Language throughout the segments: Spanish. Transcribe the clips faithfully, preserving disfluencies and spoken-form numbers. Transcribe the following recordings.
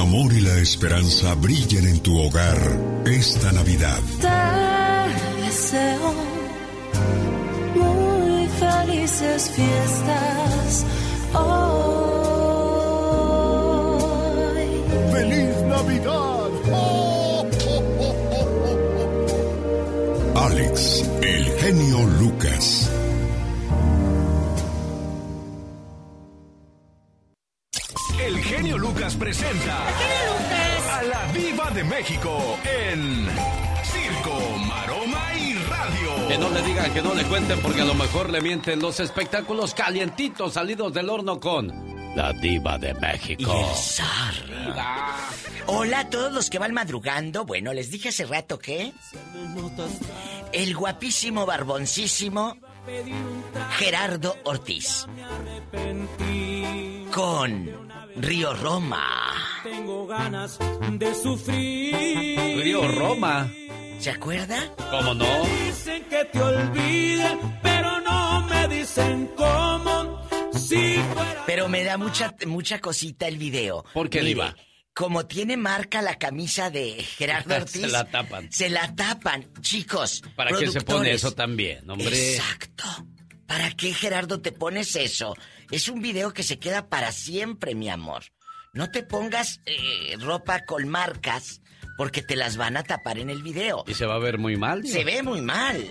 amor y la esperanza brillen en tu hogar esta Navidad. Te deseo muy felices fiestas hoy. ¡Feliz Navidad! ¡Oh, oh, oh, oh, oh! Alex, el genio Lucas. El genio Lucas presenta ¡El genio Lucas! A la Diva de México en Circo, Maroma y Radio. Que no le digan, que no le cuenten, porque a lo mejor le mienten los espectáculos calientitos salidos del horno con la Diva de México. Y el zar. Hola a todos los que van madrugando. Bueno, les dije hace rato que el guapísimo, barboncísimo Gerardo Ortiz con Río Roma. Tengo ganas de sufrir. Río Roma. ¿Se acuerda? ¿Cómo no? Dicen que te olvide, pero no me dicen cómo. Si fuera... Pero me da mucha mucha cosita el video. ¿Por qué, Diva? Como tiene marca la camisa de Gerardo Ortiz, se la tapan. Se la tapan, chicos. ¿Para qué se pone eso también, hombre? Exacto. ¿Para qué, Gerardo, te pones eso? Es un video que se queda para siempre, mi amor. No te pongas eh, ropa con marcas porque te las van a tapar en el video. Y se va a ver muy mal, ¿no? Se ve muy mal.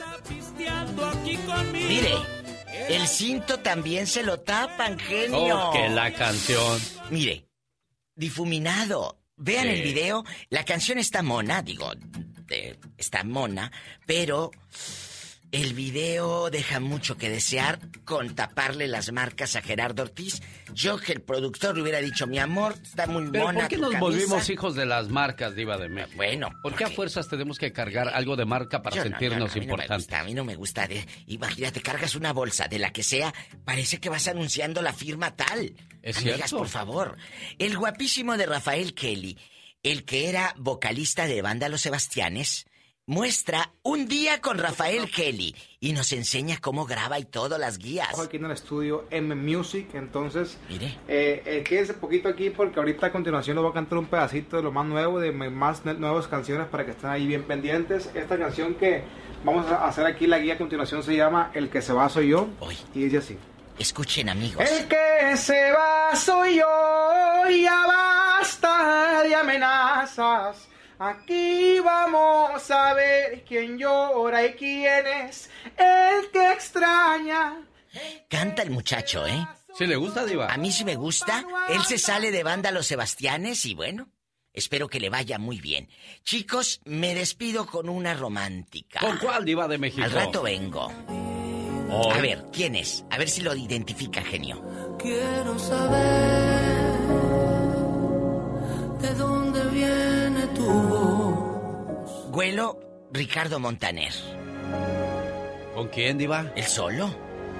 Mire, el cinto también se lo tapan, genio. Oh, que la canción. Mire, difuminado. Vean sí. el video. La canción está mona, digo, eh, está mona, pero el video deja mucho que desear con taparle las marcas a Gerardo Ortiz. Yo que el productor le hubiera dicho, mi amor, está muy pero mona. ¿por qué tu nos camisa? volvimos hijos de las marcas, Diva de México? Bueno, ¿por qué a fuerzas tenemos que cargar algo de marca para yo sentirnos no, yo no, importantes? A mí no me gusta, a mí no me gusta. De, imagínate, cargas una bolsa de la que sea, parece que vas anunciando la firma tal. ¿Es Amigas, cierto? por favor. El guapísimo de Rafael Kelly, el que era vocalista de banda Los Sebastianes, muestra un día con Rafael Kelly y nos enseña cómo graba y todo, las guías. Aquí en el estudio M Music, entonces Mire. Eh, eh, quédense poquito aquí porque ahorita a continuación les voy a cantar un pedacito de lo más nuevo, de más nuevas canciones para que estén ahí bien pendientes. Esta canción que vamos a hacer aquí, la guía a continuación, se llama El que se va soy yo. Hoy. Y dice así. Escuchen, amigos. El que se va soy yo, ya basta de amenazas. Aquí vamos a ver quién llora y quién es el que extraña. Canta el muchacho, ¿eh? ¿Sí le gusta, Diva? A mí sí me gusta. Él se sale de banda Los Sebastianes y bueno, espero que le vaya muy bien. Chicos, me despido con una romántica. ¿Con cuál, Diva de México? Al rato vengo. Oh. A ver, ¿quién es? A ver si lo identifica, genio. Quiero saber de dónde viene tu voz. Güelo, Ricardo Montaner. ¿Con quién, Diva? ¿El solo?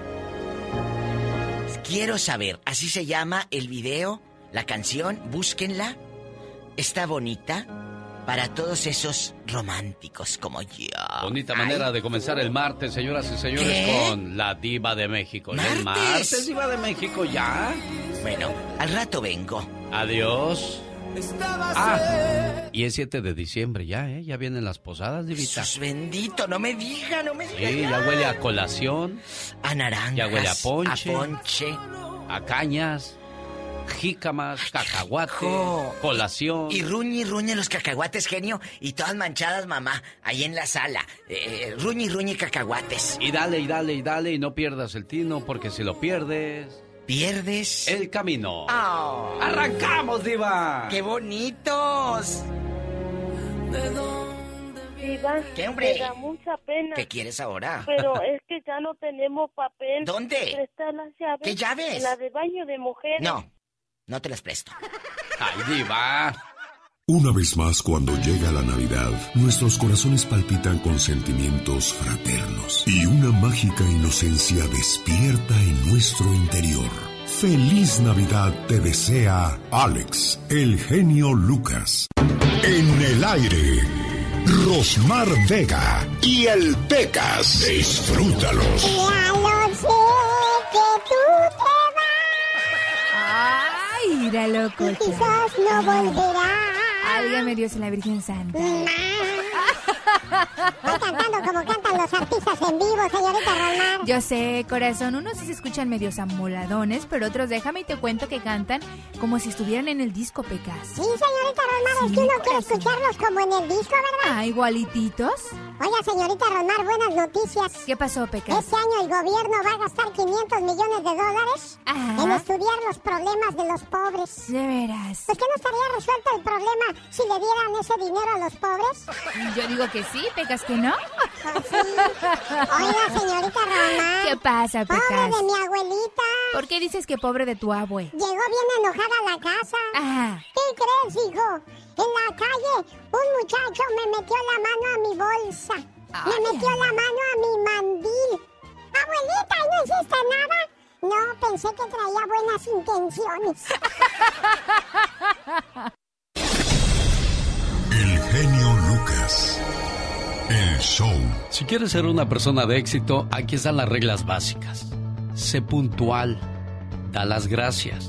Quiero saber, así se llama el video, la canción, búsquenla. Está bonita para todos esos románticos como yo. Bonita Ay. manera de comenzar el martes, señoras y señores, ¿Qué? con la Diva de México. ¿Martes? El martes, Diva de México, ya. Bueno, al rato vengo. Adiós. Ah, y es siete de diciembre ya, ¿eh? Ya vienen las posadas, Divita. Jesús bendito, no me diga, no me diga. Sí, ya huele a colación. A naranjas. Ya huele a ponche. A ponche. A cañas, jícamas, cacahuate, Jo. colación. Y ruñi y ruñe los cacahuates, genio. Y todas manchadas, mamá, ahí en la sala. Eh, ruñi y ruñe cacahuates. Y dale, y dale, y dale, y no pierdas el tino, porque si lo pierdes... ¿Pierdes? El camino. Oh. ¡Arrancamos, Diva! ¡Qué bonitos! ¿De dónde viene? Diva, ¿Qué, hombre? me da mucha pena. ¿Qué quieres ahora? Pero es que ya no tenemos papel. ¿Dónde? Prestar las llaves. ¿Qué llaves? En la de baño de mujeres. No, no te las presto. ¡Ay, Diva! Una vez más, cuando llega la Navidad, nuestros corazones palpitan con sentimientos fraternos y una mágica inocencia despierta en nuestro interior. ¡Feliz Navidad te desea Alex, el genio Lucas! En el aire, Rosmar Vega y el Pecas. Disfrútalos. La noche que tú te vas. ¡Ay! mentira, loco. Y quizás no volverá. Válgame Dios y la Virgen Santa. Estoy cantando como cantan los artistas en vivo, señorita Rosmar. Yo sé, corazón, unos sí se escuchan medios amoladones, pero otros déjame y te cuento que cantan como si estuvieran en el disco, Pecas. Sí, señorita Rosmar, sí, es que uno quiere escucharlos como en el disco, ¿verdad? Ah, igualititos. Oiga, señorita Rosmar, buenas noticias. ¿Qué pasó, Pecas? Este año el gobierno va a gastar quinientos millones de dólares Ajá. en estudiar los problemas de los pobres. De veras. Pues que no estaría resuelto el problema si le dieran ese dinero a los pobres. Yo digo que sí, Pecas, que no. Pues sí. Oiga, señorita Rosmar. ¿Qué pasa, Pecas? Pobre de mi abuelita. ¿Por qué dices que pobre de tu abue? Llegó bien enojada a la casa. Ajá. ¿Qué crees, hijo? En la calle, un muchacho me metió la mano a mi bolsa. Ay, me metió ay. la mano a mi mandil. Abuelita, ¿no hiciste nada? No, pensé que traía buenas intenciones. El genio Lucas. El show. Si quieres ser una persona de éxito, aquí están las reglas básicas. Sé puntual. Da las gracias.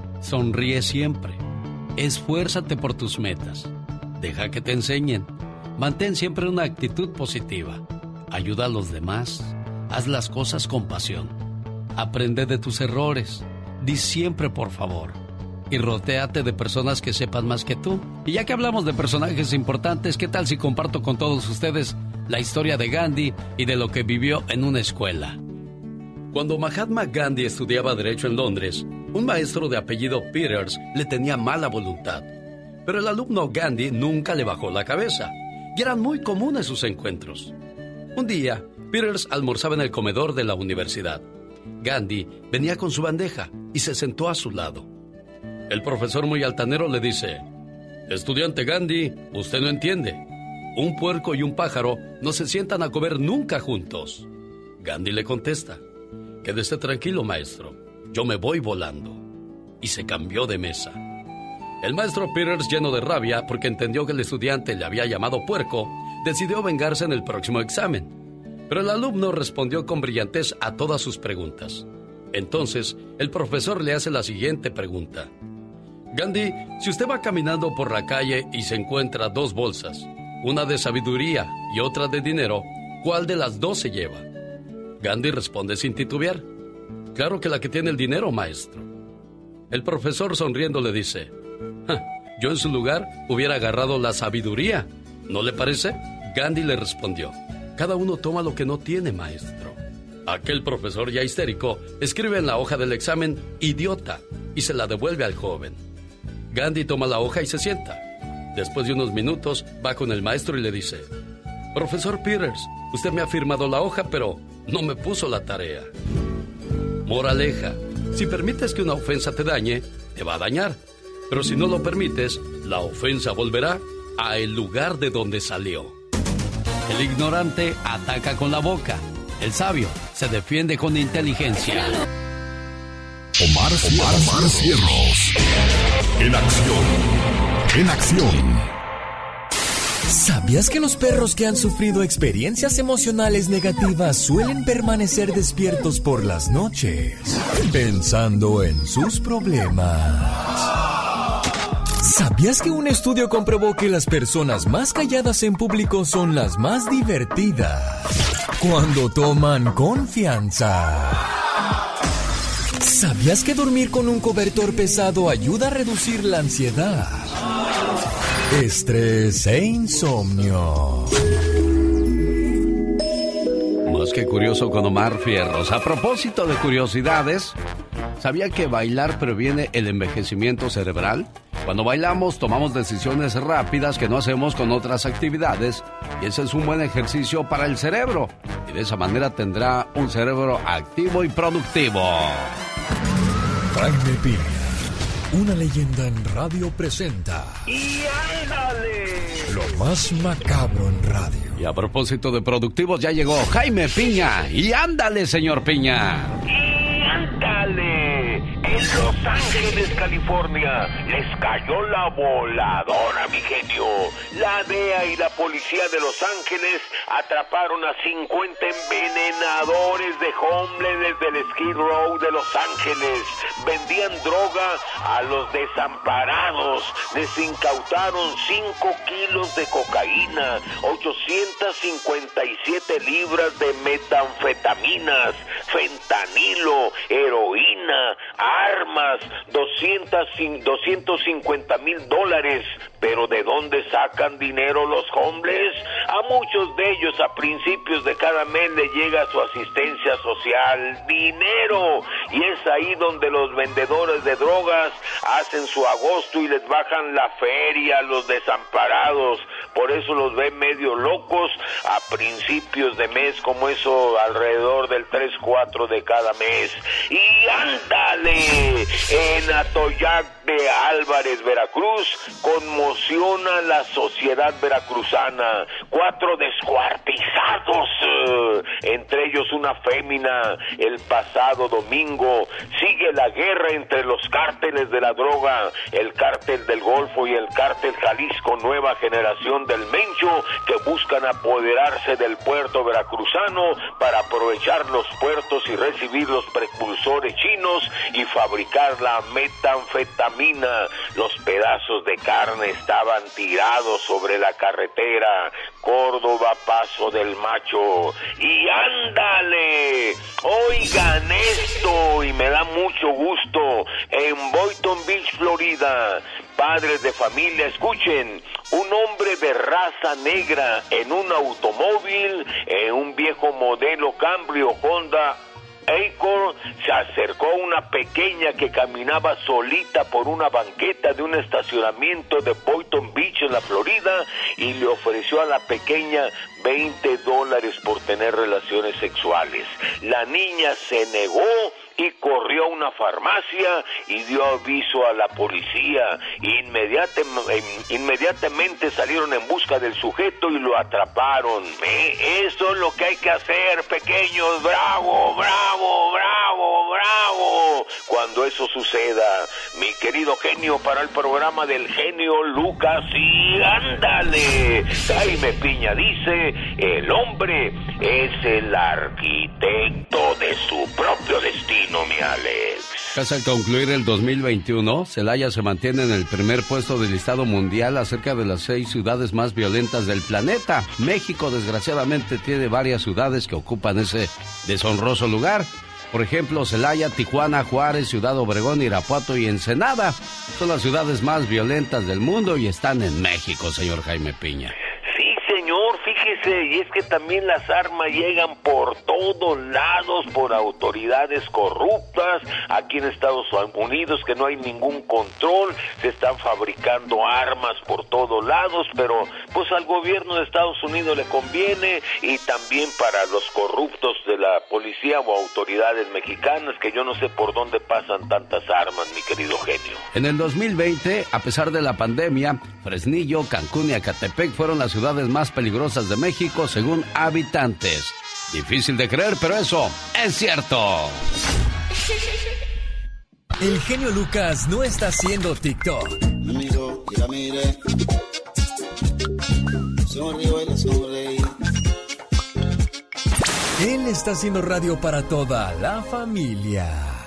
Sonríe siempre. Esfuérzate por tus metas. Deja que te enseñen. Mantén siempre una actitud positiva. Ayuda a los demás. Haz las cosas con pasión. Aprende de tus errores. Di siempre por favor. Y rotéate de personas que sepan más que tú. Y ya que hablamos de personajes importantes, ¿qué tal si comparto con todos ustedes la historia de Gandhi y de lo que vivió en una escuela? Cuando Mahatma Gandhi estudiaba Derecho en Londres, un maestro de apellido Peters le tenía mala voluntad. Pero el alumno Gandhi nunca le bajó la cabeza. Y eran muy comunes sus encuentros. Un día, Peters almorzaba en el comedor de la universidad. Gandhi venía con su bandeja y se sentó a su lado. El profesor muy altanero le dice: estudiante Gandhi, usted no entiende. Un puerco y un pájaro no se sientan a comer nunca juntos. Gandhi le contesta: quédese tranquilo, maestro, yo me voy volando. Y se cambió de mesa. El maestro Peters, lleno de rabia porque entendió que el estudiante le había llamado puerco, decidió vengarse en el próximo examen. Pero el alumno respondió con brillantez a todas sus preguntas. Entonces, el profesor le hace la siguiente pregunta: Gandhi, si usted va caminando por la calle y se encuentra dos bolsas, una de sabiduría y otra de dinero, ¿cuál de las dos se lleva? Gandhi responde sin titubear: claro que la que tiene el dinero, maestro. El profesor sonriendo le dice: yo en su lugar hubiera agarrado la sabiduría, ¿no le parece? Gandhi le respondió: cada uno toma lo que no tiene, maestro. Aquel profesor ya histérico escribe en la hoja del examen idiota y se la devuelve al joven. Gandhi toma la hoja y se sienta. Después de unos minutos va con el maestro y le dice: profesor Peters, usted me ha firmado la hoja, pero no me puso la tarea. Moraleja: si permites que una ofensa te dañe, te va a dañar. Pero si no lo permites, la ofensa volverá a el lugar de donde salió. El ignorante ataca con la boca. El sabio se defiende con inteligencia. Omar, Omar, Omar Cierros. En acción. En acción. ¿Sabías que los perros que han sufrido experiencias emocionales negativas suelen permanecer despiertos por las noches, pensando en sus problemas? ¿Sabías que un estudio comprobó que las personas más calladas en público son las más divertidas cuando toman confianza? ¿Sabías que dormir con un cobertor pesado ayuda a reducir la ansiedad, estrés e insomnio? Más que curioso con Omar Fierros. A propósito de curiosidades, ¿sabía que bailar previene el envejecimiento cerebral? Cuando bailamos tomamos decisiones rápidas que no hacemos con otras actividades y ese es un buen ejercicio para el cerebro y de esa manera tendrá un cerebro activo y productivo. Jaime Piña, una leyenda en radio presenta. ¡Y ándale! Lo más macabro en radio. Y a propósito de productivos, ya llegó Jaime Piña. ¡Y ándale, señor Piña! ¡Y ándale! En Los Ángeles, California, les cayó la voladora, mi genio. La D E A y la policía de Los Ángeles atraparon a cincuenta envenenadores de homeless del Skid Row de Los Ángeles. Vendían droga a los desamparados. Les incautaron cinco kilos de cocaína, ochocientas cincuenta y siete libras de metanfetaminas, fentanilo, heroína, armas, doscientos cincuenta mil dólares. Pero ¿de dónde sacan dinero los homeless? A muchos de ellos a principios de cada mes les llega su asistencia social, dinero, y es ahí donde los vendedores de drogas hacen su agosto y les bajan la feria a los desamparados. Por eso los ven medio locos a principios de mes, como eso alrededor del tres cuatro de cada mes. Y ándale, en Atoyac de Álvarez, Veracruz, conmociona la sociedad veracruzana. Cuatro descuartizados, eh, entre ellos una fémina, el pasado domingo. Sigue la guerra entre los cárteles de la droga, el cártel del Golfo y el cártel Jalisco Nueva Generación del Mencho, que buscan apoderarse del puerto veracruzano para aprovechar los puertos y recibir los precursores chinos y fabricar la metanfetamina. Los pedazos de carne estaban tirados sobre la carretera Córdoba Paso del Macho. Y ándale, oigan esto, y me da mucho gusto. En Boynton Beach, Florida, padres de familia, escuchen, un hombre de raza negra en un automóvil, en un viejo modelo Cambrio Honda Accord, se acercó a una pequeña que caminaba solita por una banqueta de un estacionamiento de Boynton Beach en la Florida y le ofreció a la pequeña veinte dólares por tener relaciones sexuales. La niña se negó y corrió a una farmacia y dio aviso a la policía. Inmediate, inmediatamente salieron en busca del sujeto y lo atraparon. ¿Eh? Eso es lo que hay que hacer, pequeños. ¡Bravo, bravo, bravo, bravo! Cuando eso suceda, mi querido genio, para el programa del genio Lucas, y ándale. Jaime Piña dice, el hombre es el arquitecto de su propio destino. No, mi Alex. Casi al concluir el dos mil veintiuno, Celaya se mantiene en el primer puesto del listado mundial acerca de las seis ciudades más violentas del planeta. México, desgraciadamente, tiene varias ciudades que ocupan ese deshonroso lugar. Por ejemplo, Celaya, Tijuana, Juárez, Ciudad Obregón, Irapuato y Ensenada son las ciudades más violentas del mundo y están en México, señor Jaime Piña. Señor, fíjese, y es que también las armas llegan por todos lados, por autoridades corruptas. Aquí en Estados Unidos, que no hay ningún control, se están fabricando armas por todos lados, pero pues al gobierno de Estados Unidos le conviene, y también para los corruptos de la policía o autoridades mexicanas, que yo no sé por dónde pasan tantas armas, mi querido genio. En el dos mil veinte, a pesar de la pandemia, Fresnillo, Cancún y Ecatepec fueron las ciudades más peligrosas de México según habitantes. Difícil de creer, pero eso es cierto. El genio Lucas no está haciendo TikTok. Amigo, ya mire. Sonrío y le sonreí. Él está haciendo radio para toda la familia.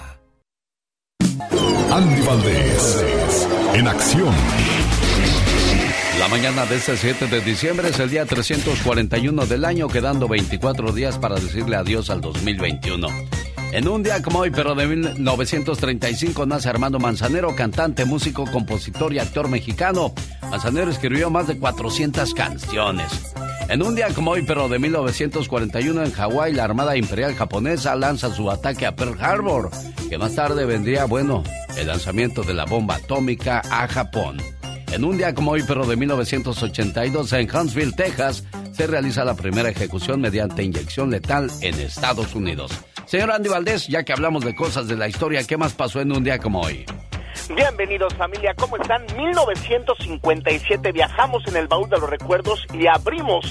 Andy Valdés, en acción. La mañana de este siete de diciembre es el día trescientos cuarenta y uno del año, quedando veinticuatro días para decirle adiós al dos mil veintiuno. En un día como hoy, pero de mil novecientos treinta y cinco, nace Armando Manzanero, cantante, músico, compositor y actor mexicano. Manzanero escribió más de cuatrocientas canciones. En un día como hoy, pero de mil novecientos cuarenta y uno, en Hawái, la Armada Imperial Japonesa lanza su ataque a Pearl Harbor, que más tarde vendría, bueno, el lanzamiento de la bomba atómica a Japón. En un día como hoy, pero de mil novecientos ochenta y dos, en Huntsville, Texas, se realiza la primera ejecución mediante inyección letal en Estados Unidos. Señor Andy Valdés, ya que hablamos de cosas de la historia, ¿qué más pasó en un día como hoy? Bienvenidos, familia, ¿cómo están? mil novecientos cincuenta y siete, viajamos en el baúl de los recuerdos y abrimos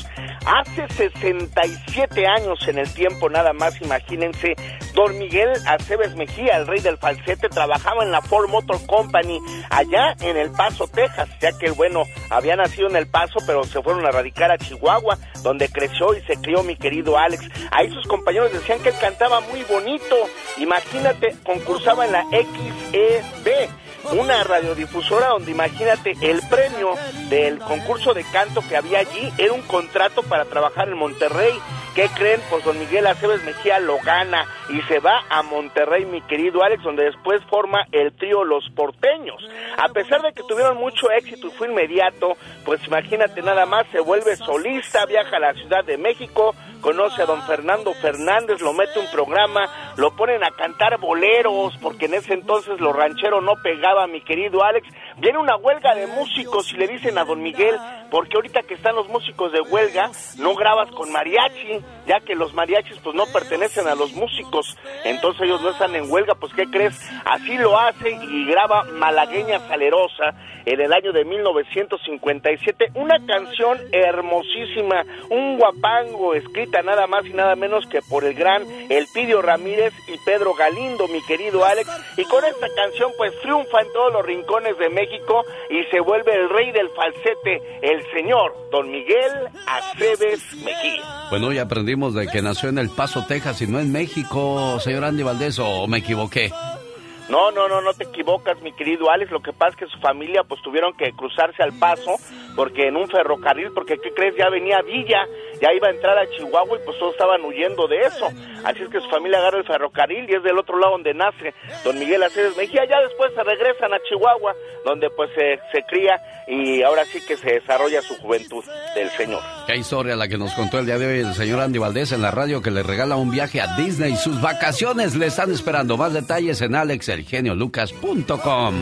Hace sesenta y siete años en el tiempo, nada más, imagínense, don Miguel Aceves Mejía, el rey del falsete, trabajaba en la Ford Motor Company, allá en El Paso, Texas, ya que, bueno, había nacido en El Paso, pero se fueron a radicar a Chihuahua, donde creció y se crió mi querido Alex. Ahí sus compañeros decían que él cantaba muy bonito, imagínate, concursaba en la X E B, una radiodifusora donde, imagínate, el premio del concurso de canto que había allí era un contrato para trabajar en Monterrey. ¿Qué creen? Pues don Miguel Aceves Mejía lo gana y se va a Monterrey, mi querido Alex, donde después forma el trío Los Porteños. A pesar de que tuvieron mucho éxito y fue inmediato, pues imagínate nada más, se vuelve solista, viaja a la Ciudad de México, conoce a don Fernando Fernández, lo mete a un programa, lo ponen a cantar boleros, porque en ese entonces lo ranchero no pegaba, mi querido Alex. Viene una huelga de músicos y le dicen a don Miguel, porque ahorita que están los músicos de huelga, no grabas con mariachi, ya que los mariachis pues no pertenecen a los músicos, entonces ellos no están en huelga. Pues ¿qué crees? Así lo hace y graba Malagueña Salerosa en el año de mil novecientos cincuenta y siete, una canción hermosísima, un guapango, escrita nada más y nada menos que por el gran Elpidio Ramírez y Pedro Galindo, mi querido Alex, y con esta canción pues triunfa en todos los rincones de México y se vuelve el rey del falsete, el señor don Miguel Aceves Mejía. Bueno, ya aprendimos de que nació en El Paso, Texas y no en México, señor Andy Valdés, ¿o me equivoqué? No, no, no, no te equivocas, mi querido Alex. Lo que pasa es que su familia pues tuvieron que cruzarse al Paso, porque en un ferrocarril, porque ¿qué crees? Ya venía Villa, ya iba a entrar a Chihuahua y pues todos estaban huyendo de eso. Así es que su familia agarra el ferrocarril y es del otro lado donde nace don Miguel Aceves Mejía. Ya después se regresan a Chihuahua, donde pues se, se cría y ahora sí que se desarrolla su juventud del señor. Qué historia la que nos contó el día de hoy el señor Andy Valdés en la radio, que le regala un viaje a Disney. Sus vacaciones le están esperando. Más detalles en alex el genio lucas punto com.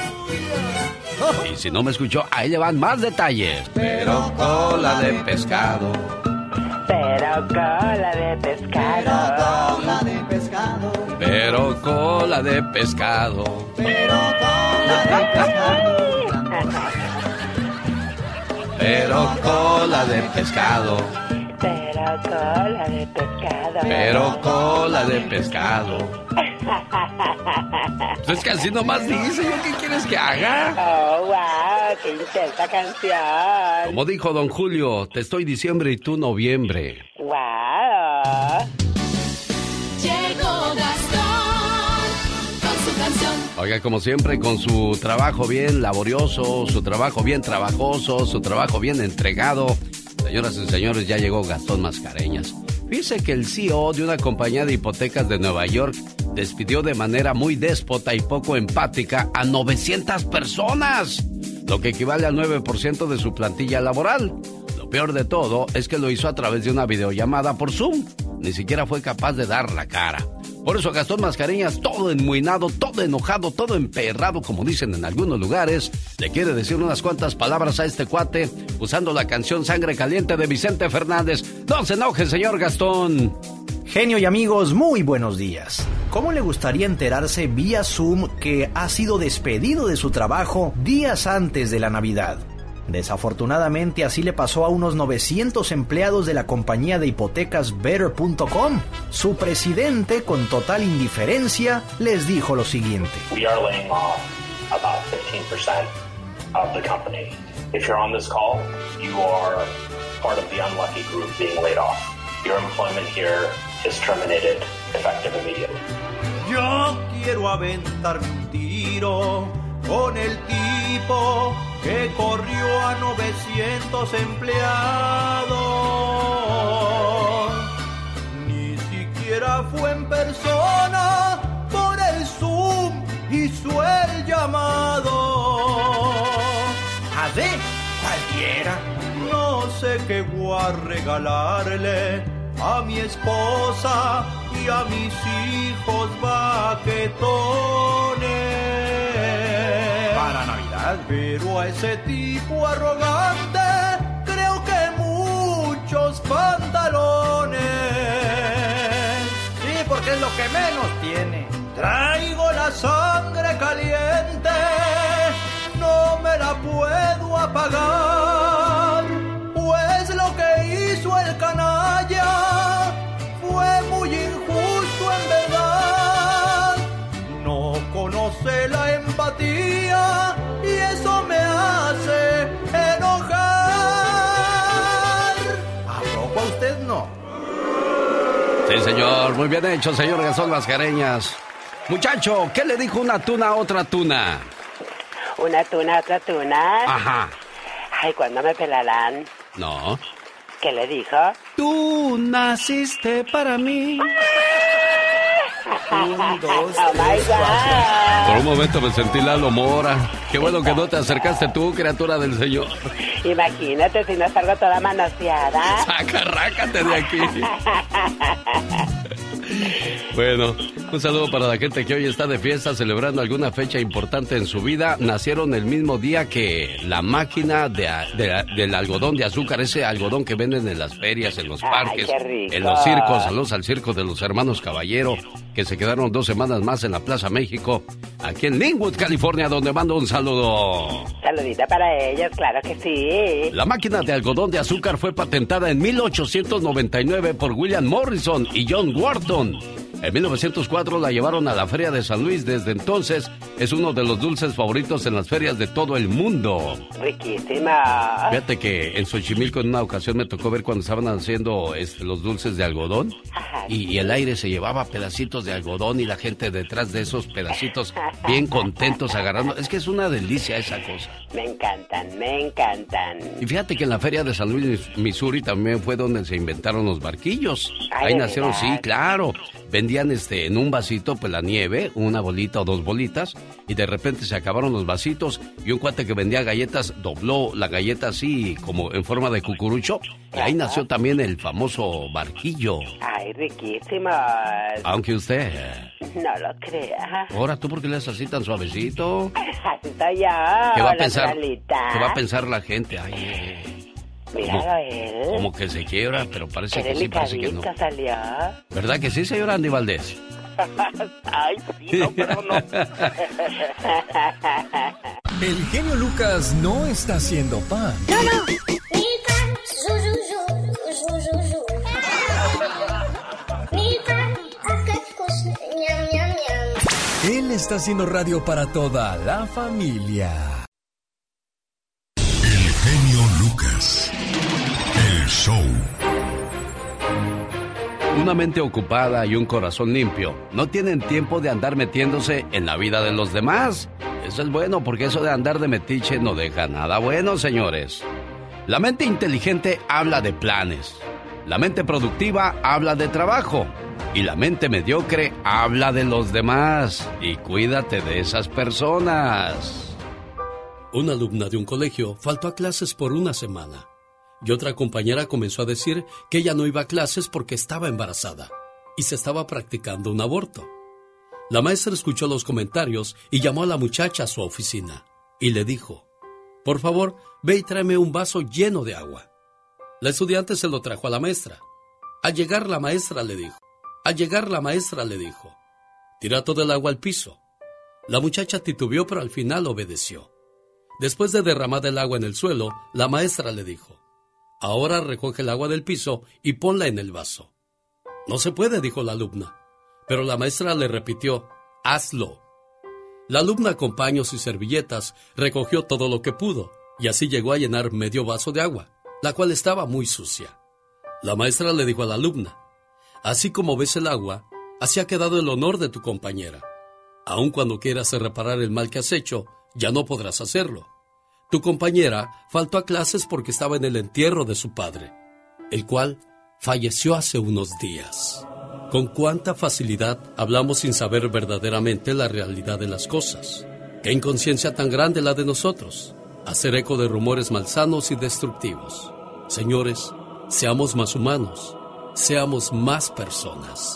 Y si no me escuchó, ahí le van más detalles. Pero cola de pescado. Pero cola de pescado. Pero cola de pescado. Pero cola de pescado. Pero cola de pescado. Pero cola de pescado. Pero cola de pescado. Pero cola de pescado. Pues es que así nomás dice, ¿yo qué quieres que haga? Oh, wow, qué intensa canción. Como dijo don Julio, te estoy diciembre y tú noviembre. Wow. Llegó Gastón con su canción. Oiga, como siempre, con su trabajo bien laborioso, su trabajo bien trabajoso, su trabajo bien entregado. Señoras y señores, ya llegó Gastón Mascareñas. Fíjese que el C E O de una compañía de hipotecas de Nueva York despidió de manera muy déspota y poco empática a novecientas personas, lo que equivale al nueve por ciento de su plantilla laboral. Lo peor de todo es que lo hizo a través de una videollamada por Zoom. Ni siquiera fue capaz de dar la cara. Por eso Gastón Mascareñas, todo enmuinado, todo enojado, todo emperrado, como dicen en algunos lugares, le quiere decir unas cuantas palabras a este cuate usando la canción Sangre Caliente de Vicente Fernández. No se enoje, señor Gastón. Genio y amigos, muy buenos días. ¿Cómo le gustaría enterarse vía Zoom que ha sido despedido de su trabajo días antes de la Navidad? Desafortunadamente así le pasó a unos novecientos empleados de la compañía de hipotecas Better punto com. Su presidente, con total indiferencia, les dijo lo siguiente: We are laying off about fifteen percent of the company. If you're on this call, you are part of the unlucky group being laid off. Your employment here is terminated effective immediately. Yo quiero aventarme un tiro con el tipo que corrió a novecientos empleados. Ni siquiera fue en persona, por el Zoom hizo el llamado. Así, cualquiera. No sé qué voy a regalarle a mi esposa y a mis hijos baquetones para Navidad, pero a ese tipo arrogante creo que muchos pantalones. Sí, porque es lo que menos tiene. Traigo la sangre caliente, no me la puedo apagar, pues lo que hizo señor. Muy bien hecho, señor Gastón Mascareñas. Muchacho, ¿qué le dijo una tuna a otra tuna? ¿Una tuna a otra tuna? Ajá. Ay, ¿cuándo me pelarán? No. ¿Qué le dijo? Tú naciste para mí. Un, dos, oh my God. Por un momento me sentí Lalo Mora. Qué bueno que no te acercaste tú, criatura del Señor. Imagínate si no salgo toda manoseada. Sacarrácate de aquí. Bueno, un saludo para la gente que hoy está de fiesta celebrando alguna fecha importante en su vida. Nacieron el mismo día que la máquina de, de, del algodón de azúcar, ese algodón que venden en las ferias, en los parques, ay, en los circos. Saludos al circo de los hermanos Caballero, que se quedaron dos semanas más en la Plaza México, aquí en Linwood, California, donde mando un saludo. Saludita para ellos, claro que sí. La máquina de algodón de azúcar fue patentada en mil ochocientos noventa y nueve por William Morrison y John Wharton. En mil novecientos cuatro la llevaron a la Feria de San Luis. Desde entonces es uno de los dulces favoritos en las ferias de todo el mundo. Riquísima. Fíjate que en Xochimilco en una ocasión me tocó ver cuando estaban haciendo este, los dulces de algodón. Y, y el aire se llevaba pedacitos de algodón y la gente detrás de esos pedacitos bien contentos agarrando. Es que es una delicia esa cosa. Me encantan, me encantan. Y fíjate que en la Feria de San Luis, Missouri también fue donde se inventaron los barquillos. Ay, ahí nacieron, verdad. sí, claro. Vendían este en un vasito pues la nieve, una bolita o dos bolitas, y de repente se acabaron los vasitos y un cuate que vendía galletas dobló la galleta así como en forma de cucurucho y ahí nació también el famoso barquillo. Ay, riquísimos. Aunque usted... No lo crea. Ahora, ¿tú por qué le haces así tan suavecito? Así estoy yo. ¿Qué va a pensar? Naturalita. ¿Qué va a pensar la gente? Ay, eh. Míralo como, él. como que se quiebra, pero parece Qué que sí, parece que no. salió. ¿Verdad que sí, señor Andy Valdés? Ay, sí, no, pero no. El genio Lucas no está haciendo pan. No, no. Él está haciendo radio para toda la familia. El genio Lucas. El show. Una mente ocupada y un corazón limpio no tienen tiempo de andar metiéndose en la vida de los demás. Eso es bueno porque eso de andar de metiche no deja nada bueno, señores. La mente inteligente habla de planes. La mente productiva habla de trabajo. Y la mente mediocre habla de los demás. Y cuídate de esas personas. Una alumna de un colegio faltó a clases por una semana. Y otra compañera comenzó a decir que ella no iba a clases porque estaba embarazada y se estaba practicando un aborto. La maestra escuchó los comentarios y llamó a la muchacha a su oficina y le dijo: por favor, ve y tráeme un vaso lleno de agua. La estudiante se lo trajo a la maestra. Al llegar la maestra le dijo, al llegar la maestra le dijo, tira todo el agua al piso. La muchacha titubeó, pero al final obedeció. Después de derramar el agua en el suelo, la maestra le dijo, ahora recoge el agua del piso y ponla en el vaso. No se puede, dijo la alumna, pero la maestra le repitió, hazlo. La alumna con paños y servilletas recogió todo lo que pudo y así llegó a llenar medio vaso de agua, la cual estaba muy sucia. La maestra le dijo a la alumna, así como ves el agua, así ha quedado el honor de tu compañera. Aun cuando quieras reparar el mal que has hecho, ya no podrás hacerlo. Tu compañera faltó a clases porque estaba en el entierro de su padre, el cual falleció hace unos días. Con cuánta facilidad hablamos sin saber verdaderamente la realidad de las cosas. Qué inconsciencia tan grande la de nosotros. Hacer eco de rumores malsanos y destructivos. Señores, seamos más humanos. Seamos más personas.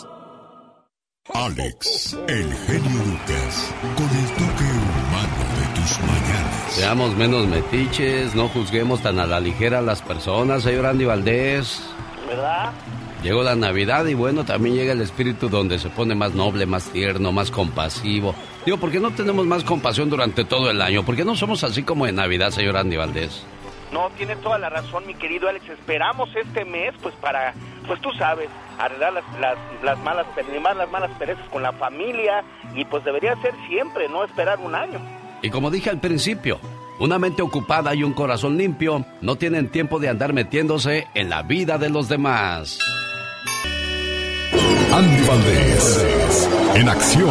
Alex, el genio Lucas, con el toque humano de tus mañanas. Seamos menos metiches, no juzguemos tan a la ligera a las personas, señor Andy Valdés. ¿Verdad? Llegó la Navidad y bueno, también llega el espíritu donde se pone más noble, más tierno, más compasivo. Digo, ¿por qué no tenemos más compasión durante todo el año? ¿Por qué no somos así como en Navidad, señor Andy Valdés? No, tiene toda la razón, mi querido Alex. Esperamos este mes, pues para, pues tú sabes, arreglar las, las, las malas, limar las malas perezas con la familia y pues debería ser siempre, no esperar un año. Y como dije al principio, una mente ocupada y un corazón limpio no tienen tiempo de andar metiéndose en la vida de los demás. Andy Valdés, en acción.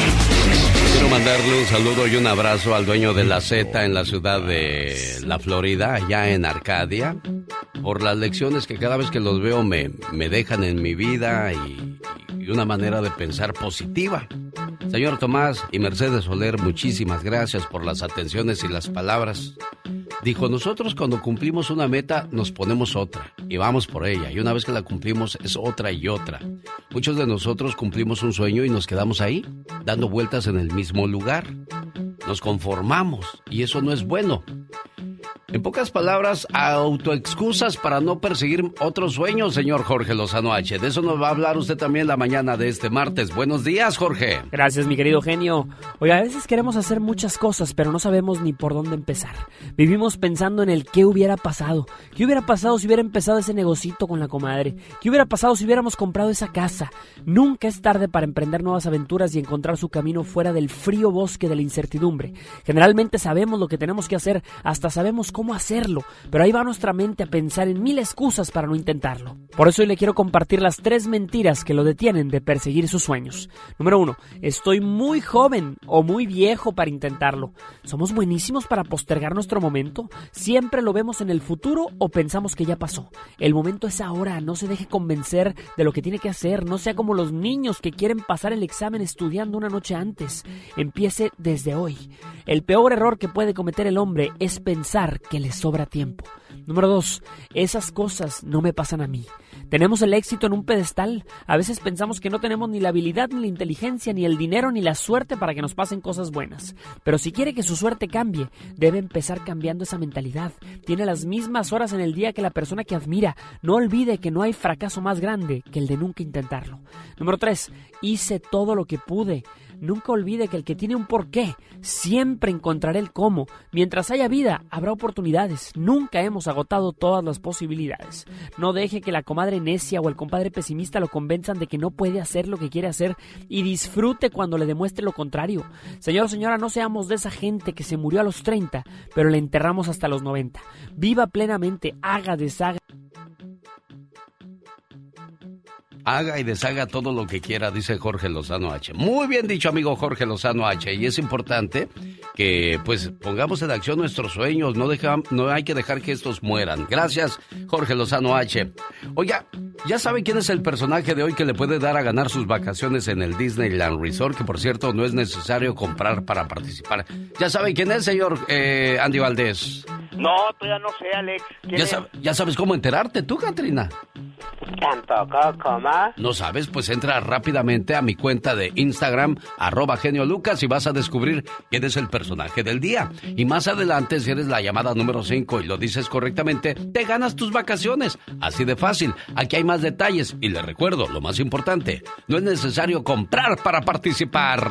Quiero mandarle un saludo y un abrazo al dueño de la Z en la ciudad de la Florida, allá en Arcadia, por las lecciones que cada vez que los veo me, me dejan en mi vida y, y una manera de pensar positiva. Señor Tomás y Mercedes Soler, muchísimas gracias por las atenciones y las palabras. Dijo, nosotros cuando cumplimos una meta nos ponemos otra y vamos por ella, y una vez que la cumplimos es otra y otra. Muchos de nosotros cumplimos un sueño y nos quedamos ahí, dando vueltas en el mismo lugar. Nos conformamos y eso no es bueno. En pocas palabras, autoexcusas para no perseguir otros sueños, señor Jorge Lozano H. De eso nos va a hablar usted también la mañana de este martes. Buenos días, Jorge. Gracias, mi querido genio. Oiga, a veces queremos hacer muchas cosas, pero no sabemos ni por dónde empezar. Vivimos pensando en el qué hubiera pasado. ¿Qué hubiera pasado si hubiera empezado ese negocito con la comadre? ¿Qué hubiera pasado si hubiéramos comprado esa casa? Nunca es tarde para emprender nuevas aventuras y encontrar su camino fuera del frío bosque de la incertidumbre. Generalmente sabemos lo que tenemos que hacer, hasta sabemos cómo hacerlo, pero ahí va nuestra mente a pensar en mil excusas para no intentarlo. Por eso hoy le quiero compartir las tres mentiras que lo detienen de perseguir sus sueños. Número uno, estoy muy joven o muy viejo para intentarlo. ¿Somos buenísimos para postergar nuestro momento? Siempre lo vemos en el futuro o pensamos que ya pasó. El momento es ahora, no se deje convencer de lo que tiene que hacer, no sea como los niños que quieren pasar el examen estudiando una noche antes. Empiece desde hoy. El peor error que puede cometer el hombre es pensar que le sobra tiempo. Número dos, esas cosas no me pasan a mí. Tenemos el éxito en un pedestal. A veces pensamos que no tenemos ni la habilidad, ni la inteligencia, ni el dinero, ni la suerte para que nos pasen cosas buenas. Pero si quiere que su suerte cambie, debe empezar cambiando esa mentalidad. Tiene las mismas horas en el día que la persona que admira. No olvide que no hay fracaso más grande que el de nunca intentarlo. Número tres, hice todo lo que pude. Nunca olvide que el que tiene un porqué siempre encontrará el cómo. Mientras haya vida, habrá oportunidades. Nunca hemos agotado todas las posibilidades. No deje que la comadre necia o el compadre pesimista lo convenzan de que no puede hacer lo que quiere hacer y disfrute cuando le demuestre lo contrario. Señor o señora, no seamos de esa gente que se murió a los treinta, pero le enterramos hasta los noventa. Viva plenamente, haga, deshaga. Haga y deshaga todo lo que quiera, dice Jorge Lozano H. Muy bien dicho, amigo Jorge Lozano H. Y es importante que, pues, pongamos en acción nuestros sueños. No, deja, no hay que dejar que estos mueran. Gracias, Jorge Lozano H. Oiga, ¿ya sabe quién es el personaje de hoy que le puede dar a ganar sus vacaciones en el Disneyland Resort? Que, por cierto, no es necesario comprar para participar. ¿Ya sabe quién es, señor eh, Andy Valdés? No, todavía no sé, Alex. ¿Ya, sab- ¿Ya sabes cómo enterarte tú, Katrina? Tampoco, ¿cómo? ¿No sabes? Pues entra rápidamente a mi cuenta de Instagram, arroba genio Lucas, y vas a descubrir quién es el personaje del día. Y más adelante, si eres la llamada número cinco y lo dices correctamente, te ganas tus vacaciones. Así de fácil. Aquí hay más detalles. Y les recuerdo, lo más importante, no es necesario comprar para participar.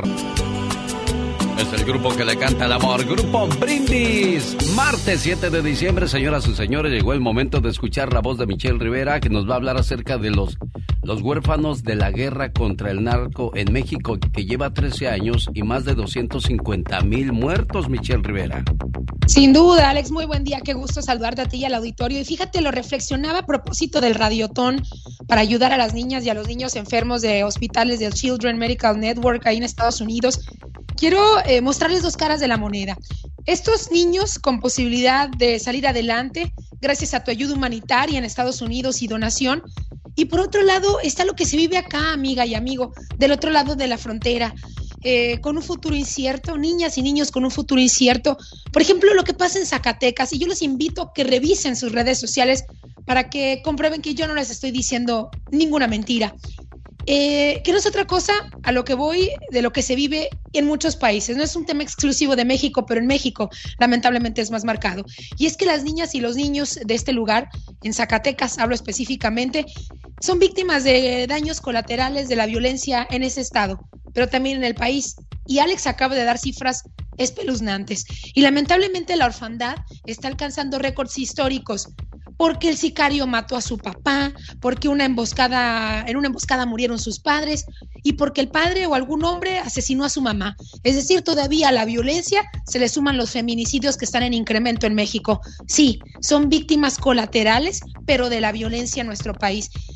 Es el grupo que le canta el amor, Grupo Brindis. Martes siete de diciembre, señoras y señores, llegó el momento de escuchar la voz de Michelle Rivera, que nos va a hablar acerca de los, los huérfanos de la guerra contra el narco en México, que lleva trece años y más de doscientos cincuenta mil muertos, Michelle Rivera. Sin duda, Alex, muy buen día, qué gusto saludarte a ti y al auditorio. Y fíjate, lo reflexionaba a propósito del radiotón para ayudar a las niñas y a los niños enfermos de hospitales del Children Medical Network ahí en Estados Unidos. Quiero eh, mostrarles dos caras de la moneda. Estos niños con posibilidad de salir adelante gracias a tu ayuda humanitaria en Estados Unidos y donación. Y por otro lado está lo que se vive acá, amiga y amigo, del otro lado de la frontera. Eh, con un futuro incierto, niñas y niños con un futuro incierto. Por ejemplo, lo que pasa en Zacatecas, y yo los invito a que revisen sus redes sociales para que comprueben que yo no les estoy diciendo ninguna mentira. Eh, que no es otra cosa a lo que voy de lo que se vive en muchos países. No es un tema exclusivo de México, pero en México lamentablemente es más marcado. Y es que las niñas y los niños de este lugar, en Zacatecas hablo específicamente, son víctimas de daños colaterales de la violencia en ese estado, pero también en el país. Y Alex acaba de dar cifras espeluznantes. Y lamentablemente la orfandad está alcanzando récords históricos, porque el sicario mató a su papá, porque una emboscada, en una emboscada murieron sus padres, y porque el padre o algún hombre asesinó a su mamá. Es decir, todavía a la violencia se le suman los feminicidios que están en incremento en México. Sí, son víctimas colaterales, pero de la violencia en nuestro país.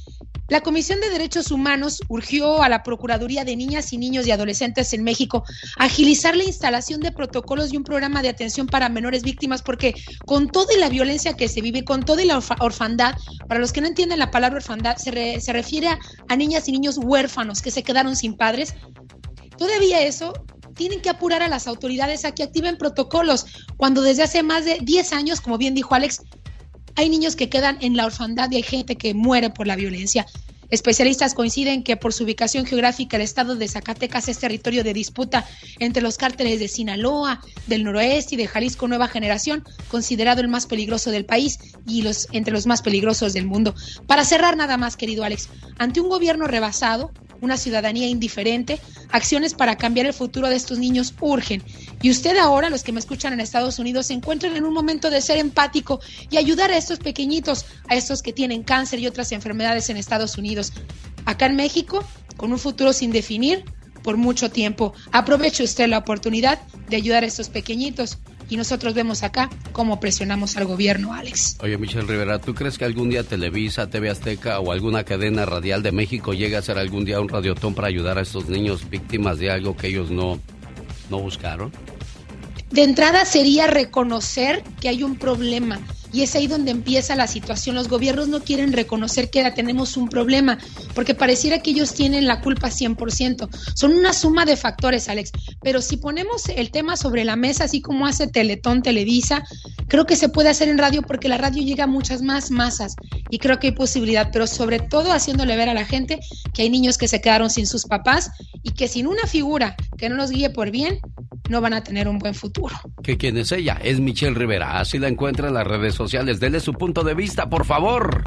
La Comisión de Derechos Humanos urgió a la Procuraduría de Niñas y Niños y Adolescentes en México a agilizar la instalación de protocolos y un programa de atención para menores víctimas, porque con toda la violencia que se vive, con toda la orfandad, para los que no entienden la palabra orfandad, se, re, se refiere a, a niñas y niños huérfanos que se quedaron sin padres. Todavía eso, tienen que apurar a las autoridades a que activen protocolos, cuando desde hace más de diez años, como bien dijo Alex, hay niños que quedan en la orfandad y hay gente que muere por la violencia. Especialistas coinciden que por su ubicación geográfica el estado de Zacatecas es territorio de disputa entre los cárteles de Sinaloa, del noroeste y de Jalisco Nueva Generación, considerado el más peligroso del país y los entre los más peligrosos del mundo. Para cerrar nada más, querido Alex, ante un gobierno rebasado, una ciudadanía indiferente, acciones para cambiar el futuro de estos niños urgen. Y usted ahora, los que me escuchan en Estados Unidos, se encuentran en un momento de ser empático y ayudar a estos pequeñitos, a estos que tienen cáncer y otras enfermedades en Estados Unidos. Acá en México, con un futuro sin definir por mucho tiempo. Aproveche usted la oportunidad de ayudar a estos pequeñitos. Y nosotros vemos acá cómo presionamos al gobierno, Alex. Oye, Michelle Rivera, ¿tú crees que algún día Televisa, T V Azteca o alguna cadena radial de México llegue a hacer algún día un radiotón para ayudar a estos niños víctimas de algo que ellos no, no buscaron? De entrada sería reconocer que hay un problema. Y es ahí donde empieza la situación. Los gobiernos no quieren reconocer que tenemos un problema, porque pareciera que ellos tienen la culpa cien por ciento. Son una suma de factores, Alex. Pero si ponemos el tema sobre la mesa, así como hace Teletón, Televisa, creo que se puede hacer en radio, porque la radio llega a muchas más masas y creo que hay posibilidad, pero sobre todo haciéndole ver a la gente que hay niños que se quedaron sin sus papás y que sin una figura que no los guíe por bien, no van a tener un buen futuro. ¿Que quién es ella? Es Michelle Rivera. Así la encuentra en las redes sociales. Dele su punto de vista, por favor.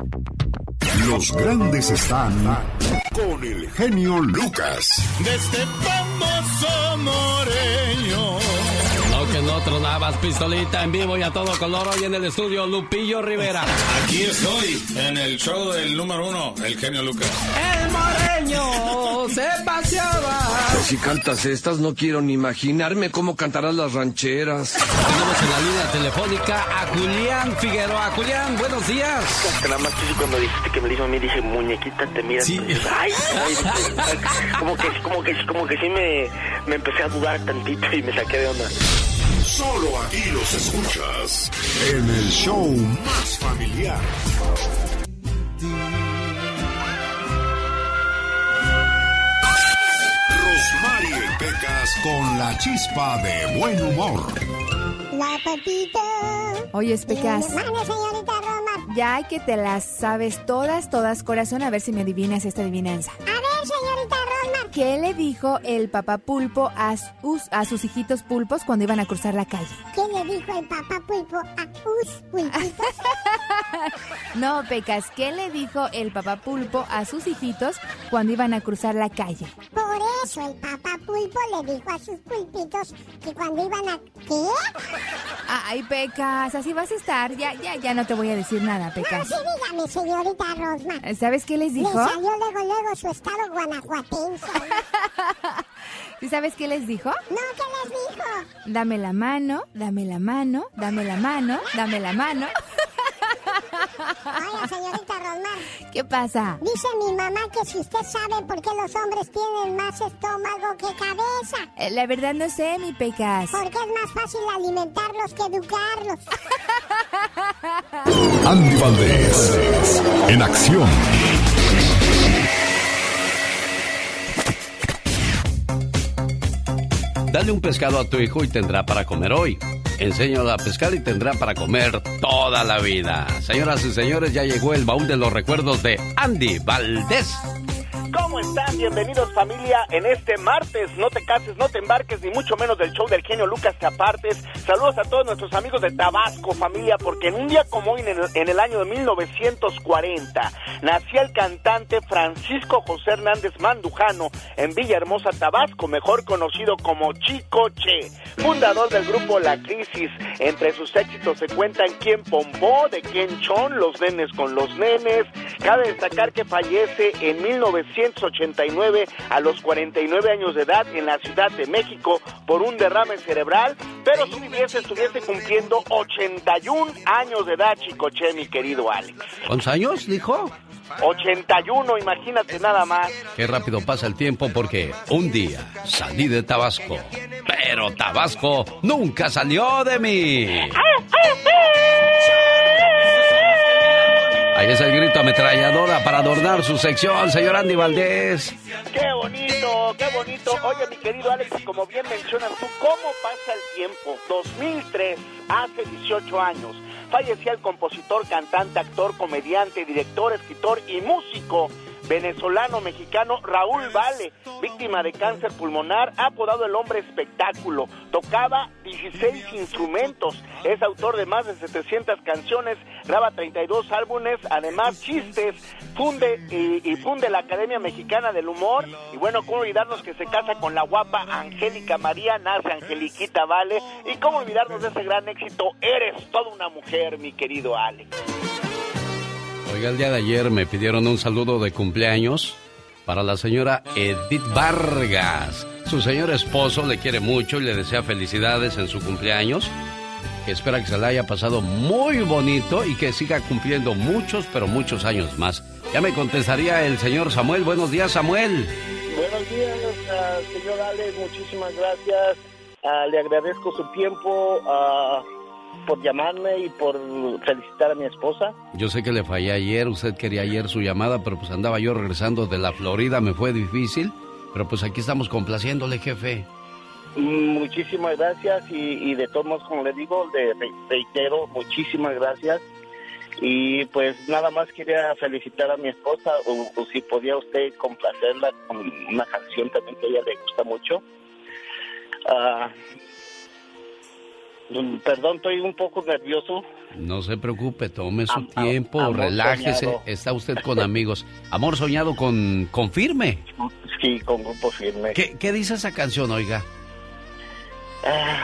Los grandes están con el genio Lucas. De este famoso moreño. No, que no tronabas, pistolita en vivo y a todo color hoy en el estudio Lupillo Rivera. Aquí estoy, en el show del número uno, el genio Lucas. El moreño se paseaba. Pero si cantas estas, no quiero ni imaginarme cómo cantarás las rancheras. Tenemos en la línea telefónica a Julián Figueroa. Julián, buenos días. Nada más tú cuando dijiste que me dijo a mí, dije, muñequita, te miras. Sí. Ay, ay, ay, como que, como que, como que sí me, me empecé a dudar tantito y me saqué de onda. Solo aquí los escuchas en el show más familiar. Rosmarie Pecas con la chispa de buen humor. La patita. Oye, Pecas. Mande, señorita Roma. Ya que te las sabes todas, todas, corazón, a ver si me adivinas esta adivinanza. A ver, señorita Roma. ¿Qué le dijo el papá pulpo a sus, a sus hijitos pulpos cuando iban a cruzar la calle? ¿Qué le dijo el papá pulpo a sus pulpitos? No, Pecas, ¿qué le dijo el papá pulpo a sus hijitos cuando iban a cruzar la calle? Por eso el papá pulpo le dijo a sus pulpitos que cuando iban a... ¿Qué? Ay, Pecas, así vas a estar. Ya, ya, ya no te voy a decir nada, Pecas. No, sí, dígame, señorita Rosma. ¿Sabes qué les dijo? Le salió luego, luego su estado guanajuatense. ¿Sí sabes qué les dijo? No, ¿qué les dijo? Dame la mano, dame la mano, dame la mano, dame la mano. Oiga, señorita Rosmar. ¿Qué pasa? Dice mi mamá que si usted sabe por qué los hombres tienen más estómago que cabeza. Eh, la verdad no sé, mi Pecas. Porque es más fácil alimentarlos que educarlos. Andy Valdés, en acción. Dale un pescado a tu hijo y tendrá para comer hoy. Enséñalo a pescar y tendrá para comer toda la vida. Señoras y señores, ya llegó el baúl de los recuerdos de Andy Valdés. ¿Cómo están? Bienvenidos, familia, en este martes. No te cases, no te embarques, ni mucho menos del show del genio Lucas te apartes. Saludos a todos nuestros amigos de Tabasco, familia, porque en un día como hoy, en el, en el año de mil novecientos cuarenta, nacía el cantante Francisco José Hernández Mandujano en Villahermosa, Tabasco, mejor conocido como Chico Che, fundador del grupo La Crisis. Entre sus éxitos se cuentan Quién Pompó, de Quién Chon, Los Nenes con los Nenes. Cabe destacar que fallece en mil novecientos ochenta y nueve a los cuarenta y nueve años de edad en la Ciudad de México por un derrame cerebral, pero si viviese estuviese cumpliendo ochenta y un años de edad, Chicoche, mi querido Alex. ¿Cuántos años, dijo? ochenta y uno, imagínate nada más. Qué rápido pasa el tiempo porque un día salí de Tabasco, pero Tabasco nunca salió de mí. Ahí es el grito ametralladora para adornar su sección, señor Andy Valdés. ¡Qué bonito, qué bonito! Oye, mi querido Alex, como bien mencionas tú, ¿cómo pasa el tiempo? dos mil tres, hace dieciocho años, fallecía el compositor, cantante, actor, comediante, director, escritor y músico venezolano-mexicano Raúl Vale, víctima de cáncer pulmonar, apodado el Hombre Espectáculo. Tocaba dieciséis instrumentos, es autor de más de setecientas canciones, graba treinta y dos álbumes, además chistes, funde y, y funde la Academia Mexicana del Humor. Y bueno, cómo olvidarnos que se casa con la guapa Angélica María, nace Angeliquita Vale. Y cómo olvidarnos de ese gran éxito, Eres toda una mujer, mi querido Alex. Oiga, el día de ayer me pidieron un saludo de cumpleaños para la señora Edith Vargas. Su señor esposo le quiere mucho y le desea felicidades en su cumpleaños. Que espera que se la haya pasado muy bonito y que siga cumpliendo muchos, pero muchos años más. Ya me contestaría el señor Samuel. Buenos días, Samuel. Buenos días, uh, señor Alex. Muchísimas gracias. Uh, le agradezco su tiempo. Uh, por llamarme y por felicitar a mi esposa. Yo sé que le fallé ayer, usted quería ayer su llamada, pero pues andaba yo regresando de la Florida, me fue difícil, pero pues aquí estamos complaciéndole, jefe. Muchísimas gracias y, y de todos modos, como le digo, le reitero, muchísimas gracias. Y pues nada más quería felicitar a mi esposa, o, o si podía usted complacerla con una canción también que a ella le gusta mucho. Uh, Perdón, estoy un poco nervioso. No se preocupe, tome su Am, tiempo, amor relájese, soñado. Está usted con amigos. Amor soñado con, con Firme. Sí, con Grupo Firme. ¿Qué, qué dice esa canción, oiga? Ah,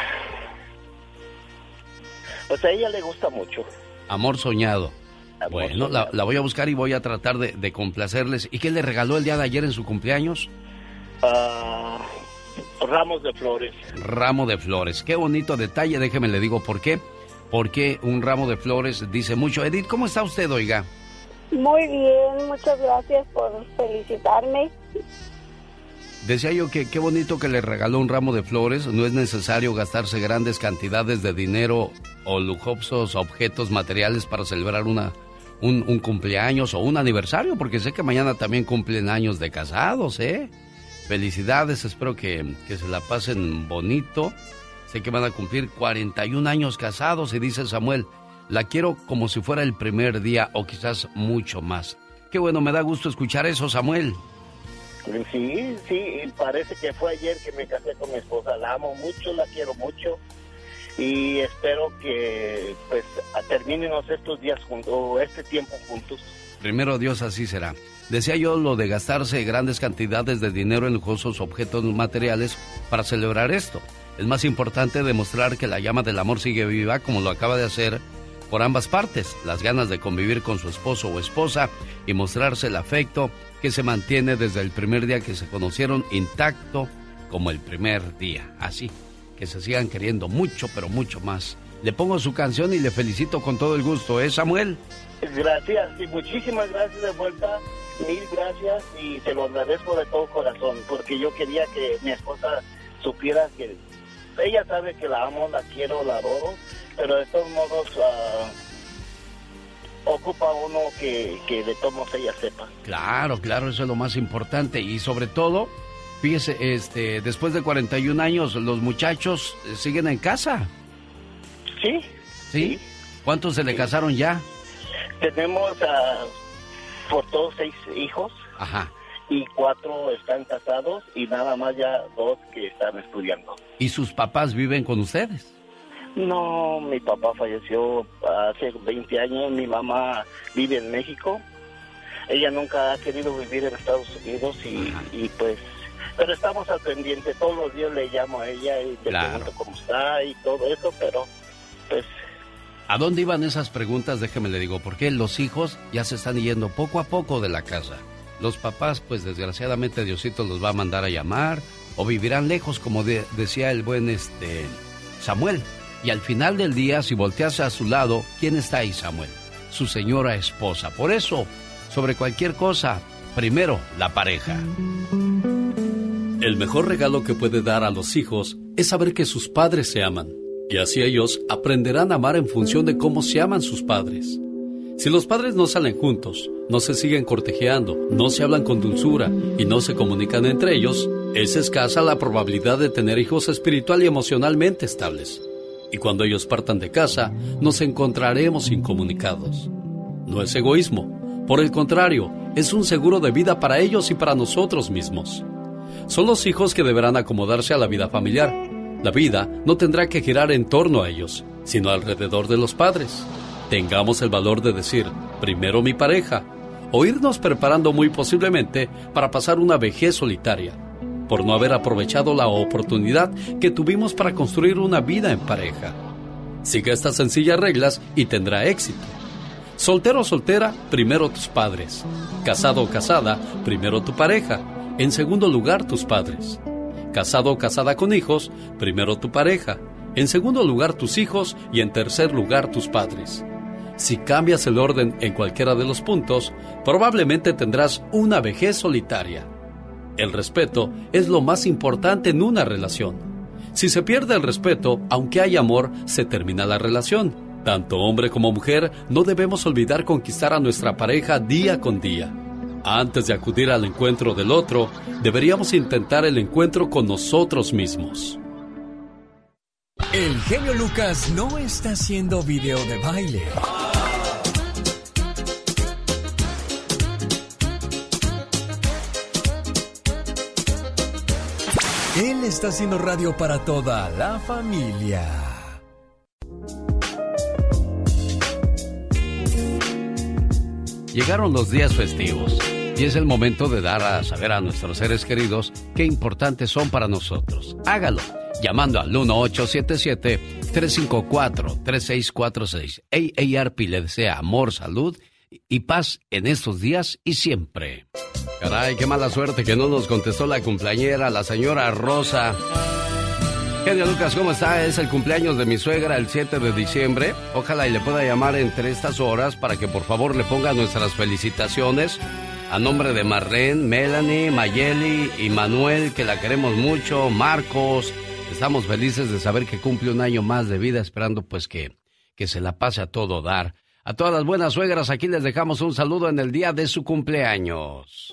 pues a ella le gusta mucho. Amor soñado. Amor bueno, soñado. La, la voy a buscar y voy a tratar de, de complacerles. ¿Y qué le regaló el día de ayer en su cumpleaños? Ah... Ramos de flores. Ramo de flores. Qué bonito detalle, déjeme le digo por qué. Porque un ramo de flores dice mucho. Edith, ¿cómo está usted, oiga? Muy bien, muchas gracias por felicitarme. Decía yo que qué bonito que le regaló un ramo de flores. No es necesario gastarse grandes cantidades de dinero o lujosos objetos materiales para celebrar una, un, un cumpleaños o un aniversario, porque sé que mañana también cumplen años de casados, ¿eh? Felicidades, espero que, que se la pasen bonito. Sé que van a cumplir cuarenta y un años casados y dice Samuel, la quiero como si fuera el primer día o quizás mucho más. Qué bueno, me da gusto escuchar eso, Samuel. Sí, sí, parece que fue ayer que me casé con mi esposa. La amo mucho, la quiero mucho y espero que pues terminemos estos días juntos, este tiempo juntos. Primero Dios, así será. Decía yo lo de gastarse grandes cantidades de dinero en lujosos objetos materiales para celebrar esto. Es más importante demostrar que la llama del amor sigue viva, como lo acaba de hacer por ambas partes. Las ganas de convivir con su esposo o esposa y mostrarse el afecto que se mantiene desde el primer día que se conocieron, intacto como el primer día. Así, que se sigan queriendo mucho, pero mucho más. Le pongo su canción y le felicito con todo el gusto, ¿eh, Samuel? Gracias, y muchísimas gracias de vuelta. Mil gracias y te lo agradezco de todo corazón, porque yo quería que mi esposa supiera que ella sabe que la amo, la quiero, la adoro, pero de todos modos uh, ocupa uno que, que de todos modos ella sepa. Claro, claro, eso es lo más importante y sobre todo, fíjese, este, después de cuarenta y un años, los muchachos siguen en casa. Sí. ¿Sí? ¿Cuántos se le sí. casaron ya? Tenemos a... Uh, por todos seis hijos. Ajá. Y cuatro están casados y nada más ya dos que están estudiando. ¿Y sus papás viven con ustedes? No, mi papá falleció hace veinte años, mi mamá vive en México. Ella nunca ha querido vivir en Estados Unidos y, y pues... Pero estamos al pendiente, todos los días le llamo a ella y le claro. pregunto cómo está y todo eso, pero pues... ¿A dónde iban esas preguntas? Déjeme le digo, porque los hijos ya se están yendo poco a poco de la casa. Los papás, pues desgraciadamente Diosito los va a mandar a llamar o vivirán lejos, como de, decía el buen este Samuel. Y al final del día, si volteas a su lado, ¿quién está ahí, Samuel? Su señora esposa. Por eso, sobre cualquier cosa, primero la pareja. El mejor regalo que puede dar a los hijos es saber que sus padres se aman. Y así ellos aprenderán a amar en función de cómo se aman sus padres. Si los padres no salen juntos, no se siguen cortejeando, no se hablan con dulzura y no se comunican entre ellos, es escasa la probabilidad de tener hijos espiritual y emocionalmente estables. Y cuando ellos partan de casa, nos encontraremos incomunicados. No es egoísmo, por el contrario, es un seguro de vida para ellos y para nosotros mismos. Son los hijos que deberán acomodarse a la vida familiar. La vida no tendrá que girar en torno a ellos, sino alrededor de los padres. Tengamos el valor de decir, primero mi pareja, o irnos preparando muy posiblemente para pasar una vejez solitaria, por no haber aprovechado la oportunidad que tuvimos para construir una vida en pareja. Siga estas sencillas reglas y tendrá éxito. Soltero o soltera, primero tus padres. Casado o casada, primero tu pareja. En segundo lugar, tus padres. Casado o casada con hijos, primero tu pareja. En segundo lugar, tus hijos. Y en tercer lugar, tus padres. Si cambias el orden en cualquiera de los puntos, probablemente tendrás una vejez solitaria. El respeto es lo más importante en una relación. Si se pierde el respeto, aunque hay amor, se termina la relación. Tanto hombre como mujer, no debemos olvidar conquistar a nuestra pareja día con día. Antes de acudir al encuentro del otro, deberíamos intentar el encuentro con nosotros mismos. El genio Lucas no está haciendo video de baile. Él está haciendo radio para toda la familia. Llegaron los días festivos y es el momento de dar a saber a nuestros seres queridos qué importantes son para nosotros. Hágalo llamando al uno ocho siete siete, tres cinco cuatro, tres seis cuatro seis. A A R P le desea amor, salud y paz en estos días y siempre. Caray, qué mala suerte que no nos contestó la cumpleañera, la señora Rosa. Genio Lucas, ¿cómo está? Es el cumpleaños de mi suegra el siete de diciembre. Ojalá y le pueda llamar entre estas horas para que por favor le ponga nuestras felicitaciones a nombre de Marlene, Melanie, Mayeli y Manuel, que la queremos mucho, Marcos. Estamos felices de saber que cumple un año más de vida, esperando pues que, que se la pase a todo dar. A todas las buenas suegras, aquí les dejamos un saludo en el día de su cumpleaños.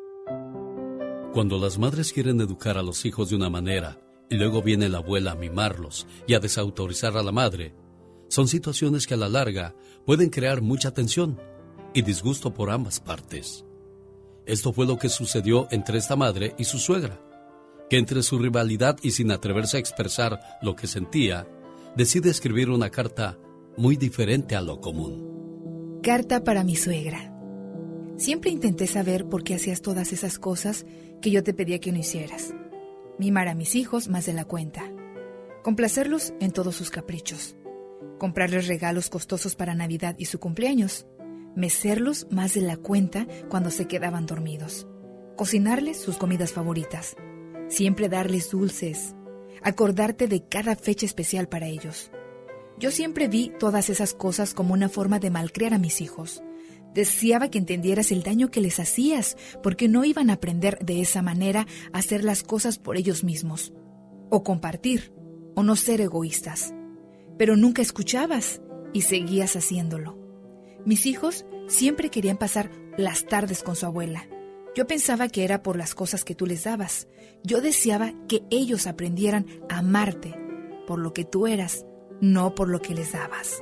Cuando las madres quieren educar a los hijos de una manera y luego viene la abuela a mimarlos y a desautorizar a la madre, son situaciones que a la larga pueden crear mucha tensión y disgusto por ambas partes. Esto fue lo que sucedió entre esta madre y su suegra, que entre su rivalidad y sin atreverse a expresar lo que sentía, decide escribir una carta muy diferente a lo común. Carta para mi suegra. Siempre intenté saber por qué hacías todas esas cosas que yo te pedía que no hicieras. Mimar a mis hijos más de la cuenta. Complacerlos en todos sus caprichos. Comprarles regalos costosos para Navidad y su cumpleaños. Mecerlos más de la cuenta cuando se quedaban dormidos. Cocinarles sus comidas favoritas. Siempre darles dulces. Acordarte de cada fecha especial para ellos. Yo siempre vi todas esas cosas como una forma de malcriar a mis hijos. Deseaba que entendieras el daño que les hacías, porque no iban a aprender de esa manera a hacer las cosas por ellos mismos, o compartir, o no ser egoístas. Pero nunca escuchabas y seguías haciéndolo. Mis hijos siempre querían pasar las tardes con su abuela. Yo pensaba que era por las cosas que tú les dabas. Yo deseaba que ellos aprendieran a amarte por lo que tú eras, no por lo que les dabas.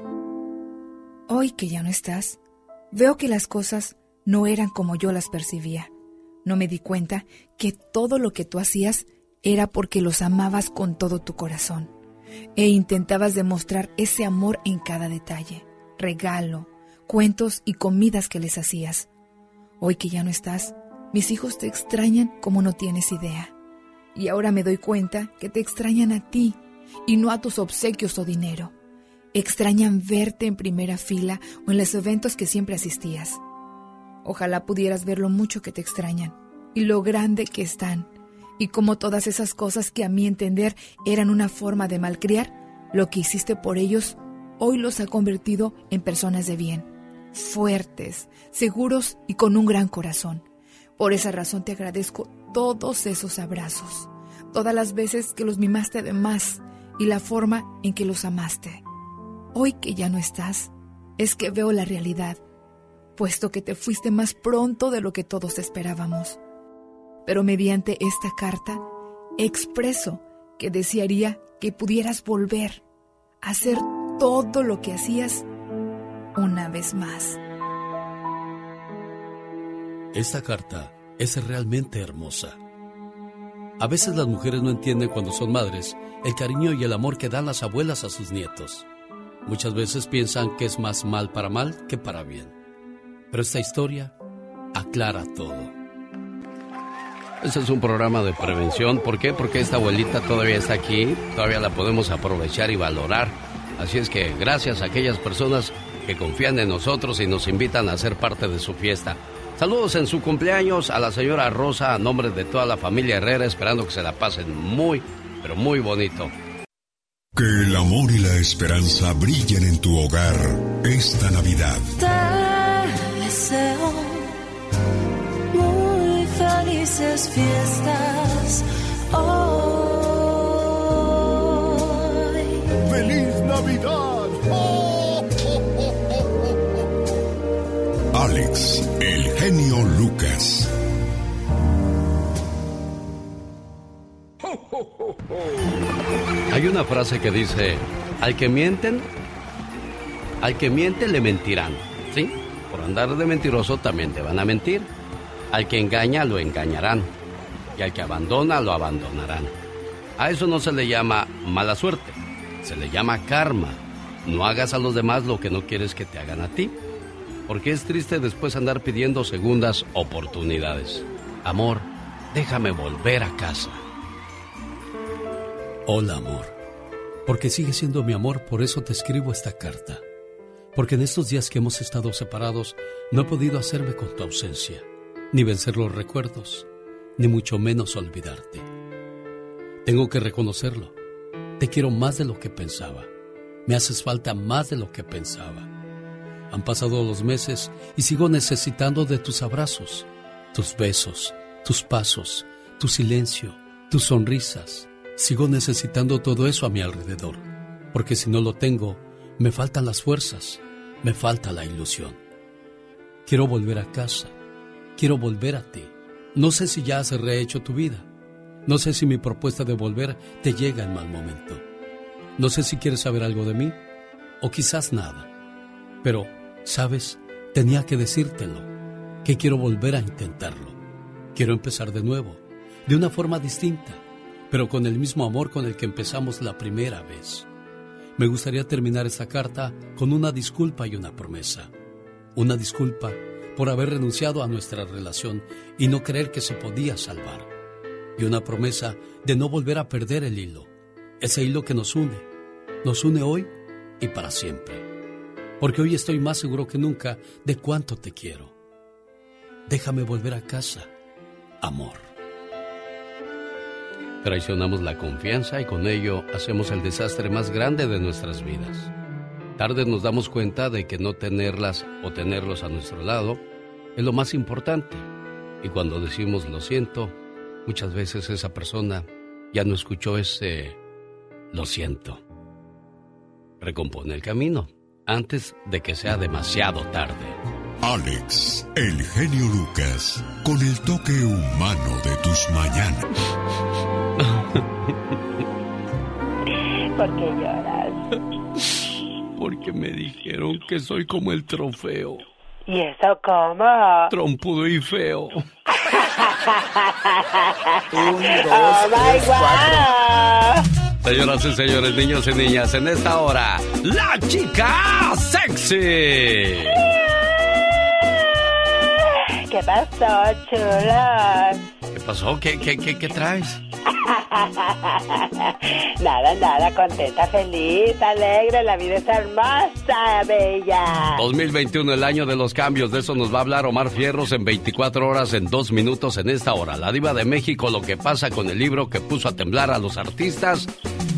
Hoy que ya no estás, veo que las cosas no eran como yo las percibía. No me di cuenta que todo lo que tú hacías era porque los amabas con todo tu corazón e intentabas demostrar ese amor en cada detalle, regalo, cuentos y comidas que les hacías. Hoy que ya no estás, mis hijos te extrañan como no tienes idea. Y ahora me doy cuenta que te extrañan a ti y no a tus obsequios o dinero. Extrañan verte en primera fila o en los eventos que siempre asistías. Ojalá pudieras ver lo mucho que te extrañan y lo grande que están, y cómo todas esas cosas que a mi entender eran una forma de malcriar, lo que hiciste por ellos hoy los ha convertido en personas de bien, fuertes, seguros y con un gran corazón. Por esa razón te agradezco todos esos abrazos, todas las veces que los mimaste de más y la forma en que los amaste. Hoy que ya no estás, es que veo la realidad, puesto que te fuiste más pronto de lo que todos esperábamos. Pero mediante esta carta, expreso que desearía que pudieras volver a hacer todo lo que hacías una vez más. Esta carta es realmente hermosa. A veces las mujeres no entienden cuando son madres el cariño y el amor que dan las abuelas a sus nietos. Muchas veces piensan que es más mal para mal que para bien. Pero esta historia aclara todo. Este es un programa de prevención. ¿Por qué? Porque esta abuelita todavía está aquí, todavía la podemos aprovechar y valorar. Así es que gracias a aquellas personas que confían en nosotros y nos invitan a ser parte de su fiesta. Saludos en su cumpleaños a la señora Rosa a nombre de toda la familia Herrera, esperando que se la pasen muy, pero muy bonito. Que el amor y la esperanza brillen en tu hogar esta Navidad. Te deseo muy felices fiestas hoy. ¡Feliz Navidad! ¡Oh, oh, oh, oh, oh! Alex, el genio Lucas. Hay una frase que dice, al que mienten, al que miente le mentirán, ¿sí? Por andar de mentiroso también te van a mentir. Al que engaña lo engañarán y al que abandona lo abandonarán. A eso no se le llama mala suerte, se le llama karma. No hagas a los demás lo que no quieres que te hagan a ti, porque es triste después andar pidiendo segundas oportunidades. Amor, déjame volver a casa. Hola, amor. Porque sigues siendo mi amor, por eso te escribo esta carta. Porque en estos días que hemos estado separados, no he podido hacerme con tu ausencia, ni vencer los recuerdos, ni mucho menos olvidarte. Tengo que reconocerlo. Te quiero más de lo que pensaba. Me haces falta más de lo que pensaba. Han pasado los meses y sigo necesitando de tus abrazos, tus besos, tus pasos, tu silencio, tus sonrisas. Sigo necesitando todo eso a mi alrededor, porque si no lo tengo, me faltan las fuerzas, me falta la ilusión. Quiero volver a casa, quiero volver a ti. No sé si ya has rehecho tu vida, no sé si mi propuesta de volver te llega en mal momento. No sé si quieres saber algo de mí, o quizás nada. Pero, ¿sabes? Tenía que decírtelo, que quiero volver a intentarlo. Quiero empezar de nuevo, de una forma distinta, pero con el mismo amor con el que empezamos la primera vez. Me gustaría terminar esta carta con una disculpa y una promesa. Una disculpa por haber renunciado a nuestra relación y no creer que se podía salvar. Y una promesa de no volver a perder el hilo. Ese hilo que nos une. Nos une hoy y para siempre. Porque hoy estoy más seguro que nunca de cuánto te quiero. Déjame volver a casa, amor. Traicionamos la confianza y con ello hacemos el desastre más grande de nuestras vidas. Tarde nos damos cuenta de que no tenerlas o tenerlos a nuestro lado es lo más importante. Y cuando decimos lo siento, muchas veces esa persona ya no escuchó ese lo siento. Recompone el camino antes de que sea demasiado tarde. Alex, el genio Lucas, con el toque humano de tus mañanas. ¿Por qué lloras? Porque me dijeron que soy como el trofeo. ¿Y eso cómo? Trompudo y feo. Un, dos, oh tres, cuatro. Señoras y señores, niños y niñas, en esta hora, la chica sexy. ¿Qué pasó, chulos? ¿Qué pasó? ¿Qué, qué, qué, qué traes? Nada, nada, contenta, feliz, alegre, la vida es hermosa, bella. dos mil veintiuno, el año de los cambios, de eso nos va a hablar Omar Fierros en veinticuatro horas, en dos minutos en esta hora. La diva de México, lo que pasa con el libro que puso a temblar a los artistas, donde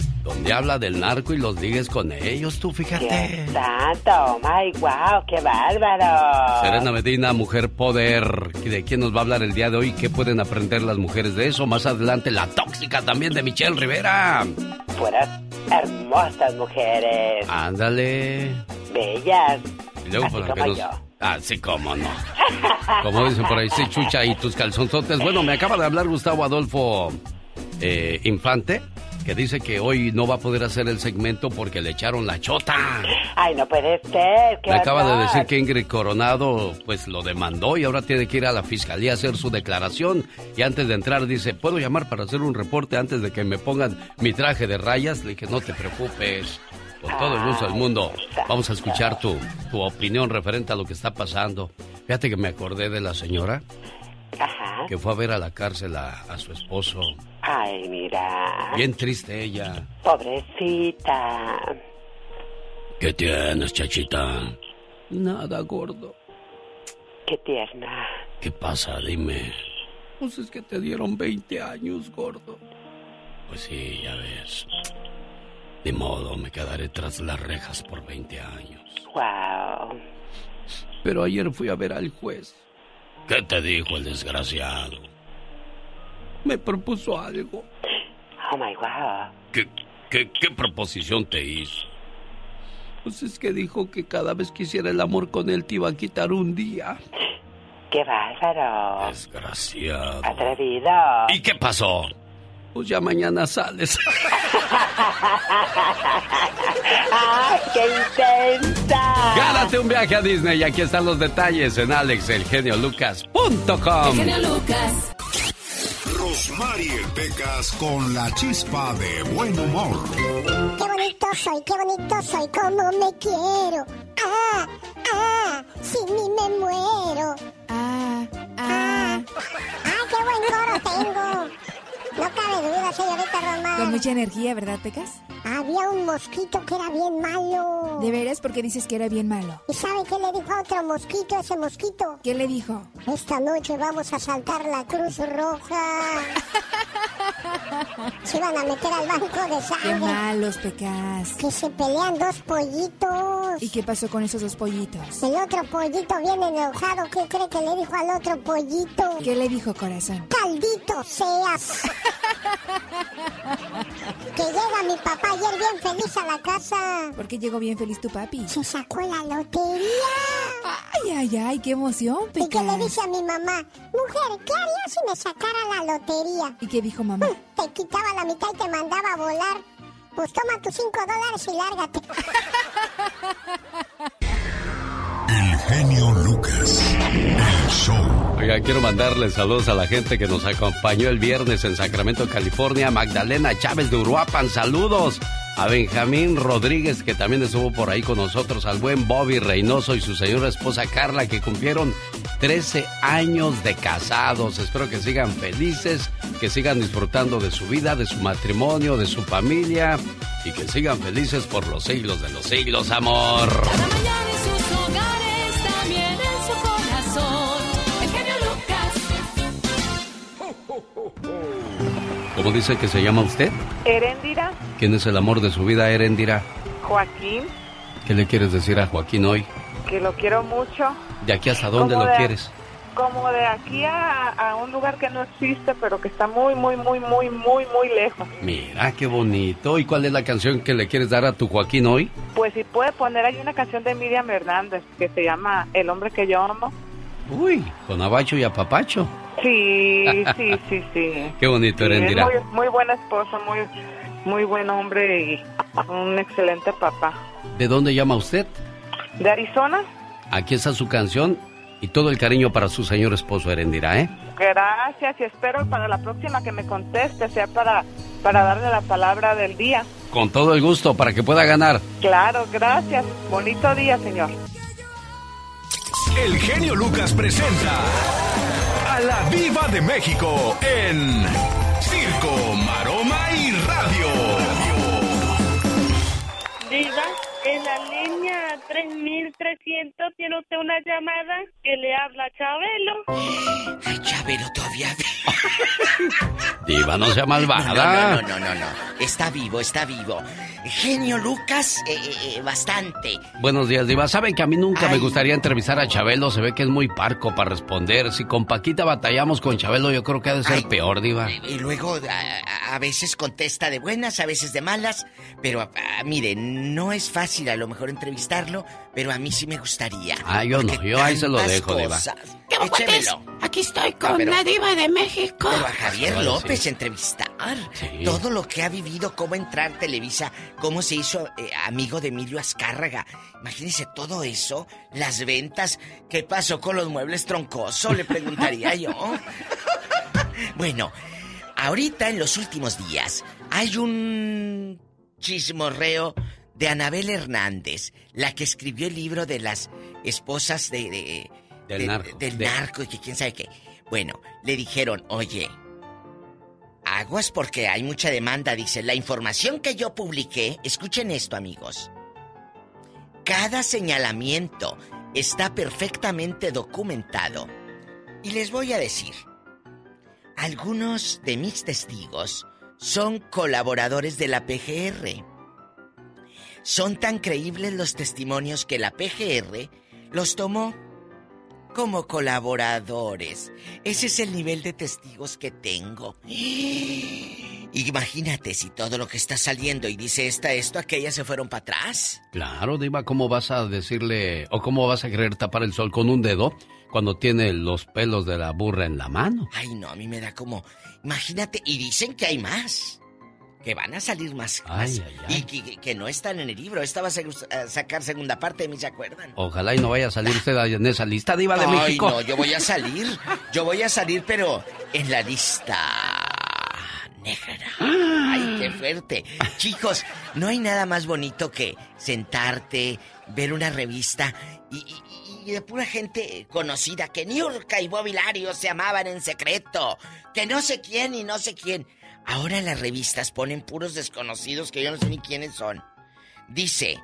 día habla del narco y los ligues con ellos, tú fíjate. ¡Qué santo! ¡My, wow! ¡Qué bárbaro! Serena Medina, mujer poder. ¿De quién nos va a hablar el día de hoy? ¿Qué pueden aprender las mujeres de eso? Más adelante, la tóxica también de Michelle Rivera. Fueras hermosas mujeres. Ándale. Bellas. Y luego, así por la como que nos... yo. Ah, sí, cómo no. Como dicen por ahí, sí, chucha, y tus calzonzotes. Bueno, me acaba de hablar Gustavo Adolfo eh, Infante, que dice que hoy no va a poder hacer el segmento porque le echaron la chota. Ay, no puede ser. Me acaba de decir que Ingrid Coronado pues lo demandó y ahora tiene que ir a la fiscalía a hacer su declaración. Y antes de entrar dice, ¿puedo llamar para hacer un reporte antes de que me pongan mi traje de rayas? Le dije, no te preocupes. Con todo el gusto del mundo, vamos a escuchar tu, tu opinión referente a lo que está pasando. Fíjate que me acordé de la señora Ajá. que fue a ver a la cárcel a, a su esposo. Ay, mira. Bien triste ella. Pobrecita. ¿Qué tienes, chachita? Nada, gordo. Qué tierna. ¿Qué pasa? Dime. Pues es que te dieron veinte años, gordo. Pues sí, ya ves. De modo, me quedaré tras las rejas por veinte años. Wow. Pero ayer fui a ver al juez. ¿Qué te dijo el desgraciado? Me propuso algo. Oh, my wow. ¿Qué, qué, qué proposición te hizo? Pues es que dijo que cada vez que hiciera el amor con él te iba a quitar un día. ¡Qué bárbaro! Desgraciado. Atrevido. ¿Y qué pasó? Pues ya mañana sales. ¡Ay, qué intensa! Gánate un viaje a Disney y aquí están los detalles en alex el genio lucas punto com. El genio Lucas. Rosmarie Pecas con la chispa de buen humor. Qué bonito soy, qué bonito soy, cómo me quiero. Ah, ah, sin mí me muero. Ah, ah. Ah, qué buen coro tengo. No cabe duda, señorita Román. Con mucha energía, ¿verdad, Pecas? Había un mosquito que era bien malo. ¿De veras? ¿Por qué dices que era bien malo? ¿Y sabe qué le dijo a otro mosquito a ese mosquito? ¿Qué le dijo? Esta noche vamos a saltar la Cruz Roja. Se iban a meter al banco de sangre. ¡Qué malos, Pecas! Que se pelean dos pollitos. ¿Y qué pasó con esos dos pollitos? El otro pollito bien enojado. ¿Qué cree que le dijo al otro pollito? ¿Qué le dijo, corazón? ¡Caldito seas! Que llega mi papá ayer bien feliz a la casa. ¿Por qué llegó bien feliz tu papi? Se sacó la lotería. Ay, ay, ay, qué emoción, Pecas. Y que le dice a mi mamá, mujer, ¿qué harías si me sacara la lotería? ¿Y qué dijo mamá? Te quitaba la mitad y te mandaba a volar. Pues toma tus cinco dólares y lárgate. El genio Lucas, el show. Oiga, quiero mandarle saludos a la gente que nos acompañó el viernes en Sacramento, California. Magdalena Chávez de Uruapan, saludos. A Benjamín Rodríguez, que también estuvo por ahí con nosotros. Al buen Bobby Reynoso y su señora esposa Carla, que cumplieron trece años de casados. Espero que sigan felices, que sigan disfrutando de su vida, de su matrimonio, de su familia. Y que sigan felices por los siglos de los siglos, amor. Cada mañana en sus hogares, también en su corazón. El genio Lucas. ¿Cómo dice que se llama usted? Erendira. ¿Quién es el amor de su vida, Erendira? Joaquín. ¿Qué le quieres decir a Joaquín hoy? Que lo quiero mucho. ¿De aquí hasta dónde lo de, quieres? Como de aquí a, a un lugar que no existe, pero que está muy, muy, muy, muy, muy, muy lejos. Mira, qué bonito. ¿Y cuál es la canción que le quieres dar a tu Joaquín hoy? Pues si puede poner ahí una canción de Miriam Hernández que se llama El hombre que yo amo. Uy, con abacho y apapacho. Sí, sí, sí, sí. Qué bonito, sí, Erendira. Muy, muy buena esposa, muy, muy buen hombre y un excelente papá. ¿De dónde llama usted? ¿De Arizona? Aquí está su canción y todo el cariño para su señor esposo, Erendira, ¿eh? Gracias y espero para la próxima que me conteste sea para, para darle la palabra del día. Con todo el gusto, para que pueda ganar. Claro, gracias. Bonito día, señor. El genio Lucas presenta a la Diva de México en Circo, Maroma y Radio. Diva, en la línea tres mil trescientos. ¿Tiene usted una llamada que le habla Chabelo? Ay, Chabelo todavía. Diva, no sea malvada. No, no, no, no, no, no. Está vivo, está vivo. Genio Lucas, eh, eh, bastante. Buenos días, Diva. Saben que a mí nunca Ay. me gustaría entrevistar a Chabelo. Se ve que es muy parco para responder. Si con Paquita batallamos con Chabelo, yo creo que ha de ser Ay. peor, Diva. Y luego a, a veces contesta de buenas, a veces de malas. Pero a, a, mire, no es fácil a lo mejor entrevistarlo, pero a mí sí me gustaría. Ah, yo no, yo ahí se lo dejo, cosas. Diva. ¿Qué Échemelo. Aquí estoy con no, pero, la Diva de México. Pero a Javier Bueno, López sí. entrevistar. Sí. Todo lo que ha vivido, cómo entrar a Televisa, cómo se hizo eh, amigo de Emilio Azcárraga. Imagínense todo eso, las ventas. ¿Qué pasó con los muebles troncosos? Le preguntaría yo. Bueno, ahorita en los últimos días hay un chismorreo de Anabel Hernández, la que escribió el libro de las esposas de... de del de, narco. Del de... narco y que quién sabe qué. Bueno, le dijeron, oye, aguas porque hay mucha demanda. Dice, la información que yo publiqué, escuchen esto, amigos. Cada señalamiento está perfectamente documentado. Y les voy a decir, algunos de mis testigos son colaboradores de la P G R. Son tan creíbles los testimonios que la P G R los tomó como colaboradores. Ese es el nivel de testigos que tengo. Imagínate si todo lo que está saliendo y dice esta, esto, aquella se fueron para atrás. Claro, Diva, ¿cómo vas a decirle o cómo vas a querer tapar el sol con un dedo cuando tiene los pelos de la burra en la mano? Ay, no, a mí me da como... Imagínate, y dicen que hay más. Que van a salir más. Ay, más ay, ay. Y que, que no están en el libro. Esta va a, ser, a sacar segunda parte, ¿me se acuerdan? Ojalá y no vaya a salir usted en esa lista, Diva de Ay, México. no, yo voy a salir. Yo voy a salir, pero en la lista negra. Ay, qué fuerte. Chicos, no hay nada más bonito que sentarte, ver una revista y, y, y de pura gente conocida, que Niurka y Bobby Lario se amaban en secreto, que no sé quién y no sé quién. Ahora en las revistas ponen puros desconocidos que yo no sé ni quiénes son. Dice,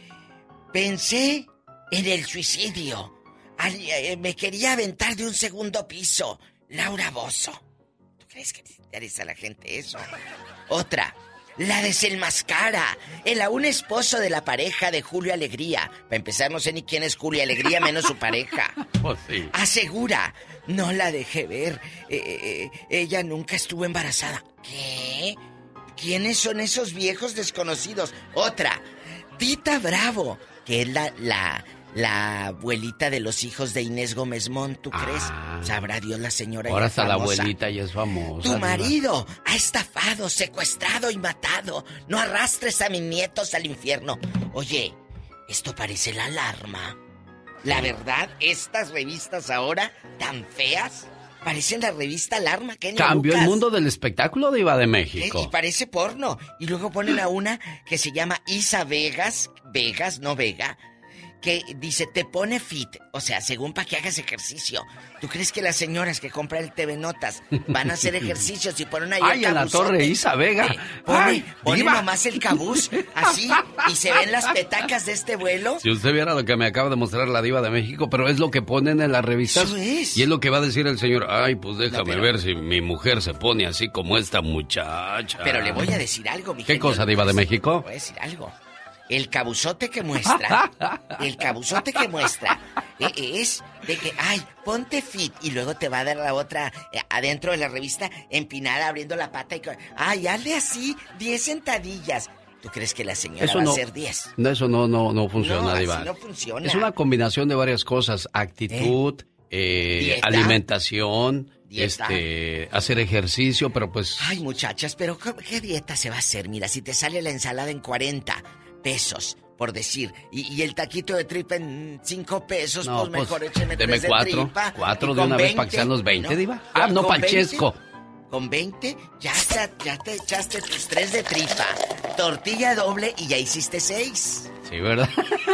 pensé en el suicidio. Al, eh, me quería aventar de un segundo piso. Laura Bozzo. ¿Tú crees que le interesa a la gente eso? Otra, la desenmascara. El aún esposo de la pareja de Julio Alegría. Para empezar, no sé ni quién es Julio Alegría, menos su pareja. Oh, sí. Asegura, no la dejé ver. Eh, eh, ella nunca estuvo embarazada. ¿Qué? ¿Quiénes son esos viejos desconocidos? Otra, Tita Bravo, que es la, la, la abuelita de los hijos de Inés Gómez Mont, ¿tú Ah. crees? Sabrá Dios la señora. Ahora ya hasta la famosa. abuelita ya es famosa. Tu Diva. marido ha estafado, secuestrado y matado. No arrastres a mis nietos al infierno. Oye, esto parece la alarma. La verdad, estas revistas ahora, tan feas, parecen la revista Alarma. ¿Qué, Cambió Lucas? el mundo del espectáculo, Diva de ¿Qué? México. Y parece porno. Y luego ponen a una que se llama Isa Vegas, Vegas, no Vega, que dice, te pone fit, o sea, según para que hagas ejercicio. ¿Tú crees que las señoras que compran el T V Notas van a hacer ejercicios y ponen ahí Ay, el en la cabuzote? torre Isa Vega. Eh, pone, Ay, pone Diva. nomás el cabuz, así, y se ven las petacas de este vuelo. Si usted viera lo que me acaba de mostrar la Diva de México, pero es lo que ponen en las revistas. Eso es. Y es lo que va a decir el señor. Ay, pues déjame No, pero- ver si mi mujer se pone así como esta muchacha. Pero le voy a decir algo, mi ¿Qué genio cosa, Diva de Lucas. México? Le voy a decir algo. El cabuzote que muestra, el cabuzote que muestra, eh, es de que, ay, ponte fit, y luego te va a dar la otra eh, adentro de la revista empinada abriendo la pata y, co- ay, hazle así, diez sentadillas. ¿Tú crees que la señora Eso va no, a hacer diez? no, eso no, no, no funciona, No, así Diva. no funciona. Es una combinación de varias cosas: actitud, eh, Dieta. alimentación, Dieta. este, hacer ejercicio, pero pues. Ay, muchachas, pero ¿qué, qué dieta se va a hacer? Mira, si te sale la ensalada en cuarenta pesos, por decir, y, y el taquito de tripa en cinco pesos, No, pues pues, mejor écheme deme tres de cuatro, tripa. cuatro y de con una vez para que sean los veinte, Diva. Ah, no, con Panchesco. veinte, con veinte, ya te, ya te echaste tus tres de tripa, tortilla doble y ya hiciste seis. Sí, ¿verdad?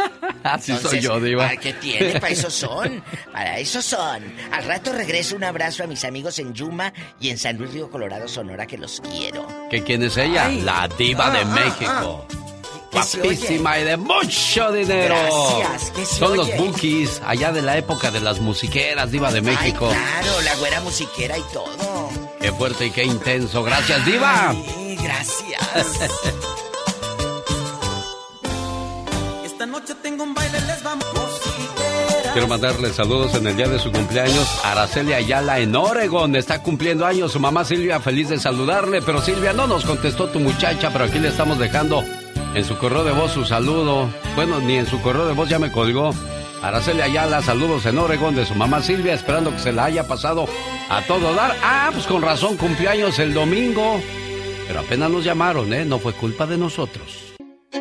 Así Entonces, soy yo, Diva. ¿para qué tiene? Para eso son. Para eso son. Al rato regreso un abrazo a mis amigos en Yuma y en San Luis Río Colorado, Sonora, que los quiero. ¿Que quién es ella? Ay. La Diva Ah, de ah, México. ah. Guapísima y de mucho dinero. Gracias, ¿qué se Son oye? los Bukis, allá de la época de las musiqueras, Diva de México. Ay, claro, la güera musiquera y todo. Qué fuerte y qué intenso. Gracias, Diva. Ay, gracias. Esta noche tengo un baile, les vamos. Quiero mandarle saludos en el día de su cumpleaños a Araceli Ayala en Oregon. Está cumpliendo años su mamá Silvia, feliz de saludarle. Pero Silvia, no nos contestó tu muchacha, pero aquí le estamos dejando en su correo de voz su saludo. Bueno, ni en su correo de voz ya me colgó. Araceli Ayala, saludos en Oregon de su mamá Silvia, esperando que se la haya pasado a todo dar. Ah, pues con razón, cumpleaños el domingo. Pero apenas nos llamaron, ¿eh? No fue culpa de nosotros.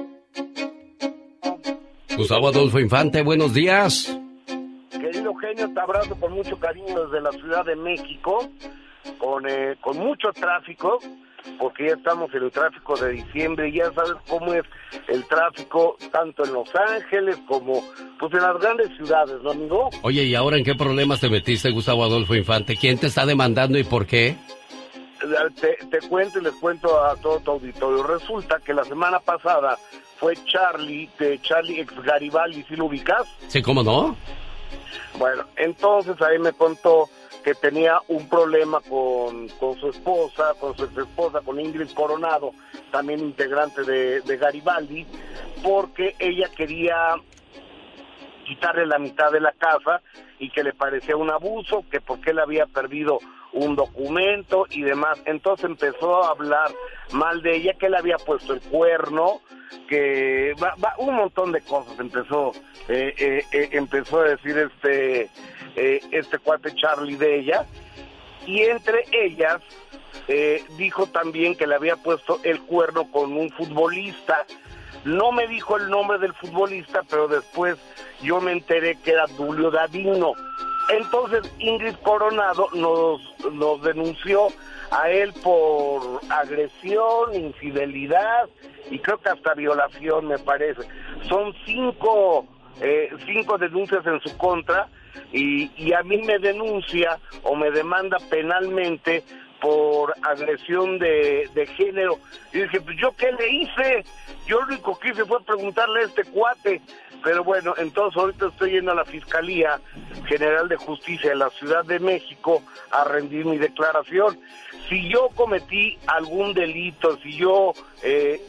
Gustavo Adolfo Infante, buenos días. Querido genio, te abrazo con mucho cariño desde la Ciudad de México, con, eh, con mucho tráfico, porque ya estamos en el tráfico de diciembre y ya sabes cómo es el tráfico tanto en Los Ángeles como pues en las grandes ciudades, ¿no, amigo? Oye, ¿y ahora en qué problemas te metiste, Gustavo Adolfo Infante? ¿Quién te está demandando y por qué? Te, te cuento y les cuento a todo tu auditorio. Resulta que la semana pasada fue Charlie, de Charlie ex Garibaldi, ¿sí lo ubicas? Sí, ¿cómo no? Bueno, entonces ahí me contó que tenía un problema con, con su esposa, con su ex esposa, con Ingrid Coronado, también integrante de, de Garibaldi, porque ella quería quitarle la mitad de la casa y que le parecía un abuso, que porque él había perdido un documento y demás. Entonces empezó a hablar mal de ella, que él había puesto el cuerno, que va, va, un montón de cosas empezó eh, eh, eh, empezó a decir este eh, este cuate Charlie de ella, y entre ellas eh, dijo también que le había puesto el cuerno con un futbolista. No me dijo el nombre del futbolista, pero después yo me enteré que era Dulio Davino. Entonces Ingrid Coronado nos, nos denunció a él por agresión, infidelidad y creo que hasta violación, me parece. Son cinco, eh, cinco denuncias en su contra y, y a mí me denuncia o me demanda penalmente por agresión de, de género. Y dije, pues yo qué le hice, yo lo único que hice fue preguntarle a este cuate. Pero bueno, entonces ahorita estoy yendo a la Fiscalía General de Justicia de la Ciudad de México a rendir mi declaración. Si yo cometí algún delito, si yo... Eh,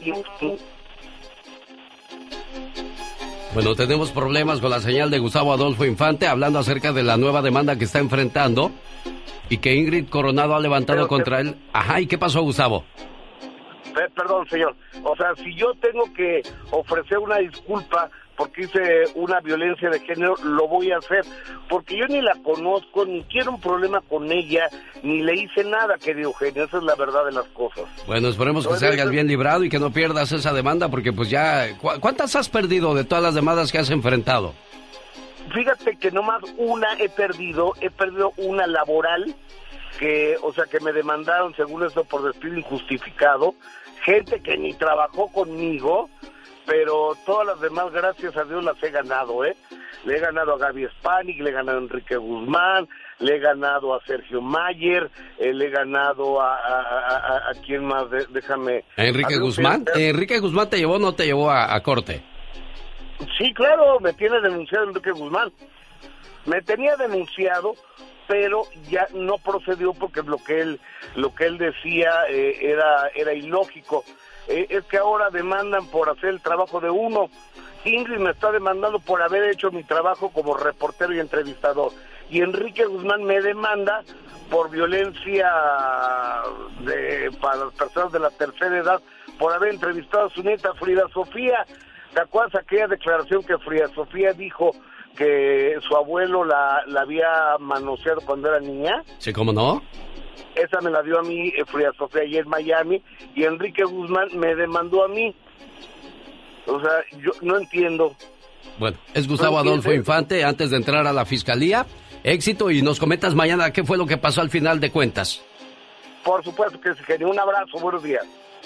Bueno, tenemos problemas con la señal de Gustavo Adolfo Infante, hablando acerca de la nueva demanda que está enfrentando y que Ingrid Coronado ha levantado Pero, contra él. Ajá, ¿y qué pasó, Gustavo? Perdón, señor. O sea, si yo tengo que ofrecer una disculpa porque hice una violencia de género, lo voy a hacer, porque yo ni la conozco, ni quiero un problema con ella, ni le hice nada, querido genio, esa es la verdad de las cosas. Bueno, esperemos que salgas bien librado y que no pierdas esa demanda, porque pues ya, ¿cu- ¿cuántas has perdido de todas las demandas que has enfrentado? Fíjate que nomás una he perdido, he perdido una laboral, que, o sea, que me demandaron, según esto, por despido injustificado, gente que ni trabajó conmigo, pero todas las demás, gracias a Dios, las he ganado, ¿eh? Le he ganado a Gaby Spanik, le he ganado a Enrique Guzmán, le he ganado a Sergio Mayer, eh, le he ganado a, a, a, a, a quién más, de, déjame... ¿A Enrique a Guzmán? Eh, ¿Enrique Guzmán te llevó o no te llevó a, a corte? Sí, claro, me tiene denunciado Enrique Guzmán. Me tenía denunciado, pero ya no procedió porque lo que él lo que él decía eh, era era ilógico. Eh, es que ahora demandan por hacer el trabajo de uno. Ingrid me está demandando por haber hecho mi trabajo como reportero y entrevistador. Y Enrique Guzmán me demanda por violencia de para las personas de la tercera edad, por haber entrevistado a su nieta Frida Sofía. ¿Te acuerdas aquella declaración que Frida Sofía dijo que su abuelo la, la había manoseado cuando era niña? Sí, ¿cómo no? Esa me la dio a mí eh, Frida Sofía allí en Miami, y Enrique Guzmán me demandó a mí. O sea, yo no entiendo. Bueno, es Gustavo Adolfo Infante, antes de entrar a la fiscalía. Éxito, y nos comentas mañana qué fue lo que pasó al final de cuentas. Por supuesto que sí, genio. Un abrazo, buenos días.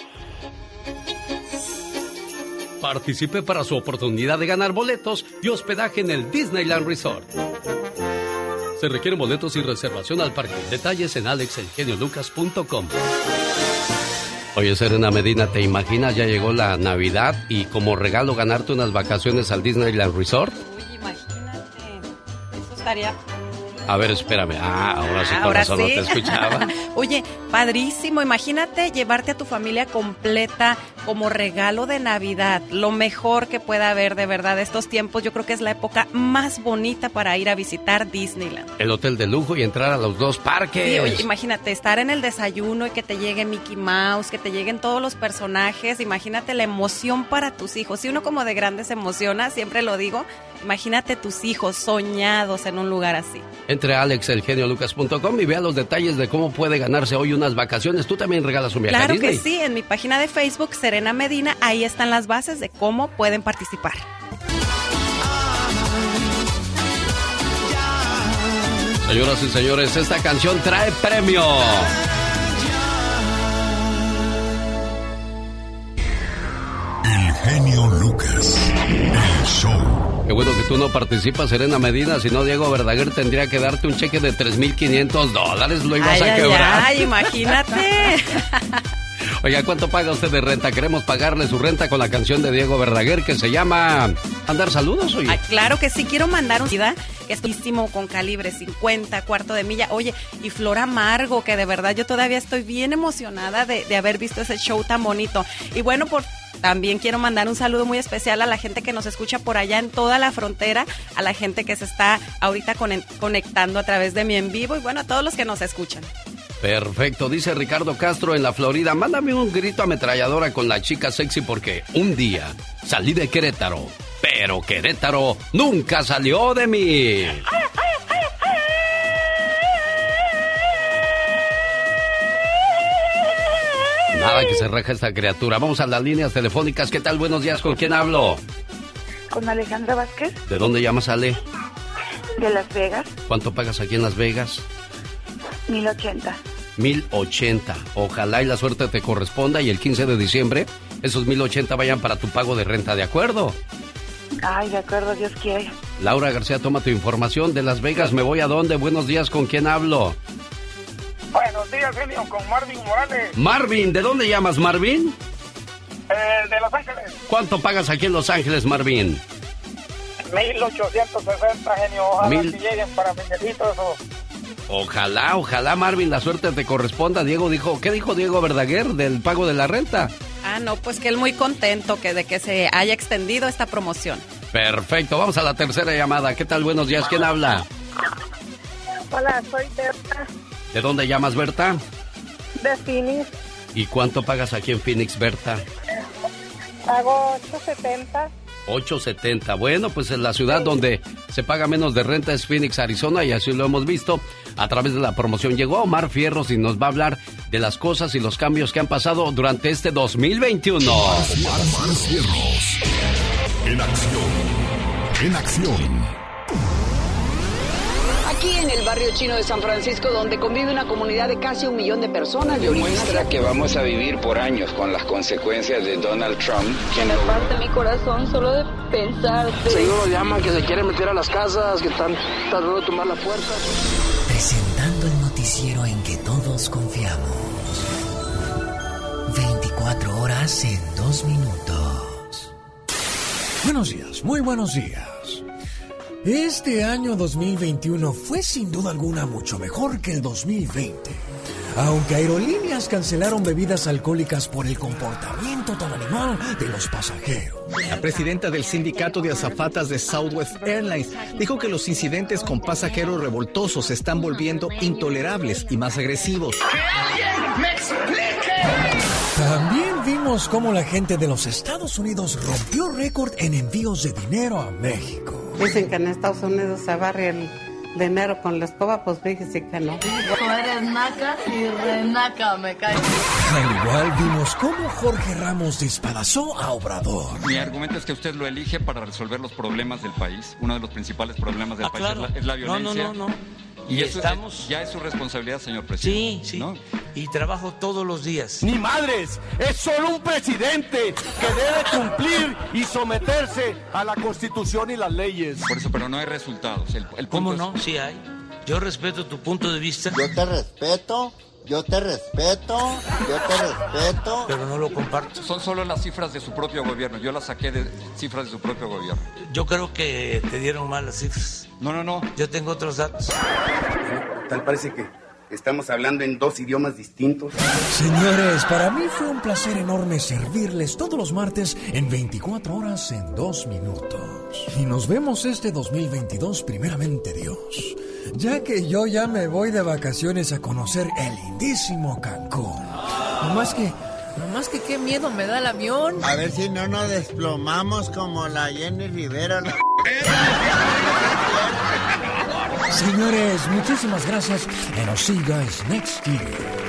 Participe para su oportunidad de ganar boletos y hospedaje en el Disneyland Resort. Se requieren boletos y reservación al parque. Detalles en alex el genio lucas punto com. Oye, Serena Medina, ¿te imaginas? Ya llegó la Navidad y como regalo ganarte unas vacaciones al Disneyland Resort. Uy, imagínate. Eso estaría... A ver, espérame. Ah, ahora sí, ahora corazón, sí. no te escuchaba. Oye, padrísimo. Imagínate llevarte a tu familia completa como regalo de Navidad. Lo mejor que pueda haber, de verdad, estos tiempos. Yo creo que es la época más bonita para ir a visitar Disneyland. El hotel de lujo y entrar a los dos parques. Sí, oye, imagínate estar en el desayuno y que te llegue Mickey Mouse, que te lleguen todos los personajes. Imagínate la emoción para tus hijos. Si uno como de grande se emociona, siempre lo digo, imagínate tus hijos soñados en un lugar así. Entre a alex el genio lucas punto com y vea los detalles de cómo puede ganarse hoy unas vacaciones. Tú también regalas un viaje a Disney. Claro que sí, en mi página de Facebook, Serena Medina, ahí están las bases de cómo pueden participar. Señoras y señores, esta canción trae premio. El genio Lucas, el show. Qué bueno que tú no participas, Serena Medina, si no Diego Verdaguer tendría que darte un cheque de tres mil quinientos dólares, lo ibas ay, a quebrar. Ay, imagínate. Oiga, ¿cuánto paga usted de renta? Queremos pagarle su renta con la canción de Diego Verdaguer que se llama ¿Mandar saludos? Oye. Ay, claro que sí, quiero mandar un vida que es buenísimo con calibre cincuenta, cuarto de milla. Oye, y Flor Amargo, que de verdad yo todavía estoy bien emocionada de, de haber visto ese show tan bonito. Y bueno, por también quiero mandar un saludo muy especial a la gente que nos escucha por allá en toda la frontera, a la gente que se está ahorita con, conectando a través de mi en vivo y bueno, a todos los que nos escuchan. Perfecto, dice Ricardo Castro en la Florida, mándame un grito ametralladora con la chica sexy porque un día salí de Querétaro, pero Querétaro nunca salió de mí. Nada que se raja esta criatura. Vamos a las líneas telefónicas. ¿Qué tal? Buenos días. ¿Con quién hablo? Con Alejandra Vázquez. ¿De dónde llamas, Ale? De Las Vegas. ¿Cuánto pagas aquí en Las Vegas? Mil ochenta. Mil ochenta. Ojalá y la suerte te corresponda y el quince de diciembre esos mil ochenta vayan para tu pago de renta, ¿de acuerdo? Ay, de acuerdo, Dios quiere. Laura García, toma tu información. De Las Vegas, ¿me voy a dónde? Buenos días. ¿Con quién hablo? Buenos días, genio, con Marvin Morales. Marvin, ¿de dónde llamas, Marvin? Eh, de Los Ángeles. ¿Cuánto pagas aquí en Los Ángeles, Marvin? mil ochocientos sesenta, genio. Ojalá Mil... que lleguen para mis viejitos. O... Ojalá, ojalá, Marvin, la suerte te corresponda. Diego dijo, ¿qué dijo Diego Verdaguer del pago de la renta? Ah, no, pues que él muy contento que de que se haya extendido esta promoción. Perfecto, vamos a la tercera llamada. ¿Qué tal? Buenos días, ¿quién habla? Hola, soy Berta. ¿De dónde llamas, Berta? De Phoenix. ¿Y cuánto pagas aquí en Phoenix, Berta? Pago ocho setenta. ocho setenta. Bueno, pues en la ciudad sí. donde se paga menos de renta es Phoenix, Arizona, y así lo hemos visto a través de la promoción. Llegó Omar Fierros y nos va a hablar de las cosas y los cambios que han pasado durante este dos mil veintiuno. Omar Fierros. En acción. En acción. Aquí en el barrio chino de San Francisco, donde convive una comunidad de casi un millón de personas. Demuestra que vamos a vivir por años con las consecuencias de Donald Trump. Que me parte mi corazón solo de pensarte. Seguro llaman que se quieren meter a las casas, que están tratando de tomar la puerta. Presentando el noticiero en que todos confiamos. veinticuatro horas en dos minutos. Buenos días, muy buenos días. Este año dos mil veintiuno fue sin duda alguna mucho mejor que el dos mil veinte. Aunque aerolíneas cancelaron bebidas alcohólicas por el comportamiento tan animal de los pasajeros. La presidenta del sindicato de azafatas de Southwest Airlines dijo que los incidentes con pasajeros revoltosos se están volviendo intolerables y más agresivos. ¡Que alguien me explique! También vimos cómo la gente de los Estados Unidos rompió récord en envíos de dinero a México. Dicen que en Estados Unidos se barre el dinero con la escoba, pues fíjese que no. Tú eres naca y renaca, me cae. Al igual vimos cómo Jorge Ramos despedazó a Obrador. Mi argumento es que usted lo elige para resolver los problemas del país. Uno de los principales problemas del ah, país claro. es, la, es la violencia. No, no, no, no. Y, y eso estamos... es, ya es su responsabilidad, señor presidente. Sí, sí. ¿no? Y trabajo todos los días. ¡Ni madres! ¡Es solo un presidente que debe cumplir y someterse a la Constitución y las leyes! Por eso, pero no hay resultados. El, el ¿Cómo punto no? es... Sí hay. Yo respeto tu punto de vista. Yo te respeto Yo te respeto, yo te respeto. Pero no lo comparto. Son solo las cifras de su propio gobierno. Yo las saqué de cifras de su propio gobierno. Yo creo que te dieron mal las cifras. No, no, no. Yo tengo otros datos. Tal parece que estamos hablando en dos idiomas distintos. Señores, para mí fue un placer enorme servirles todos los martes en veinticuatro horas en dos minutos. Y nos vemos este dos mil veintidós, primeramente Dios. Ya que yo ya me voy de vacaciones a conocer el lindísimo Cancún. Nomás que, nomás que qué miedo me da el avión. A ver si no nos desplomamos como la Jenny Rivera. La... Señores, muchísimas gracias. And I'll see you guys next year.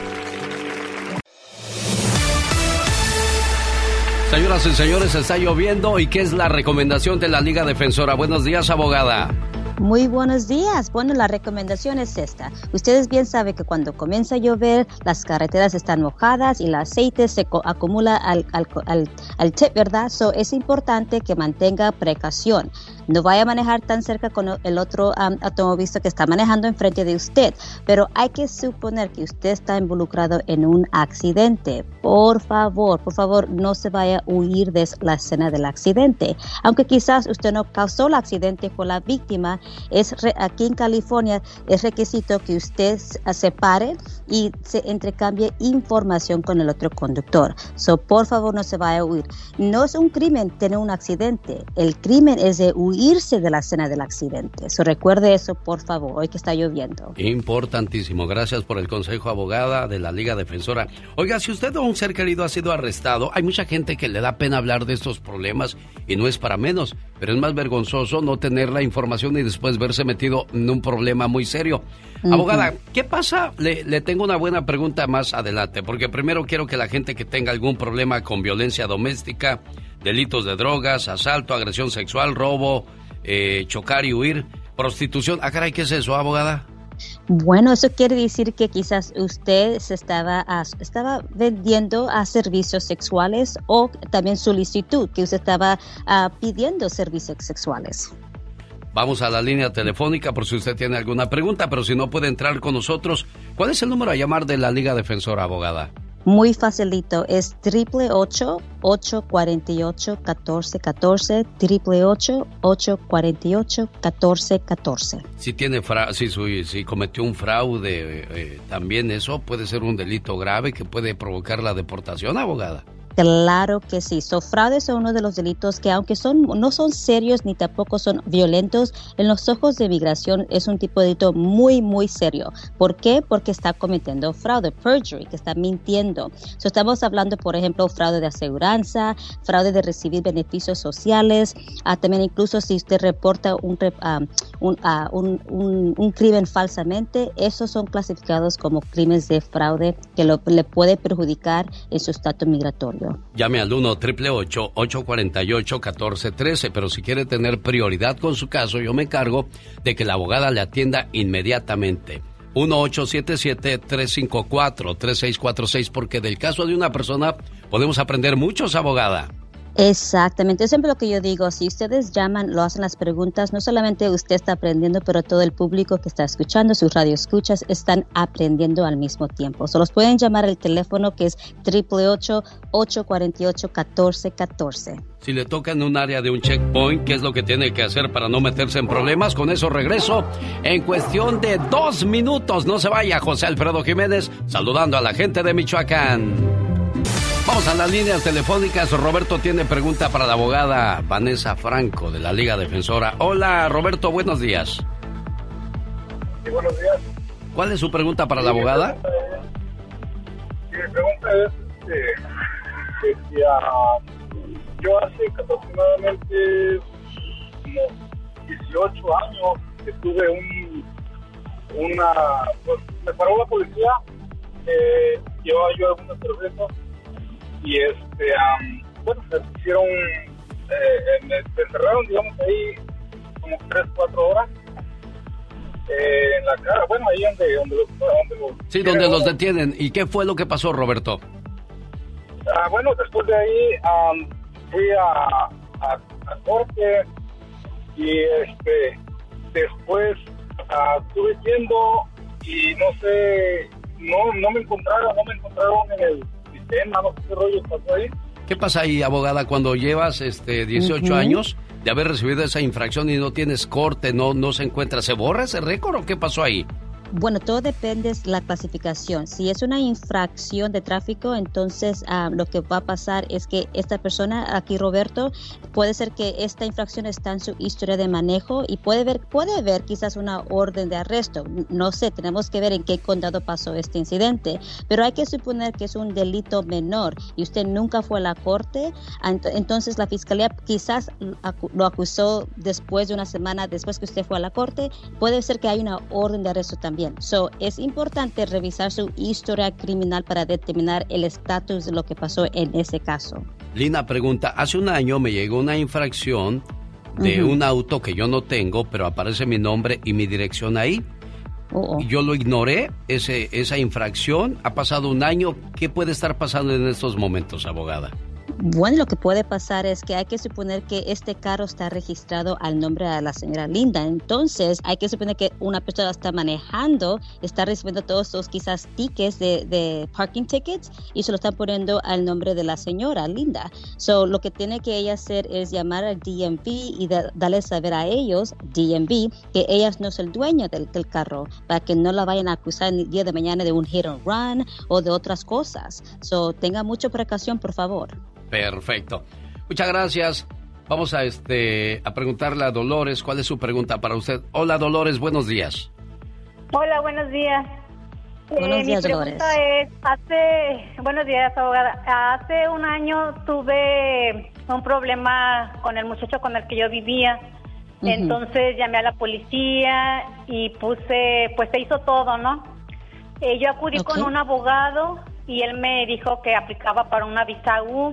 Señoras y señores, está lloviendo. ¿Y qué es la recomendación de la Liga Defensora? Buenos días, abogada. Muy buenos días. Bueno, la recomendación es esta. Ustedes bien saben que cuando comienza a llover, las carreteras están mojadas y el aceite se acumula al, al, al, al tip, ¿verdad? So, es importante que mantenga precaución. No vaya a manejar tan cerca con el otro um, automovilista que está manejando enfrente de usted, pero hay que suponer que usted está involucrado en un accidente. Por favor, por favor, no se vaya a huir de la escena del accidente. Aunque quizás usted no causó el accidente con la víctima, es re, aquí en California es requisito que usted se pare y se intercambie información con el otro conductor. So, por favor, no se vaya a huir. No es un crimen tener un accidente. El crimen es de huir irse de la escena del accidente. So, recuerde eso, por favor, hoy que está lloviendo. Importantísimo. Gracias por el consejo, abogada de la Liga Defensora. Oiga, si usted o un ser querido ha sido arrestado, hay mucha gente que le da pena hablar de estos problemas y no es para menos, pero es más vergonzoso no tener la información y después verse metido en un problema muy serio. Uh-huh. Abogada, ¿qué pasa? Le, le tengo una buena pregunta más adelante, porque primero quiero que la gente que tenga algún problema con violencia doméstica, delitos de drogas, asalto, agresión sexual, robo, eh, chocar y huir, prostitución. Ah, caray, ¿qué es eso, abogada? Bueno, eso quiere decir que quizás usted se estaba, a, estaba vendiendo a servicios sexuales o también solicitud, que usted estaba a, pidiendo servicios sexuales. Vamos a la línea telefónica por si usted tiene alguna pregunta, pero si no puede entrar con nosotros, ¿cuál es el número a llamar de la Liga Defensora, abogada? Muy facilito, es triple ocho, ocho cuarenta y ocho, catorce catorce, triple ocho, ocho cuarenta y ocho, catorce catorce. Si tiene fra si, su, si cometió un fraude, eh, también eso puede ser un delito grave que puede provocar la deportación, abogada. Claro que sí. So, fraudes son uno de los delitos que, aunque son no son serios ni tampoco son violentos, en los ojos de migración es un tipo de delito muy, muy serio. ¿Por qué? Porque está cometiendo fraude, perjury, que está mintiendo. So, estamos hablando, por ejemplo, fraude de aseguranza, fraude de recibir beneficios sociales, uh, también incluso si usted reporta un, uh, un, uh, un, un, un crimen falsamente, esos son clasificados como crímenes de fraude que lo, le puede perjudicar en su estatus migratorio. Llame al uno, ocho ocho ocho, ocho cuatro ocho, uno cuatro uno tres, pero si quiere tener prioridad con su caso, yo me encargo de que la abogada le atienda inmediatamente. uno ocho siete siete, tres cinco cuatro, tres seis cuatro seis, porque del caso de una persona podemos aprender muchos, abogada. Exactamente, es siempre lo que yo digo, si ustedes llaman, lo hacen las preguntas, no solamente usted está aprendiendo, pero todo el público que está escuchando, sus radioescuchas, están aprendiendo al mismo tiempo. So, los pueden llamar al teléfono que es triple ocho, ocho cuarenta y ocho, catorce catorce. Si le toca en un área de un checkpoint, ¿qué es lo que tiene que hacer para no meterse en problemas? Con eso regreso en cuestión de dos minutos. No se vaya, José Alfredo Jiménez, saludando a la gente de Michoacán. Vamos a las líneas telefónicas. Roberto tiene pregunta para la abogada Vanessa Franco de la Liga Defensora. Hola, Roberto, buenos días. Sí, buenos días. ¿Cuál es su pregunta para sí, la abogada? Mi pregunta es, mi pregunta es que, que si uh, yo hace aproximadamente unos dieciocho años que tuve un, una, pues me paró la policía, eh, llevaba yo algunas cervezas y este, um, bueno, me pusieron, eh, me, me encerraron, digamos, ahí como tres, cuatro horas eh, en la cara, bueno, ahí donde, donde, los, donde los... Sí, donde los detienen. ¿Y qué fue lo que pasó, Roberto? Ah, bueno, después de ahí um, fui a, a, a corte y este, después uh, estuve yendo y no sé no, no me encontraron, no me encontraron en el sistema, no sé qué rollo pasó ahí. ¿Qué pasa ahí, abogada, cuando llevas este dieciocho uh-huh. años de haber recibido esa infracción y no tienes corte, no, no se encuentra? ¿Se borra ese récord o qué pasó ahí? Bueno, todo depende de la clasificación. Si es una infracción de tráfico, entonces uh, lo que va a pasar es que esta persona, aquí Roberto, puede ser que esta infracción está en su historia de manejo y puede ver, puede ver quizás una orden de arresto. No sé, tenemos que ver en qué condado pasó este incidente, pero hay que suponer que es un delito menor y usted nunca fue a la corte, entonces la fiscalía quizás lo acusó después de una semana, después que usted fue a la corte. Puede ser que hay una orden de arresto también. So, es importante revisar su historia criminal para determinar el estatus de lo que pasó en ese caso. Lina pregunta, hace un año me llegó una infracción de uh-huh. un auto que yo no tengo, pero aparece mi nombre y mi dirección ahí. Uh-oh. Yo lo ignoré, ese, esa infracción. Ha pasado un año. ¿Qué puede estar pasando en estos momentos, abogada? Bueno, lo que puede pasar es que hay que suponer que este carro está registrado al nombre de la señora Linda. Entonces, hay que suponer que una persona está manejando, está recibiendo todos esos quizás tickets de, de parking tickets y se lo están poniendo al nombre de la señora Linda. So, lo que tiene que ella hacer es llamar al D M V y de, darle saber a ellos, D M V, que ella no es el dueño del, del carro, para que no la vayan a acusar el día de mañana de un hit and run o de otras cosas. So, tenga mucha precaución, por favor. Perfecto. Muchas gracias. Vamos a este a preguntarle a Dolores cuál es su pregunta para usted. Hola, Dolores, buenos días. Hola, buenos días. Buenos eh, días, mi Dolores. pregunta es, hace, buenos días, abogada. Hace un año tuve un problema con el muchacho con el que yo vivía. Uh-huh. Entonces llamé a la policía y puse, pues se hizo todo, ¿no? Eh, yo acudí okay. con un abogado y él me dijo que aplicaba para una visa U.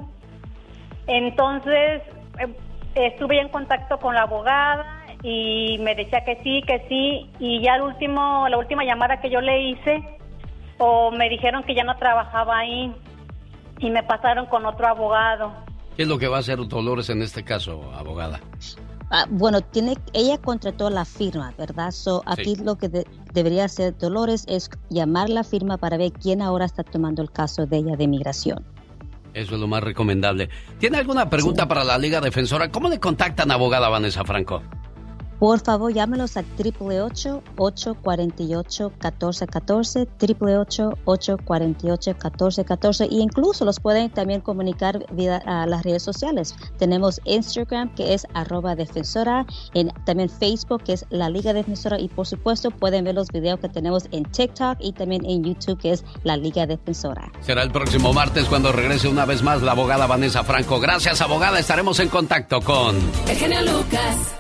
Entonces eh, estuve en contacto con la abogada y me decía que sí, que sí, y ya el último, la última llamada que yo le hice, o me dijeron que ya no trabajaba ahí y me pasaron con otro abogado. ¿Qué es lo que va a hacer Dolores en este caso, abogada? Ah, bueno, tiene, ella contrató la firma, ¿verdad? So, aquí sí. lo que de, debería hacer Dolores es llamar la firma para ver quién ahora está tomando el caso de ella de migración. Eso es lo más recomendable. ¿Tiene alguna pregunta sí. para la Liga Defensora? ¿Cómo le contactan, abogada Vanessa Franco? Por favor, llámenos al triple ocho, ocho cuatro ocho, uno cuatro uno cuatro, triple ocho, ocho cuatro ocho, uno cuatro uno cuatro, y incluso los pueden también comunicar vía a las redes sociales. Tenemos Instagram, que es arroba defensora, en, también Facebook, que es la Liga Defensora, y por supuesto pueden ver los videos que tenemos en TikTok y también en YouTube, que es la Liga Defensora. Será el próximo martes cuando regrese una vez más la abogada Vanessa Franco. Gracias, abogada. Estaremos en contacto con el genio Lucas.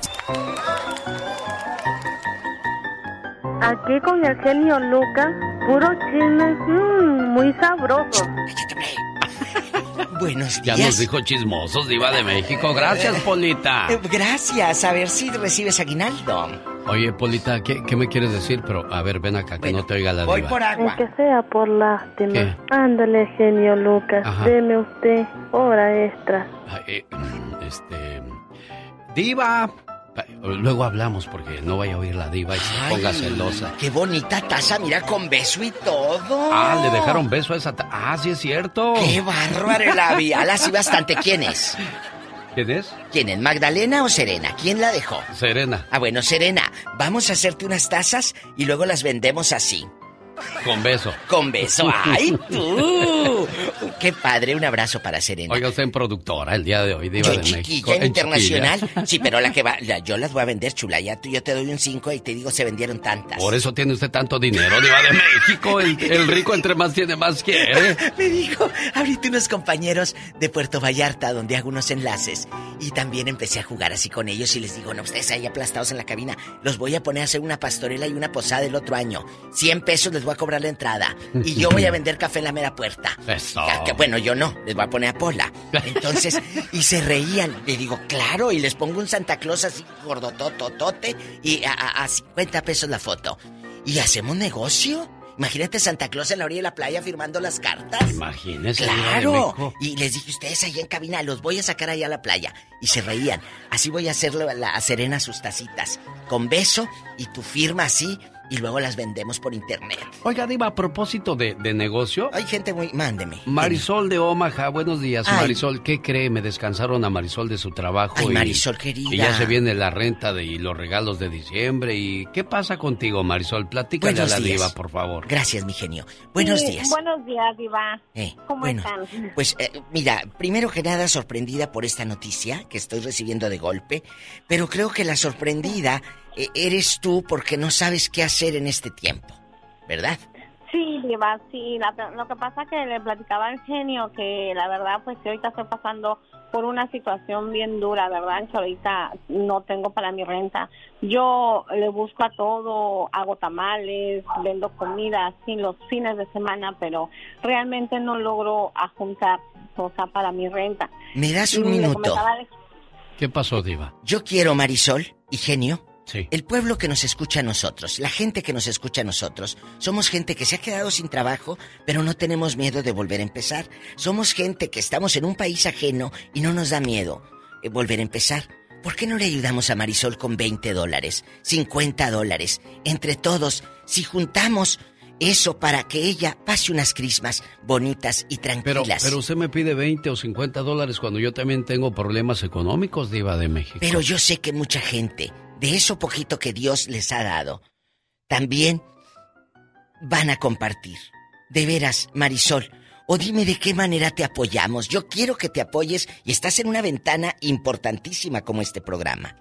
Aquí con el genio Lucas, puro chisme, mmm, muy sabroso. Buenos días. Ya nos dijo chismosos, diva de México. Gracias, Polita. Gracias. A ver si recibes aguinaldo. Oye, Polita, ¿qué, qué me quieres decir? Pero, a ver, ven acá, que bueno, no te oiga la voy diva. Voy por agua. Que sea por lástima. ¿Qué? Ándale, genio Lucas. Ajá. Deme usted hora extra. Eh, este... Diva... Luego hablamos porque no vaya a oír la diva y se Ay, ponga celosa. Qué bonita taza, mira, con beso y todo. Ah, le dejaron beso a esa taza. Ah, sí es cierto. Qué bárbaro el labial, así bastante. ¿Quién es? ¿Quién es? ¿Quién es? ¿Magdalena o Serena? ¿Quién la dejó? Serena. Ah, bueno, Serena, vamos a hacerte unas tazas y luego las vendemos así. Con beso. Con beso. ¡Ay, tú! ¡Qué padre! Un abrazo para Serena. Oiga, usted en productora el día de hoy, diva de México. Chiquilla, en internacional. Chiquilla. Sí, pero la que va... La, yo las voy a vender, chula. Ya tú, yo te doy un cinco y te digo, se vendieron tantas. Por eso tiene usted tanto dinero, diva de México. El, el rico entre más tiene, más quiere. Me dijo ahorita unos compañeros de Puerto Vallarta, donde hago unos enlaces. Y también empecé a jugar así con ellos y les digo, no, ustedes ahí aplastados en la cabina, los voy a poner a hacer una pastorela y una posada el otro año. cien pesos les voy a cobrar la entrada. Y yo voy a vender café en la mera puerta. Eso. Que, bueno, yo no, les voy a poner a Pola. Entonces, y se reían. Le digo, claro, y les pongo un Santa Claus así gordotototote y a, a, a cincuenta pesos la foto. Y hacemos negocio. Imagínate Santa Claus en la orilla de la playa firmando las cartas. Imagínese. Claro. Y les dije, ustedes ahí en cabina, los voy a sacar allá a la playa. Y se reían. Así voy a hacerle a, la, a Serena sus tacitas. Con beso y tu firma así. y luego las vendemos por internet. Oiga, Diva, a propósito de, de negocio... Hay gente muy... Mándeme. Marisol de Omaha, buenos días. Ay. Marisol, ¿qué cree? Me descansaron a Marisol de su trabajo. Ay, y, Marisol, querida. Y ya se viene la renta de, y los regalos de diciembre. ¿Y qué pasa contigo, Marisol? Platícale buenos a la días. Diva, por favor. Gracias, mi genio. Buenos sí, días. Buenos días, Diva. Eh, ¿Cómo bueno, están? Pues, eh, mira, primero que nada, sorprendida por esta noticia que estoy recibiendo de golpe. Pero creo que la sorprendida eh, eres tú porque no sabes qué hacer en este tiempo, ¿verdad? Sí, Diva, sí. La, lo que pasa que le platicaba al genio que la verdad, pues que ahorita estoy pasando por una situación bien dura, ¿verdad? Que ahorita no tengo para mi renta. Yo le busco a todo, hago tamales, vendo comida así los fines de semana, pero realmente no logro juntar cosas para mi renta. ¿Me das un y minuto? De... ¿Qué pasó, Diva? Yo quiero, Marisol y genio, sí. El pueblo que nos escucha a nosotros, la gente que nos escucha a nosotros, somos gente que se ha quedado sin trabajo, pero no tenemos miedo de volver a empezar. Somos gente que estamos en un país ajeno y no nos da miedo eh, volver a empezar. ¿Por qué no le ayudamos a Marisol con veinte dólares, cincuenta dólares? Entre todos, si juntamos eso para que ella pase unas crismas bonitas y tranquilas. Pero, pero usted me pide veinte o cincuenta dólares cuando yo también tengo problemas económicos, Diva de México. Pero yo sé que mucha gente, de eso poquito que Dios les ha dado, también van a compartir. De veras, Marisol, o dime de qué manera te apoyamos. Yo quiero que te apoyes y estás en una ventana importantísima como este programa.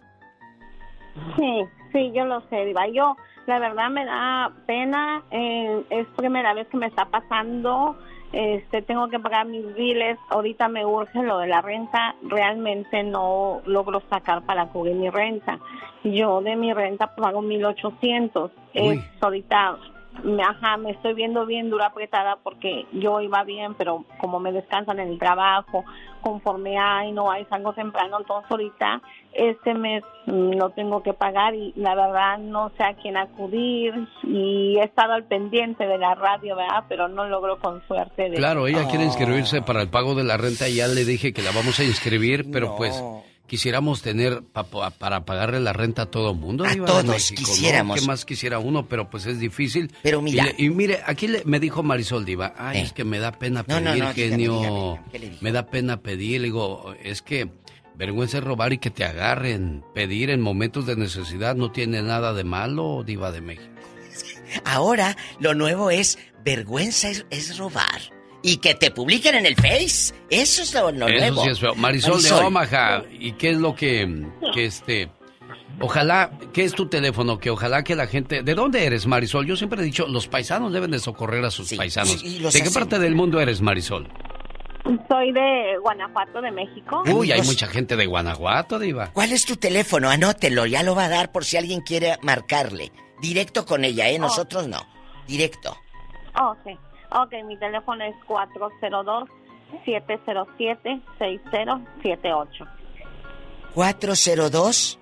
Sí, sí, yo lo sé, Diva. Yo, la verdad, me da pena. Eh, es primera vez que me está pasando. Este, tengo que pagar mis biles. Ahorita me urge lo de la renta. Realmente no logro sacar para cubrir mi renta. Yo de mi renta pago mil ochocientos. Es ahorita... Me, ajá, me estoy viendo bien dura, apretada, porque yo iba bien, pero como me descansan en el trabajo, conforme hay, no hay, salgo temprano, entonces ahorita este mes lo tengo que pagar y la verdad no sé a quién acudir y he estado al pendiente de la radio, ¿verdad? Pero no logro con suerte. De... Claro, ella oh. quiere inscribirse para el pago de la renta y ya le dije que la vamos a inscribir, pero no. pues... Quisiéramos tener pa, pa, para pagarle la renta a todo el mundo. A todos México, quisiéramos. ¿No? ¿Qué más quisiera uno? Pero pues es difícil. Pero mira. Y, le, y mire, aquí le, me dijo Marisol Diva, ay, eh. es que me da pena pedir, no, no, no, genio. Dígame, dígame, dígame. Me da pena pedir. Le digo, es que vergüenza es robar y que te agarren. Pedir en momentos de necesidad no tiene nada de malo, Diva de México. Ahora, lo nuevo es, vergüenza es, es robar. Y que te publiquen en el Face. Eso es lo, lo Eso nuevo. Sí es feo. Marisol, Marisol de Omaha. ¿Y qué es lo que, que este... Ojalá, ¿qué es tu teléfono? Que ojalá que la gente... ¿De dónde eres, Marisol? Yo siempre he dicho, los paisanos deben de socorrer a sus sí, paisanos. Sí, ¿De qué hacen? parte del mundo eres, Marisol? Soy de Guanajuato, de México. Uy, hay mucha gente de Guanajuato, Diva. ¿Cuál es tu teléfono? Anótelo, ya lo va a dar por si alguien quiere marcarle. Directo con ella, ¿eh? Nosotros oh. no. Directo. Oh, sí. Ok, mi teléfono es cuatro cero dos, siete cero siete, seis cero siete ocho. ¿cuatro cero dos?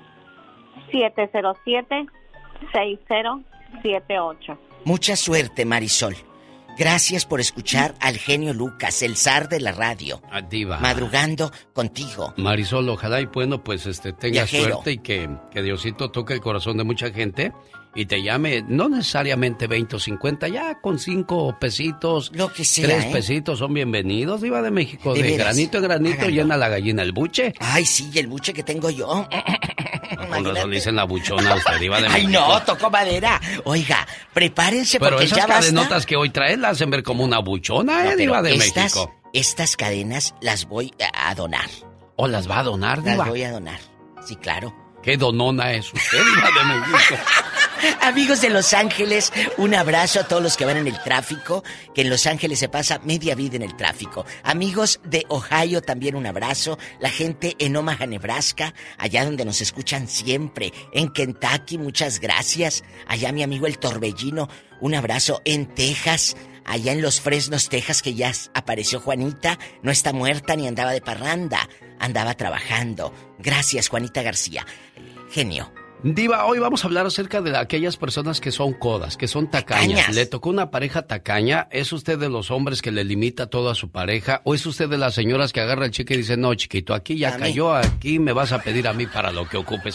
siete cero siete, seis cero siete ocho. Mucha suerte, Marisol. Gracias por escuchar al genio Lucas, el zar de la radio. Ah, Diva. Madrugando contigo. Marisol, ojalá y bueno, pues este tenga Viajero. suerte y que, que Diosito toque el corazón de mucha gente y te llame, no necesariamente veinte o cincuenta, ya con cinco pesitos, lo que sea, tres ¿eh? pesitos son bienvenidos, Diva de México. De, de veras. granito en granito Háganlo. Llena la gallina el buche. Ay, sí, el buche que tengo yo. No, con razón le dicen la buchona a usted, Diva de México. Ay, no, tocó madera. Oiga, prepárense porque Pero ya basta. Pero esas cadenotas que hoy traes la hacen ver como una buchona, ¿eh, no, Diva de estas, México? Estas cadenas las voy a donar. ¿O las va a donar, Diva? Las voy a donar, sí, claro. ¿Qué donona es usted, Diva de México? Amigos de Los Ángeles, un abrazo a todos los que van en el tráfico, que en Los Ángeles se pasa media vida en el tráfico. Amigos de Ohio, también un abrazo. La gente en Omaha, Nebraska, allá donde nos escuchan siempre. En Kentucky, muchas gracias. Allá mi amigo el Torbellino, un abrazo. En Texas, allá en Los Fresnos, Texas, que ya apareció Juanita, no está muerta ni andaba de parranda, andaba trabajando. Gracias, Juanita García. Genio. Diva, hoy vamos a hablar acerca de aquellas personas que son codas, que son tacañas. Tacañas. ¿Le tocó una pareja tacaña? ¿Es usted de los hombres que le limita todo a su pareja? ¿O es usted de las señoras que agarra el chico y dice, no, chiquito, aquí ya a cayó, aquí me vas a pedir a mí para lo que ocupes?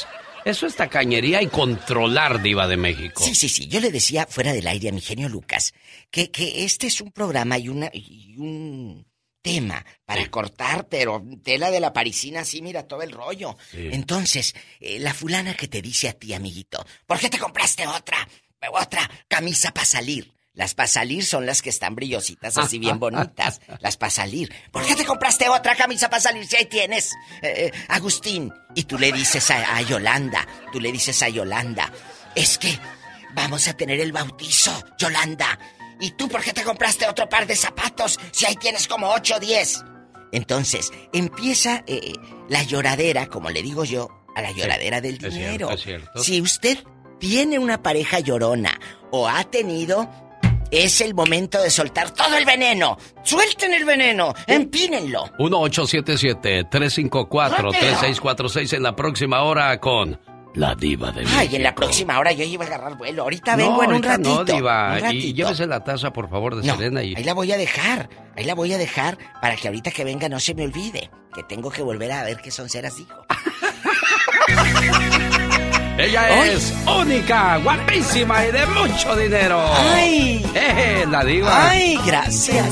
Eso es tacañería y controlar, Diva de México. Sí, sí, sí. Yo le decía fuera del aire a mi genio Lucas que, que este es un programa y, una, y un tema para sí. cortar, pero tela de la parisina, así, mira, todo el rollo. Sí. Entonces, eh, la fulana que te dice a ti, amiguito, ¿por qué te compraste otra, otra camisa para salir? Las para salir son las que están brillositas, así bien bonitas. Las para salir. ¿Por qué te compraste otra camisa para salir si ahí tienes, eh, Agustín? Y tú le dices a, a Yolanda, tú le dices a Yolanda, es que vamos a tener el bautizo, Yolanda. ¿Y tú por qué te compraste otro par de zapatos si ahí tienes como ocho o diez? Entonces, empieza eh, la lloradera, como le digo yo, a la lloradera sí, del dinero. Es cierto, es cierto. Si usted tiene una pareja llorona o ha tenido... Es el momento de soltar todo el veneno. ¡Suelten el veneno! ¡Empínenlo! uno ocho siete siete, tres cinco cuatro, tres seis cuatro seis en la próxima hora con la Diva de México. Ay, en la próxima hora yo iba a agarrar vuelo. Ahorita vengo no, en un ratito. No, Diva. Un ratito. Y llévese la taza, por favor, de no, Selena. Y... ahí la voy a dejar. Ahí la voy a dejar para que ahorita que venga no se me olvide. Que tengo que volver a ver qué sonceras dijo. Ella ¿Hoy? es única, guapísima y de mucho dinero. ¡Ay! Eh, la Diva. ¡Ay, gracias!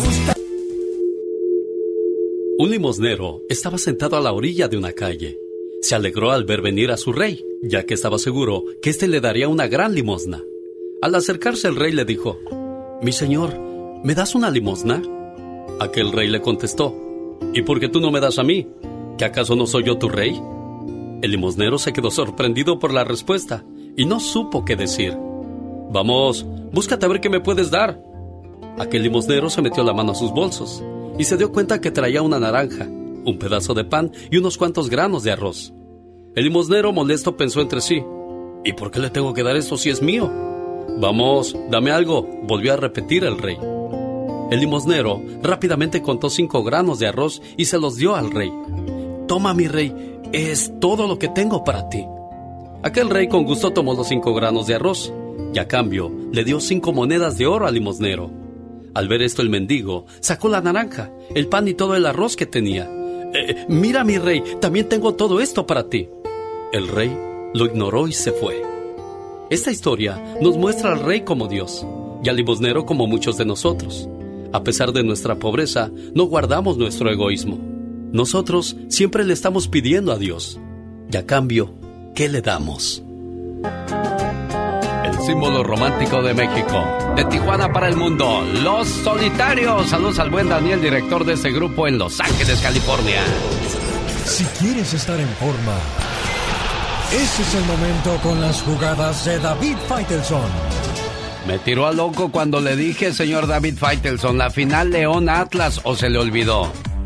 Un limosnero estaba sentado a la orilla de una calle. Se alegró al ver venir a su rey, ya que estaba seguro que éste le daría una gran limosna. Al acercarse el rey le dijo, «Mi señor, ¿me das una limosna?» Aquel rey le contestó, «¿Y por qué tú no me das a mí? ¿Que acaso no soy yo tu rey?» El limosnero se quedó sorprendido por la respuesta y no supo qué decir. «Vamos, búscate a ver qué me puedes dar». Aquel limosnero se metió la mano a sus bolsos y se dio cuenta que traía una naranja, un pedazo de pan y unos cuantos granos de arroz. El limosnero molesto pensó entre sí, «¿Y por qué le tengo que dar esto si es mío?» «Vamos, dame algo», volvió a repetir el rey. El limosnero rápidamente contó cinco granos de arroz y se los dio al rey. «Toma, mi rey, es todo lo que tengo para ti». Aquel rey con gusto tomó los cinco granos de arroz y a cambio le dio cinco monedas de oro al limosnero. Al ver esto el mendigo sacó la naranja, el pan y todo el arroz que tenía. Eh, «Mira, mi rey, también tengo todo esto para ti». El rey lo ignoró y se fue. Esta historia nos muestra al rey como Dios y al limosnero como muchos de nosotros. A pesar de nuestra pobreza, no guardamos nuestro egoísmo. Nosotros siempre le estamos pidiendo a Dios. Y a cambio, ¿qué le damos? El símbolo romántico de México. De Tijuana para el mundo, Los Solitarios. Saludos al buen Daniel, director de este grupo en Los Ángeles, California. Si quieres estar en forma, ese es el momento con las jugadas de David Faitelson. Me tiró a loco cuando le dije, señor David Faitelson, la final León-Atlas, ¿o se le olvidó?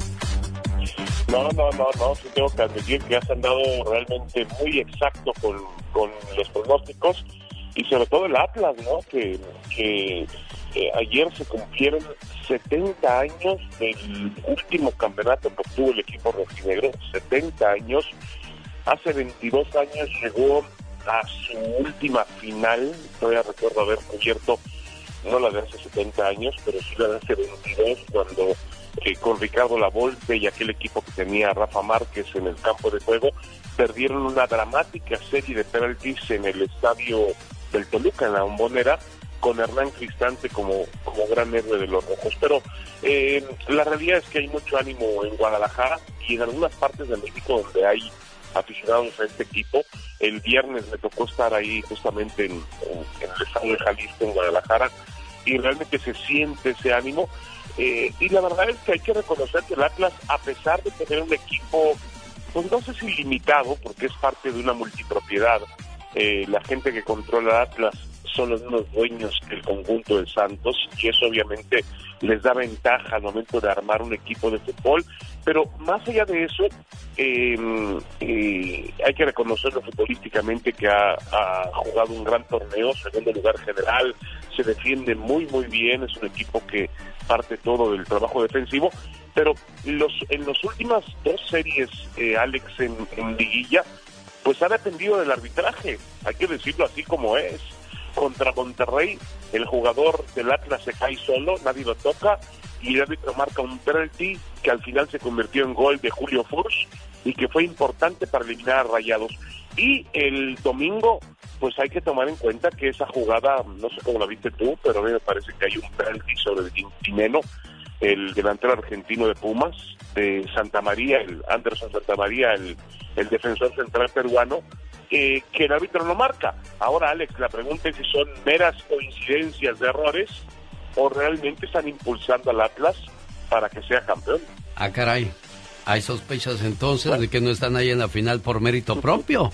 No, no, no, no, sí tengo que admitir que has andado realmente muy exacto con, con los pronósticos y sobre todo el Atlas, ¿no? Que, que eh, ayer se cumplieron setenta años del último campeonato que obtuvo el equipo rojinegro, setenta años. Hace veintidós años llegó a su última final, todavía recuerdo haber cubierto, no la de hace setenta años, pero sí la de hace veintidós, cuando eh, con Ricardo Lavolpe y aquel equipo que tenía Rafa Márquez en el campo de juego, perdieron una dramática serie de penaltis en el estadio del Toluca, en la Bombonera, con Hernán Cristante como, como gran héroe de los rojos. Pero eh, la realidad es que hay mucho ánimo en Guadalajara y en algunas partes de México donde hay aficionados a este equipo. El viernes me tocó estar ahí justamente en, en, en el estado de Jalisco, en Guadalajara, y realmente se siente ese ánimo. Eh, y la verdad es que hay que reconocer que el Atlas, a pesar de tener un equipo, pues no sé si limitado, porque es parte de una multipropiedad, eh, la gente que controla el Atlas son los mismos dueños que el conjunto de Santos, y eso obviamente les da ventaja al momento de armar un equipo de fútbol. Pero más allá de eso, eh, eh, hay que reconocerlo futbolísticamente, que ha, ha jugado un gran torneo, segundo lugar general, se defiende muy muy bien, es un equipo que parte todo del trabajo defensivo, pero los en las últimas dos series, eh, Alex, en, en liguilla, pues ha dependido del arbitraje, hay que decirlo así como es. Contra Monterrey, el jugador del Atlas se cae solo, nadie lo toca, y el árbitro marca un penalti que al final se convirtió en gol de Julio Furch, y que fue importante para eliminar a Rayados. Y el domingo, pues hay que tomar en cuenta que esa jugada, no sé cómo la viste tú, pero a mí me parece que hay un penalti sobre Dineno, el delantero argentino de Pumas, de Santa María, el Anderson Santa María, el, el defensor central peruano, eh, que el árbitro no marca. Ahora, Alex, la pregunta es si son meras coincidencias de errores o realmente están impulsando al Atlas para que sea campeón. Ah, caray. ¿Hay sospechas entonces bueno. de que no están ahí en la final por mérito propio?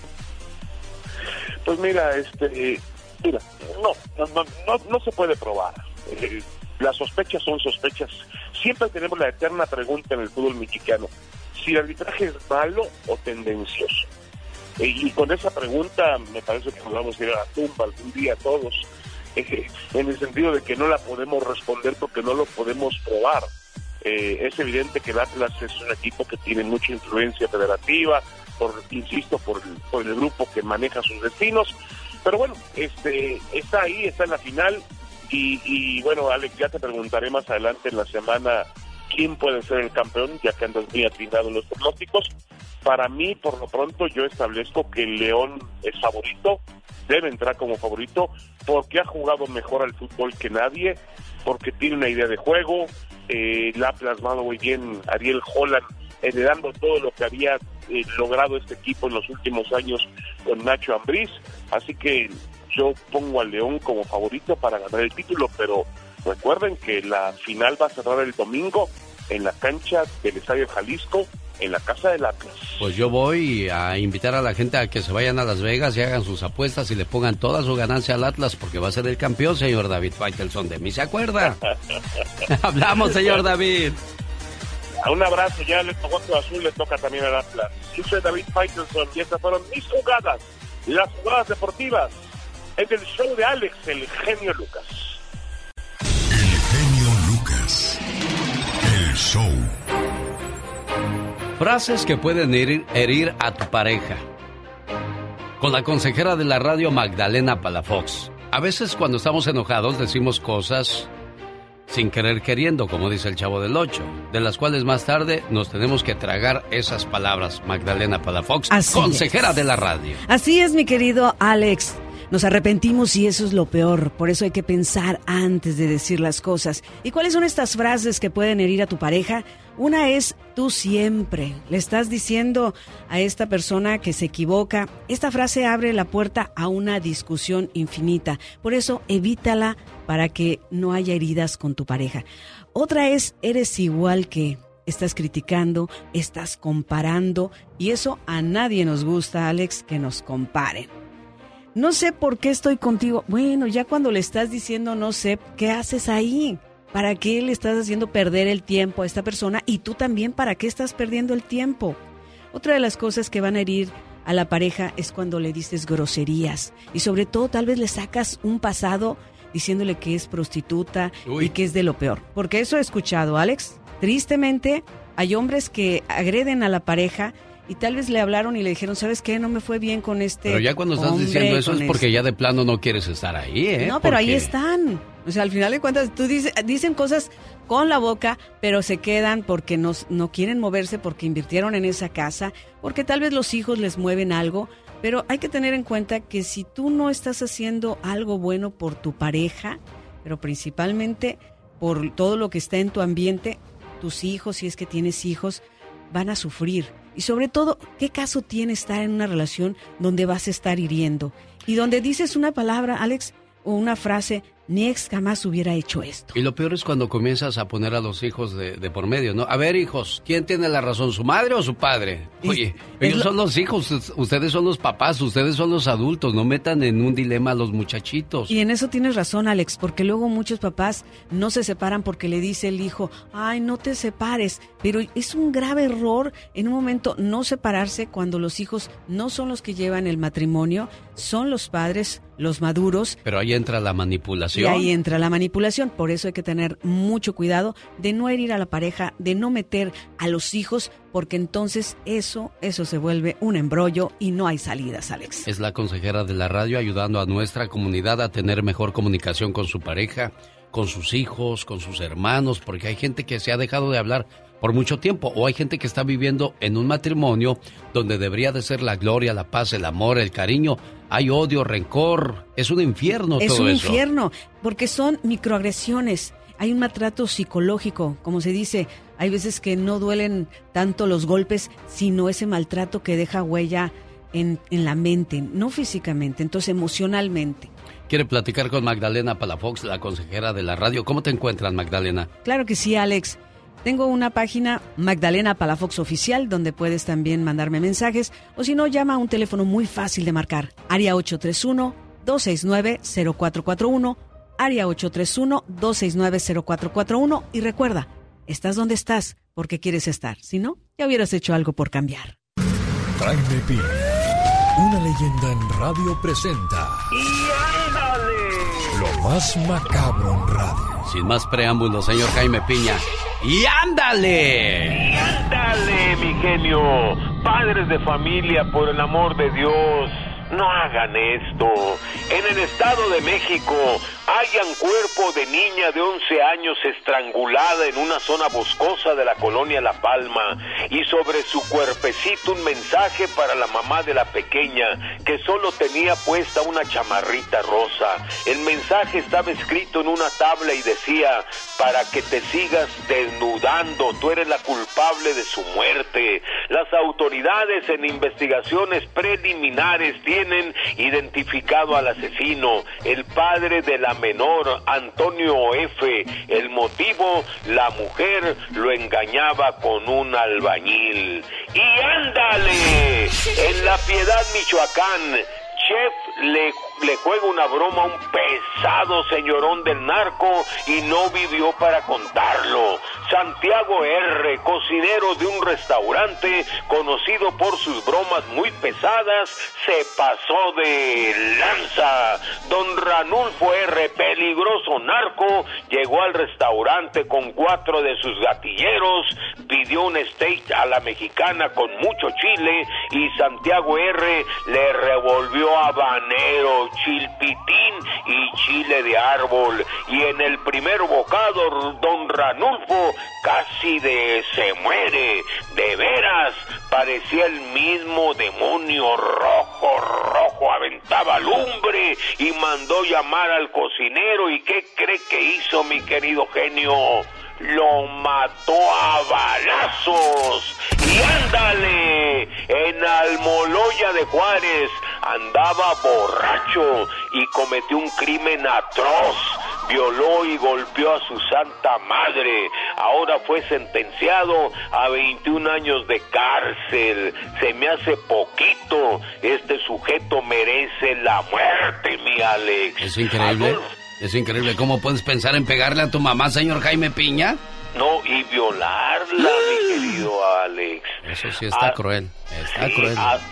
Pues mira, este, mira, no, no, no, no, no se puede probar. Eh, las sospechas son sospechas. Siempre tenemos la eterna pregunta en el fútbol mexicano, si el arbitraje es malo o tendencioso. Eh, y con esa pregunta me parece que nos vamos a ir a la tumba algún día todos, eh, en el sentido de que no la podemos responder porque no lo podemos probar. Eh, es evidente que el Atlas es un equipo que tiene mucha influencia federativa, por, insisto, por el, por el grupo que maneja sus destinos, pero bueno, este está ahí, está en la final, y, y bueno, Alex, ya te preguntaré más adelante en la semana quién puede ser el campeón, ya que andas muy atinado en los pronósticos. Para mí, por lo pronto, yo establezco que el León es favorito, debe entrar como favorito, porque ha jugado mejor al fútbol que nadie, porque tiene una idea de juego, eh, la ha plasmado muy bien Ariel Holland, heredando todo lo que había eh, logrado este equipo en los últimos años con Nacho Ambriz, así que yo pongo al León como favorito para ganar el título, pero recuerden que la final va a cerrar el domingo en la cancha del Estadio Jalisco, en la casa del Atlas. Pues yo voy a invitar a la gente a que se vayan a Las Vegas y hagan sus apuestas y le pongan toda su ganancia al Atlas, porque va a ser el campeón, señor David Faitelson. ¿De mí se acuerda? Hablamos, señor David. Un abrazo, ya le tocó a Azul, le toca también al Atlas. Yo soy David Faitelson y estas fueron mis jugadas, las jugadas deportivas, en el show de Alex, el genio Lucas. El genio Lucas, el show. Frases que pueden herir, herir a tu pareja. Con la consejera de la radio, Magdalena Palafox. A veces cuando estamos enojados decimos cosas sin querer queriendo, como dice el Chavo del Ocho, de las cuales más tarde nos tenemos que tragar esas palabras. Magdalena Palafox, Así consejera es. de la radio. Así es, mi querido Alex. Nos arrepentimos y eso es lo peor. Por eso hay que pensar antes de decir las cosas. ¿Y cuáles son estas frases que pueden herir a tu pareja? Una es, tú siempre. Le estás diciendo a esta persona que se equivoca. Esta frase abre la puerta a una discusión infinita. Por eso, evítala para que no haya heridas con tu pareja. Otra es, eres igual que... Estás criticando, estás comparando. Y eso a nadie nos gusta, Alex, que nos comparen. No sé por qué estoy contigo. Bueno, ya cuando le estás diciendo no sé, ¿qué haces ahí? ¿Para qué le estás haciendo perder el tiempo a esta persona? Y tú también, ¿para qué estás perdiendo el tiempo? Otra de las cosas que van a herir a la pareja es cuando le dices groserías. Y sobre todo, tal vez le sacas un pasado diciéndole que es prostituta Uy. y que es de lo peor. Porque eso he escuchado, Alex. Tristemente, hay hombres que agreden a la pareja y tal vez le hablaron y le dijeron, ¿sabes qué? No me fue bien con este Pero ya cuando estás hombre, diciendo eso es porque este... ya de plano no quieres estar ahí, ¿eh? No, pero porque... ahí están. O sea, al final de cuentas, tú dices, dicen cosas con la boca, pero se quedan porque no, no quieren moverse, porque invirtieron en esa casa, porque tal vez los hijos les mueven algo. Pero hay que tener en cuenta que si tú no estás haciendo algo bueno por tu pareja, pero principalmente por todo lo que está en tu ambiente, tus hijos, si es que tienes hijos, van a sufrir. Y sobre todo, ¿qué caso tiene estar en una relación donde vas a estar hiriendo? Y donde dices una palabra, Alex, o una frase, mi ex jamás hubiera hecho esto. Y lo peor es cuando comienzas a poner a los hijos de, de por medio, ¿no? A ver, hijos, ¿quién tiene la razón, su madre o su padre? Oye, es, ellos es lo... son los hijos, ustedes son los papás, ustedes son los adultos, no metan en un dilema a los muchachitos. Y en eso tienes razón, Alex, porque luego muchos papás no se separan porque le dice el hijo, ay, no te separes, pero es un grave error en un momento no separarse cuando los hijos no son los que llevan el matrimonio, son los padres, los maduros. Pero ahí entra la manipulación. Y ahí entra la manipulación, por eso hay que tener mucho cuidado de no herir a la pareja, de no meter a los hijos, porque entonces eso, eso se vuelve un embrollo y no hay salidas, Alex. Es la consejera de la radio ayudando a nuestra comunidad a tener mejor comunicación con su pareja, con sus hijos, con sus hermanos, porque hay gente que se ha dejado de hablar por mucho tiempo, o hay gente que está viviendo en un matrimonio donde debería de ser la gloria, la paz, el amor, el cariño. Hay odio, rencor, es un infierno todo eso. Es un infierno, porque son microagresiones. Hay un maltrato psicológico, como se dice. Hay veces que no duelen tanto los golpes, sino ese maltrato que deja huella en, en la mente, no físicamente, entonces emocionalmente. ¿Quiere platicar con Magdalena Palafox, la consejera de la radio? ¿Cómo te encuentras, Magdalena? Claro que sí, Alex. Tengo una página, Magdalena Palafox Oficial, donde puedes también mandarme mensajes, o si no, llama a un teléfono muy fácil de marcar, área ocho tres uno, dos seis nueve, cero cuatro cuatro uno, área ocho tres uno, dos seis nueve, cero cuatro cuatro uno, y recuerda, estás donde estás porque quieres estar, si no, ya hubieras hecho algo por cambiar. Jaime Piña, una leyenda en radio presenta. ¡Y ándale! Lo más macabro en radio. Sin más preámbulos, señor Jaime Piña. ¡Y ándale! ¡Y ándale, mi genio! Padres de familia, por el amor de Dios, no hagan esto. En el Estado de México hallan cuerpo de niña de once años estrangulada en una zona boscosa de la colonia La Palma, y sobre su cuerpecito un mensaje para la mamá de la pequeña, que solo tenía puesta una chamarrita rosa. El mensaje estaba escrito en una tabla y decía: para que te sigas desnudando, tú eres la culpable de su muerte. Las autoridades en investigaciones preliminares tienen identificado al asesino, el padre de la menor, Antonio F. El motivo: la mujer lo engañaba con un albañil. ¡Y ándale! En La Piedad, Michoacán, chef le, le juega una broma a un pesado señorón del narco y no vivió para contarlo. Santiago R., cocinero de un restaurante conocido por sus bromas muy pesadas, se pasó de lanza. Don Ranulfo R., peligroso narco, llegó al restaurante con cuatro de sus gatilleros, pidió un steak a la mexicana con mucho chile y Santiago R. le revolvió habanero, chilpitín y chile de árbol, y en el primer bocado don Ranulfo casi de se muere. De veras, parecía el mismo demonio rojo, rojo, aventaba lumbre y mandó llamar al cocinero. ¿Y qué cree que hizo, mi querido genio? Lo mató a balazos. Y ándale, en Almoloya de Juárez andaba borracho y cometió un crimen atroz. Violó y golpeó a su santa madre. Ahora fue sentenciado a veintiún años de cárcel. Se me hace poquito. Este sujeto merece la muerte, mi Alex. Es increíble. Adolfo. Es increíble. ¿Cómo puedes pensar en pegarle a tu mamá, señor Jaime Piña? No, y violarla, mi querido Alex. Eso sí está ah, cruel. Está sí, cruel. Ah,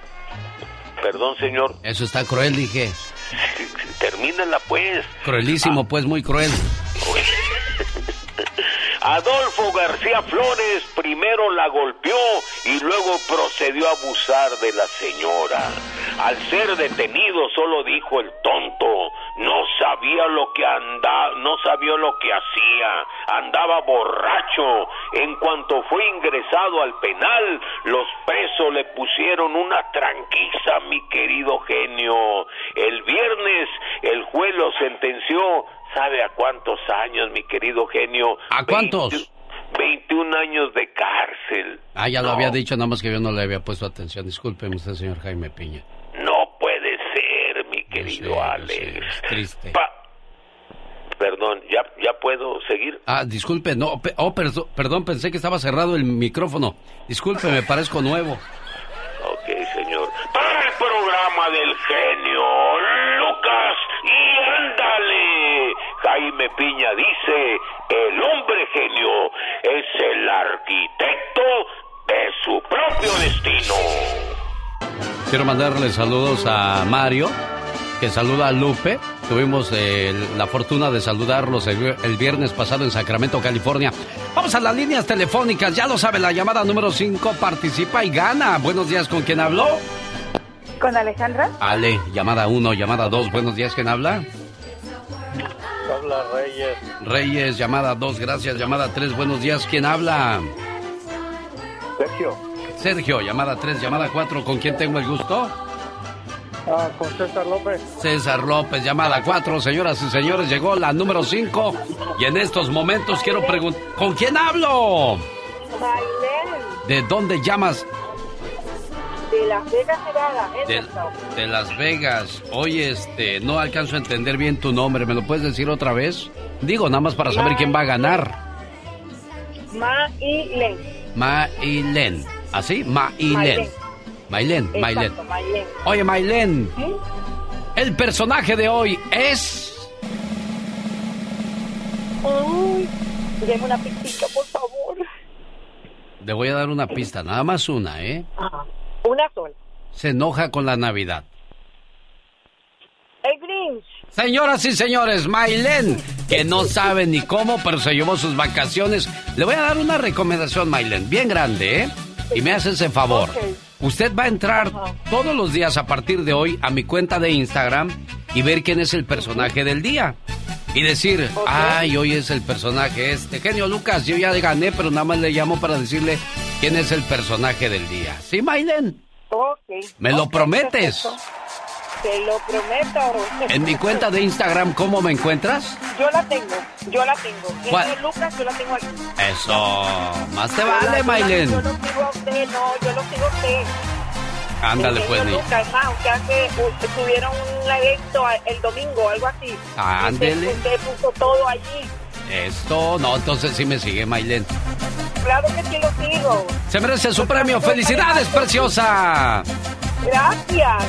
perdón, señor. Eso está cruel, dije. Termínala, pues. Cruelísimo, ah. pues, muy cruel. Adolfo García Flores primero la golpeó y luego procedió a abusar de la señora. Al ser detenido solo dijo el tonto, no sabía lo que anda, no sabía lo que hacía, andaba borracho. En cuanto fue ingresado al penal, los presos le pusieron una tranquiza, mi querido genio. El viernes el juez lo sentenció. ¿Sabe a cuántos años, mi querido genio? ¿A cuántos? veintiún años de cárcel. Ah, ya no. lo había dicho, nada más que yo no le había puesto atención. Discúlpeme usted, señor Jaime Piña. No puede ser, mi querido sé, Alex. Sé, es triste. Pa Perdón, ¿ya, ¿ya puedo seguir? Ah, disculpe, no, pe oh, perdón, perdón, pensé que estaba cerrado el micrófono. Disculpe, me parezco nuevo. Ok, señor. Para el programa del genio Lucas, y ándale, Jaime Piña dice, el hombre genio es el arquitecto de su propio destino. Quiero mandarle saludos a Mario, que saluda a Lupe. Tuvimos eh, la fortuna de saludarlos el, el viernes pasado en Sacramento, California. Vamos a las líneas telefónicas, ya lo sabe, la llamada número cinco participa y gana. Buenos días, ¿con quién habló? ¿Con Alejandra? Ale, llamada uno, llamada dos, buenos días, ¿quién habla? habla Reyes. Reyes, llamada dos, gracias. Llamada tres, buenos días. ¿Quién habla? Sergio. Sergio, llamada tres, llamada cuatro. ¿Con quién tengo el gusto? Ah, con César López. César López, llamada cuatro. Señoras y señores, llegó la número cinco. Y en estos momentos quiero preguntar... ¿Con quién hablo? ¿De dónde llamas? De Las Vegas, Nevada. De, de Las Vegas. Oye, este, no alcanzo a entender bien tu nombre. ¿Me lo puedes decir otra vez? Digo, nada más para saber Ma quién va a ganar. Maylén. Maylén. ¿Así? Maylén. Maylén, Maylén. Oye, Maylén. ¿Sí? El personaje de hoy es... Uy, déme una pistita, por favor. Le voy a dar una pista, nada más una, ¿eh? Ajá. Una sola. Se enoja con la Navidad. El Grinch. Señoras y señores, Maylén, que no sabe ni cómo, pero se llevó sus vacaciones. Le voy a dar una recomendación, Maylén, bien grande, ¿eh? Y me hace ese favor. Okay. Usted va a entrar todos los días a partir de hoy a mi cuenta de Instagram y ver quién es el personaje del día. Y decir, okay. Ay, hoy es el personaje este. Genio Lucas, yo ya gané, pero nada más le llamo para decirle quién es el personaje del día. ¿Sí, Maylén? Ok. ¿Me okay, lo prometes? Perfecto. Te lo prometo. En mi cuenta de Instagram, ¿cómo me encuentras? Yo la tengo, yo la tengo. Genio Lucas, yo la tengo aquí. Eso, más te vale, Maylén. Yo lo sigo a usted, no, yo lo sigo a usted. Ándale, pues, ni. Lucas, más, usted hace, tuvieron un evento el domingo, algo así. Ándele. Usted, usted puso todo allí. Esto, no, entonces sí me sigue, Maylén. Claro que sí lo sigo. Se merece su premio. ¡Felicidades, preciosa! Gracias.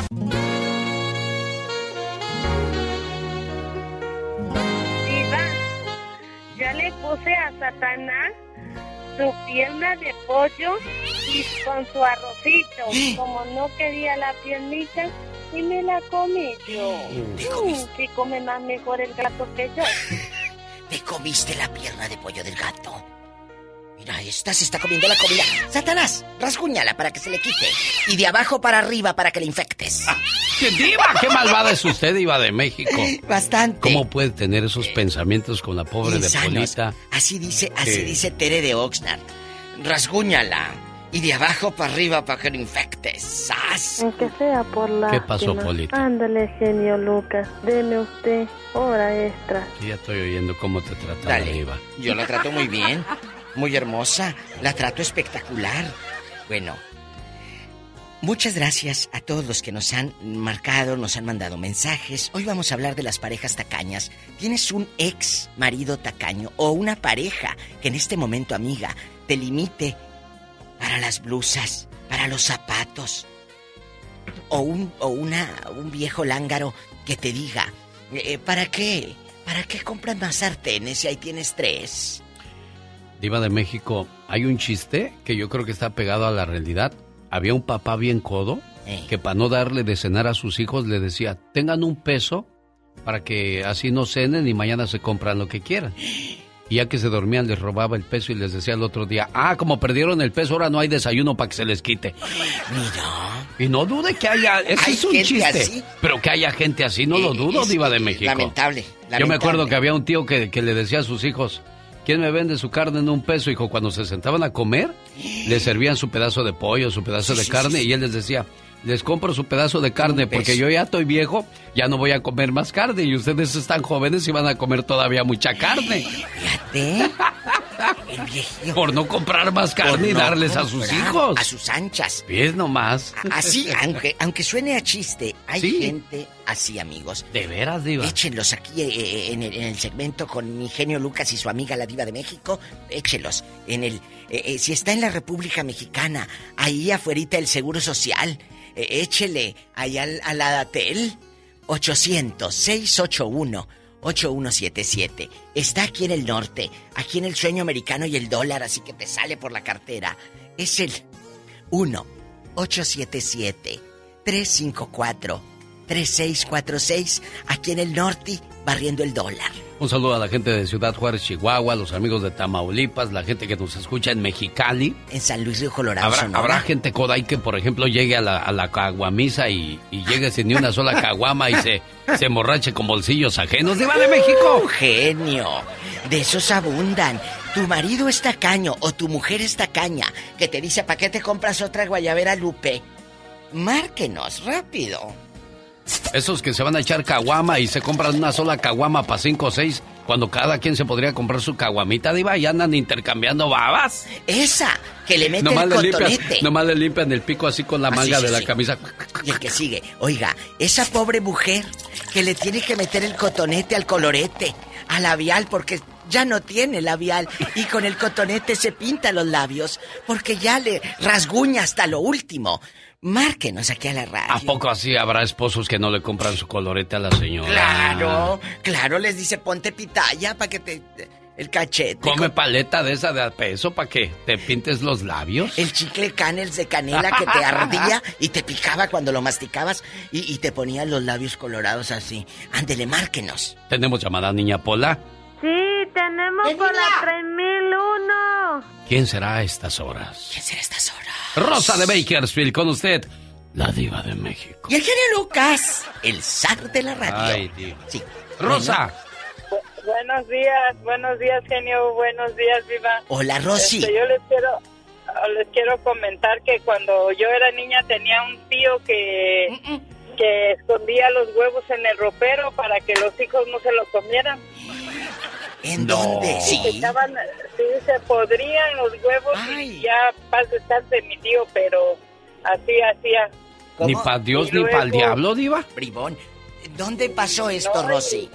Ya le puse a Satanás su pierna de pollo y con su arrocito. Como no quería la piernita, y me la comí yo. Mm, sí come más mejor el gato que yo. ¿Te comiste la pierna de pollo del gato? Mira, esta se está comiendo la comida. Satanás, rasguñala para que se le quite. Y de abajo para arriba para que le infectes. Ah, ¡qué diva! ¡Qué malvada es usted, diva de México! Bastante. ¿Cómo puede tener esos pensamientos con la pobre de Polita? Así dice, así sí. dice Tere de Oxnard. Rasguñala. Y de abajo para arriba para que lo infectes. ¡Sas! Aunque sea por la... ¿Qué pasó, Polita? Ándale, genio Lucas. Deme usted hora extra. Sí, ya estoy oyendo cómo te trata Dale. la diva. Yo la trato muy bien. Muy hermosa, la trato espectacular. Bueno, muchas gracias a todos los que nos han marcado, nos han mandado mensajes. Hoy vamos a hablar de las parejas tacañas. ¿Tienes un ex marido tacaño o una pareja que en este momento, amiga, te limite para las blusas, para los zapatos? O un, o una, un viejo lángaro que te diga, eh, ¿para qué? ¿Para qué compras más sartenes si ahí tienes tres? Diva de México, hay un chiste que yo creo que está pegado a la realidad. Había un papá bien codo eh. que para no darle de cenar a sus hijos le decía, tengan un peso para que así no cenen y mañana se compran lo que quieran. Y ya que se dormían les robaba el peso y les decía el otro día, ah, como perdieron el peso ahora no hay desayuno para que se les quite. Mira. Y no dude que haya, ese es un chiste, así? Pero que haya gente así, no eh, lo dudo, es, Diva de México. Lamentable, lamentable. Yo me acuerdo que había un tío que, que le decía a sus hijos, ¿quién me vende su carne en un peso? Hijo, cuando se sentaban a comer, le servían su pedazo de pollo, su pedazo sí, de sí, carne, sí. y él les decía, les compro su pedazo de carne porque yo ya estoy viejo, ya no voy a comer más carne y ustedes están jóvenes y van a comer todavía mucha carne. Fíjate. El viejillo. Por no comprar más carne y no darles a sus hijos. A sus anchas. ¿Ves nomás? Así, aunque, aunque suene a chiste, hay ¿sí? gente así, amigos. ¿De veras, Diva? Échenlos aquí eh, en, el, en el segmento con mi genio Lucas y su amiga la Diva de México. Échenlos. En el, eh, eh, si está en la República Mexicana, ahí afuerita el Seguro Social, eh, échele allá al, a la Datel. ochocientos, seiscientos ochenta y uno, ochenta y uno setenta y siete. Está aquí en el norte, aquí en el sueño americano y el dólar, así que te sale por la cartera. Es el uno ocho siete siete, tres cinco cuatro, tres seis cuatro seis, aquí en el norte, barriendo el dólar. Un saludo a la gente de Ciudad Juárez, Chihuahua, los amigos de Tamaulipas, la gente que nos escucha en Mexicali. En San Luis Río Colorado, Habrá, Sonora. habrá gente Koday que, por ejemplo, llegue a la, a la caguamisa y, y llegue sin ni una sola caguama y se, se emborrache con bolsillos ajenos. ¡Diva de México! ¡Uh, genio! De esos abundan. Tu marido es tacaño o tu mujer es tacaña, que te dice, ¿para qué te compras otra guayabera Lupe? Márquenos, rápido. Esos que se van a echar caguama y se compran una sola caguama para cinco o seis, cuando cada quien se podría comprar su caguamita, Diva, y andan intercambiando babas. Esa, que le mete nomás el le cotonete. Limpian, nomás le limpian el pico así con la manga ah, sí, sí, de la sí. camisa. Y el que sigue, oiga, esa pobre mujer que le tiene que meter el cotonete al colorete, al labial, porque ya no tiene labial, y con el cotonete se pinta los labios, porque ya le rasguña hasta lo último. Márquenos aquí a la radio. ¿A poco así habrá esposos que no le compran su colorete a la señora? Claro, claro, les dice ponte pitaya para que te... el cachete. Come paleta de esa de a peso para que te pintes los labios. El chicle Canels de canela que te ardía y te picaba cuando lo masticabas y, y te ponían los labios colorados así. Ándele, márquenos. ¿Tenemos llamada, niña Pola? Sí, tenemos por la tres mil uno. ¿Quién será a estas horas? ¿Quién será a estas horas? Rosa de Bakersfield, con usted, la diva de México. Y el genio Lucas, el zar de la radio. Ay, diva. Sí. Rosa. Bu buenos días, buenos días, genio, buenos días, diva. Hola, Rosy. Este, yo les quiero, les quiero comentar que cuando yo era niña tenía un tío que, mm -mm. que escondía los huevos en el ropero para que los hijos no se los comieran. ¿En no. dónde? Sí. Se echaban, sí, se podrían los huevos. Ay. Y ya paz descanse mi tío, pero así hacía. ¿Cómo? Ni para Dios ni para el diablo, diva. Bribón, ¿dónde pasó esto, no, Rosy?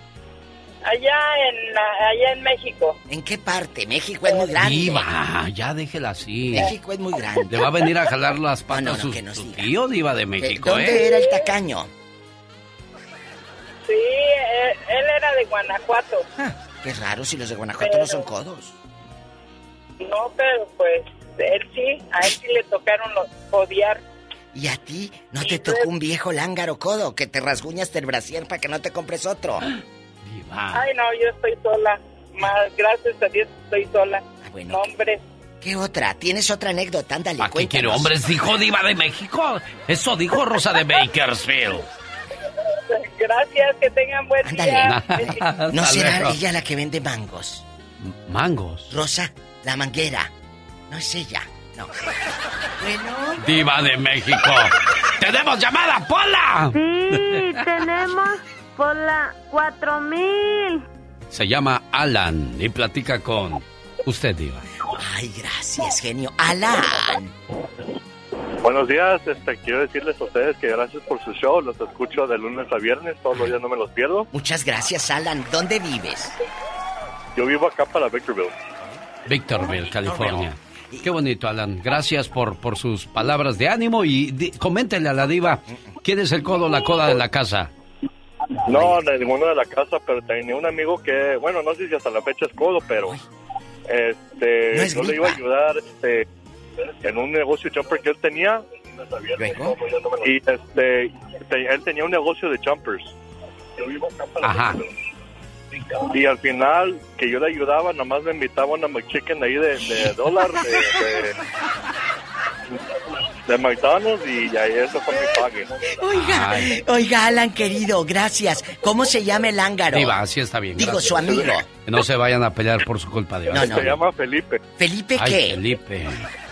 Allá en, la, allá en México. ¿En qué parte? México es muy grande. Diva, ya déjela así. México es muy grande. Le va a venir a jalar las patas no, no, su, no, que nos su diga. tío, diva de México, ¿Dónde ¿eh? era el tacaño? Sí, él, él era de Guanajuato. Ah, qué raro si los de Guanajuato pero, no son codos. No, pero pues él sí, a él sí le tocaron los odiar. ¿Y a ti no te tocó pues, un viejo lángaro codo que te rasguñas el brasier para que no te compres otro? Diva. Ay, no, yo estoy sola. Más gracias a Dios estoy sola. Ah, bueno. Hombres. ¿Qué otra? ¿Tienes otra anécdota? Ándale, ¿a qué quiere hombres? Dijo diva de México. Eso dijo Rosa de Bakersfield. Gracias, que tengan buen Ándale. día. ¿No será ella la que vende mangos? ¿Mangos? Rosa, la manguera. No es ella, no. Bueno. Diva de México. ¡Tenemos llamada, Pola! Sí, tenemos por la cuatro mil. Se llama Alan y platica con usted, diva. Ay, gracias, genio. Alan. Buenos días, este, quiero decirles a ustedes que gracias por su show, los escucho de lunes a viernes, todos los días no me los pierdo. Muchas gracias, Alan. ¿Dónde vives? Yo vivo acá para Victorville. Victorville, California. Qué bonito, Alan. Gracias por, por sus palabras de ánimo y di, coméntele a la diva, ¿quién es el codo o la coda de la casa? No, de ninguno de la casa, pero tenía un amigo que, bueno, no sé si hasta la fecha es codo, pero este, no es yo gripa. le iba a ayudar, este... en un negocio jumper que él tenía. ¿Luego? Y este te, él tenía un negocio de jumpers. Ajá. Y al final que yo le ayudaba, nomás me invitaba una McChicken ahí de, de dólar de, de, de McDonald's y ahí eso fue mi pague. Oiga, Ay. oiga Alan querido, gracias. ¿Cómo se llama el lángaro? Diva, así está bien. Digo, gracias. su amigo. Que no se vayan a pelear por su culpa, Diva. No, no, se no. llama Felipe. ¿Felipe Ay, qué? Felipe.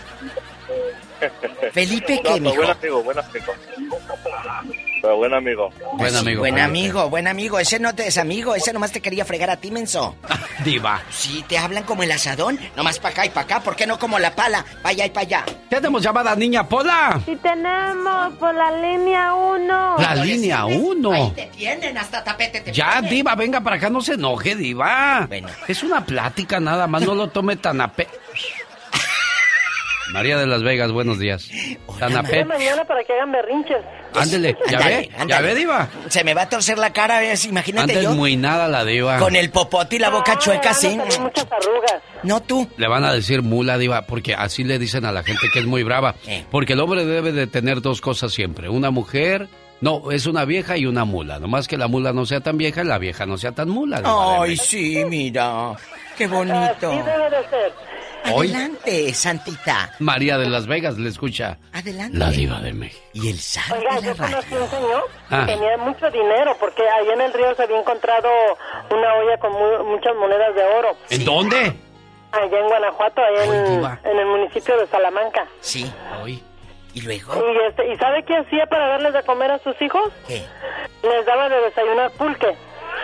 ¿Felipe qué, no, mijo? Buen amigo, buen amigo. Pero buen amigo. Buen amigo. Buen Felipe. amigo, buen amigo. Ese no te es amigo, ese nomás te quería fregar a ti, menso. Diva. Sí, te hablan como el asadón, nomás para acá y para acá. ¿Por qué no como la pala? Pa' allá y para allá. ¿Tenemos llamada, niña Pola? Sí, tenemos por la línea uno. La línea uno. Ahí te tienen, hasta tapete te Ya, ponen. Diva, venga para acá, no se enoje, Diva. Bueno. Es una plática nada más, no lo tome tan a pe... María de Las Vegas, buenos días. Tan a pe... mañana para que hagan berrinches. Ándele, ¿ya Ándale, ve? ándale. ¿Ya ve, Diva? Se me va a torcer la cara, ¿ves? Imagínate Antes yo. muy nada la Diva. Con el popote y la boca Ay, chueca van a así. salir muchas arrugas. No tú. Le van a decir mula, Diva, porque así le dicen a la gente que es muy brava. Eh. Porque el hombre debe de tener dos cosas siempre. Una mujer No, es una vieja y una mula. Nomás que la mula no sea tan vieja y la vieja no sea tan mula. Ay, sí, mira. Qué bonito. Así debe de ser. Hoy, adelante, Santita. María de Las Vegas le escucha. Adelante. La diva de México. Y el santo Oiga, de la yo conocí radio. un señor Ah. que tenía mucho dinero porque ahí en el río se había encontrado una olla con mu- muchas monedas de oro. ¿En dónde? Allá en Guanajuato, allá en, en el municipio de Salamanca. Sí. Hoy. ¿Y luego? Y, este, ¿Y sabe qué hacía para darles de comer a sus hijos? ¿Qué? Les daba de desayunar pulque.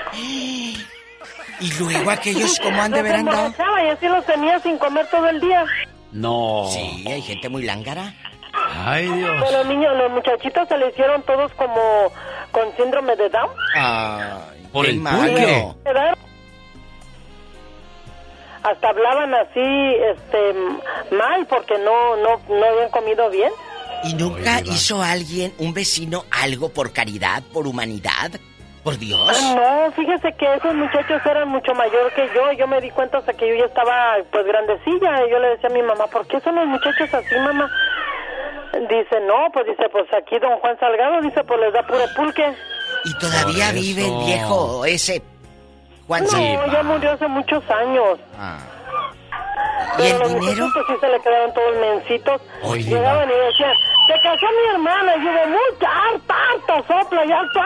Y luego aquellos, ¿cómo han de ver andado? Los emborrachaba y así los tenía sin comer todo el día. No. Sí, hay gente muy lángara. Ay, Dios. Pero los niños, los muchachitos se le hicieron todos como con síndrome de Down. Ay, por qué el malo. pulque. Hasta hablaban así, este, mal porque no, no, no habían comido bien. ¿Y nunca hizo alguien, un vecino, algo por caridad, por humanidad? ¿Por Dios? No, fíjese que esos muchachos eran mucho mayor que yo. Yo me di cuenta hasta que yo ya estaba, pues, grandecilla. Y yo le decía a mi mamá, ¿por qué son los muchachos así, mamá? Dice, no, pues, dice, pues, aquí don Juan Salgado, dice, pues, les da puro pulque. ¿Y todavía Por vive eso. el viejo ese Juan No, Salgado? ya murió hace muchos años. Ah. ¿Y Pero el los dinero? muchachitos sí se le quedaron todos mencitos. Oye, Llegaban y decían, se casó mi hermana. Y yo digo, muy harto, harto, sopla y harto,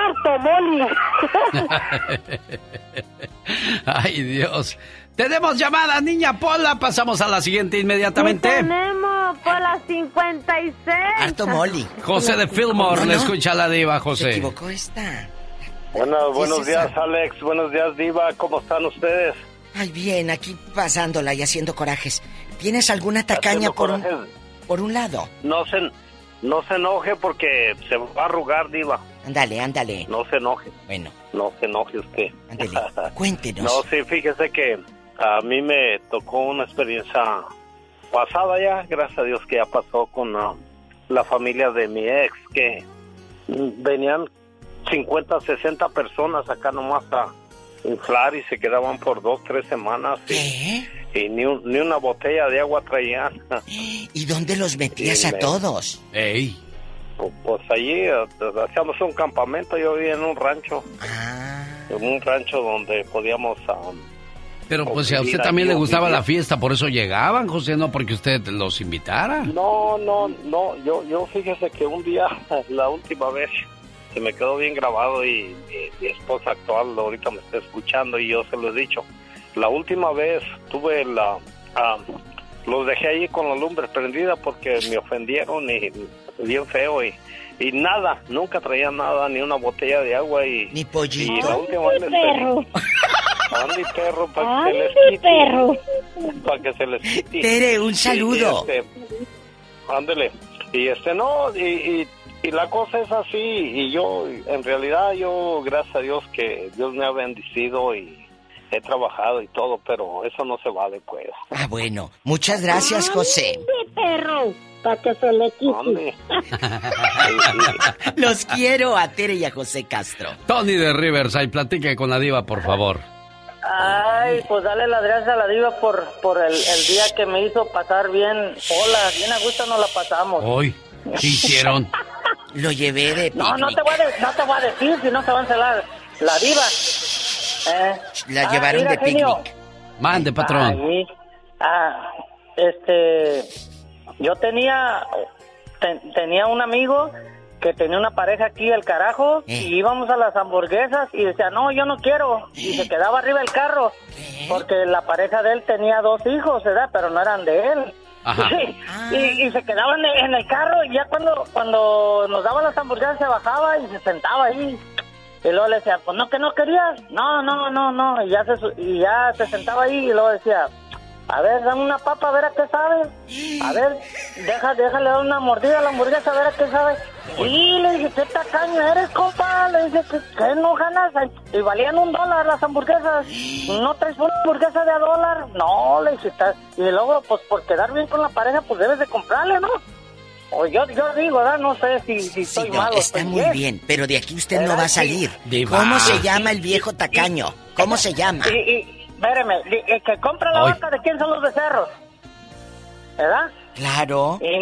harto, Molly. Ay, Dios. Tenemos llamada, niña Pola. Pasamos a la siguiente inmediatamente. Tenemos por las cincuenta y seis. Harto Molly. José de Fillmore, No, le no. escucha la diva, Se José. equivocó esta. Bueno, buenos es esa? días, Alex. Buenos días, Diva. ¿Cómo están ustedes? Ay, bien, aquí pasándola y haciendo corajes. ¿Tienes alguna tacaña Haciendo por un, corajes. por un lado? No se, no se enoje porque se va a arrugar, Diva. Ándale, ándale. No se enoje. Bueno, No se enoje usted. ándale. Cuéntenos. No, sí, fíjese que a mí me tocó una experiencia pasada ya, gracias a Dios que ya pasó con uh, la familia de mi ex, que mm, venían cincuenta, sesenta personas acá nomás a inflar y se quedaban por dos, tres semanas. Y, y ni, un- ni una botella de agua traían. ¿Y dónde los metías Sí, a me- todos? Ey. Pues, pues allí eh, hacíamos un campamento, yo vivía en un rancho. Ah. En un rancho donde podíamos... um, Pero pues si a usted convivir también allí, le gustaba vivir. la fiesta, por eso llegaban, José, no porque usted los invitara. No, no, no, yo, yo fíjese que un día, la última vez, se me quedó bien grabado y mi, mi esposa actual ahorita me está escuchando y yo se lo he dicho. La última vez tuve la... ah, los dejé ahí con la lumbre prendida porque me ofendieron y bien feo y, y nada, nunca traía nada, ni una botella de agua y... Ni pollito. Y la última vez les pedí... Andy, perro, para que se les Ay, quite. perro. Para que se les quite. Tere, un Y, saludo. este, ándele. Y este, no, y, y, y la cosa es así. Y yo, en realidad, yo, gracias a Dios, que Dios me ha bendecido y he trabajado y todo, pero eso no se va después. Ah, bueno. Muchas gracias, José. Sí, perro. Para que se le quite. Ande. Los quiero a Tere y a José Castro. Tony de Riverside, platique con la diva, por favor. Ay, pues dale las gracias a la diva por, por el, el día que me hizo pasar bien sola. Bien a gusto nos la pasamos. Hoy, ¿qué hicieron? Lo llevé de No, no picnic. te voy a, de- no te voy a decir, si no se va a encelar la diva. Eh, La ah, llevaron mira, de genio. picnic. Mande, patrón. Ay, ah, este, yo tenía, te- tenía un amigo que tenía una pareja aquí al carajo y íbamos a las hamburguesas y decía, no, yo no quiero, y se quedaba arriba del carro porque la pareja de él tenía dos hijos, ¿verdad? Pero no eran de él. Ajá. Sí, y, y se quedaba en el, en el carro y ya cuando, cuando nos daban las hamburguesas se bajaba y se sentaba ahí. Y luego le decía, pues no, que no querías. No, no, no, no. Y ya se, su- y ya se sentaba ahí y luego decía, a ver, dame una papa a ver a qué sabe. A ver, deja, déjale dar una mordida a la hamburguesa a ver a qué sabe. Y le dije, ¿qué tacaño eres, compa? Le dije, ¿qué, qué no ganas? Y valían un dólar las hamburguesas. ¿No traes una hamburguesa de a dólar? No, le dije, "está-". Y luego, pues por quedar bien con la pareja, pues debes de comprarle, ¿no? O yo, yo digo, ¿verdad? No sé si, si Sí, estoy no, malo. está estoy muy bien. bien, pero de aquí usted no ¿Verdad? va a salir. Diva. ¿Cómo se llama el viejo tacaño? ¿Cómo se llama? Y, y, espéreme, di- el que compra la Ay. vaca, ¿de quién son los becerros? ¿Verdad? Claro. Y,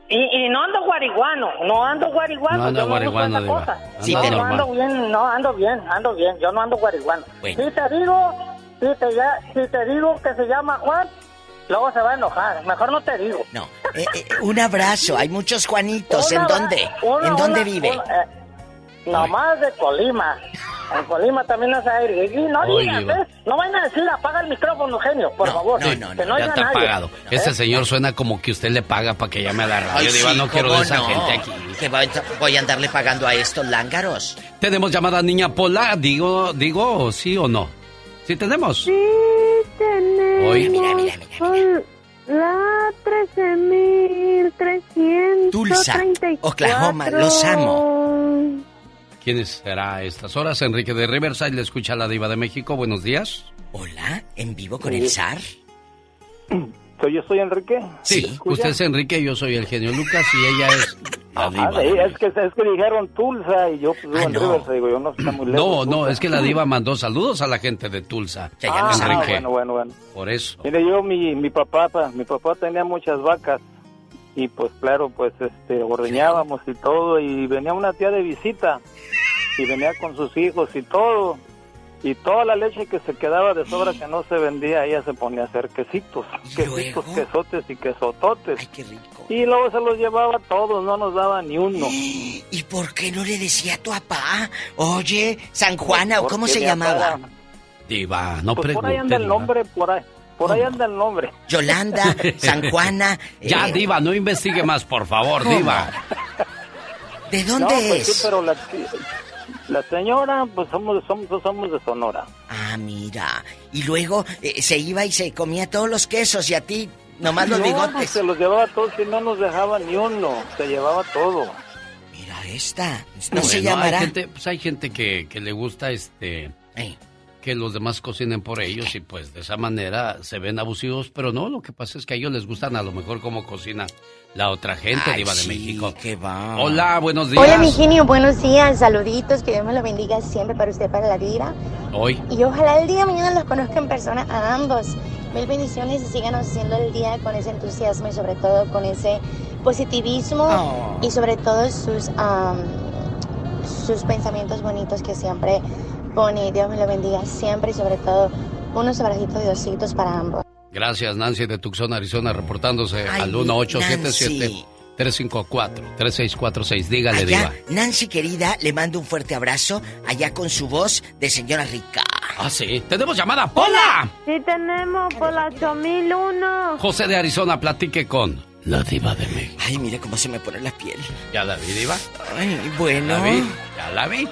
Y, y no ando guariguano, no ando guariguano. No anda yo no guariguano, uso esa Diva. cosa. Anda Sí, no, normal. ando bien, no, ando bien, ando bien, yo no ando guariguano. Bueno. Si te digo, si te, ya, si te digo que se llama Juan, luego se va a enojar, mejor no te digo. No, eh, eh, un abrazo, hay muchos Juanitos, ¿en Una- dónde? una- ¿En dónde una- vive? una, eh, nomás de Colima. En Colima también hace aire. Y no Oye, digas, Diva. ¿ves? No vayan a decir, apaga el micrófono, genio, por favor. Sí, que no ya oiga está nadie. apagado. ¿Eh? Ese señor suena como que usted le paga para que llame a la radio. Ay, Diva, sí, no quiero ¿cómo de esa no? gente aquí. Que voy a- voy a andarle pagando a estos lángaros. ¿Tenemos llamada niña Pola? Digo, digo, ¿sí o no? ¿Sí tenemos? Sí, tenemos. Oye. Mira, mira, mira, Con la trece mil trescientos treinta y cuatro. Tulsa, Oklahoma, los amo. ¿Quién será a estas horas? Enrique de Riverside, le escucha a la Diva de México. Buenos días. Hola, ¿en vivo con el zar? ¿Soy yo soy Enrique? Sí, usted es Enrique, yo soy el genio Lucas y ella es la Diva. Ah, sí, es que, es que dijeron Tulsa y yo pues, vivo en Riverside, digo, yo no está muy lejos. No, no, Tulsa. es que la Diva mandó saludos a la gente de Tulsa. Ah, Enrique. bueno, bueno, bueno. Por eso. Mire, yo, mi, mi papá, pa- mi papá tenía muchas vacas y pues claro, pues este, ordeñábamos y todo y venía una tía de visita y venía con sus hijos y todo y toda la leche que se quedaba de sobra que no se vendía, ella se ponía a hacer quesitos, quesitos, quesotes y quesototes. Ay, qué rico. Y luego se los llevaba todos, no nos daba ni uno. ¿Y por qué no le decía a tu papá? Oye, San Juana, ¿o cómo Porque se mi llamaba? papá- Diva, no Pues por pregunte. ahí anda el Diva. nombre, por ahí, por ahí anda el nombre. Yolanda, San Juana. Ya, eh, Diva, no investigue más, por favor, ¿Cómo? Diva. ¿De dónde No, pues es? sí, pero la, la señora, pues somos, somos, somos de Sonora. Ah, mira. Y luego eh, se iba y se comía todos los quesos y a ti nomás los No, bigotes. pues se los llevaba todos y no nos dejaba ni uno, se llevaba todo. Mira esta. No se Bueno, llamará. Hay gente, pues hay gente que, que le gusta este que los demás cocinen por ellos y pues de esa manera se ven abusivos, pero no, lo que pasa es que a ellos les gustan a lo mejor cómo cocina la otra gente, Ay, Diva de sí, México. qué va. Hola, buenos días. Hola, mi genio, buenos días, saluditos, que Dios me lo bendiga siempre para usted, para la vida. Hoy. Y ojalá el día de mañana los conozca en persona a ambos. Mil bendiciones y sigan haciendo el día con ese entusiasmo y sobre todo con ese positivismo Oh. y sobre todo sus, am, sus pensamientos bonitos que siempre pone. Dios me lo bendiga siempre y sobre todo unos abracitos de ositos para ambos. Gracias, Nancy de Tucson, Arizona, reportándose Ay, al uno ocho siete siete, Nancy. tres cinco cuatro, tres seis cuatro seis. Dígale, Allá, Diva. Nancy querida, le mando un fuerte abrazo allá con su voz de señora rica. Ah, sí. ¡Tenemos llamada! ¡Pola! Sí tenemos por la ocho mil uno. José de Arizona, platique con la Diva de México. Ay, mire cómo se me pone la piel. ¿Ya la vi, Diva? Ay, bueno. ¿La vi? ¿Ya la vi?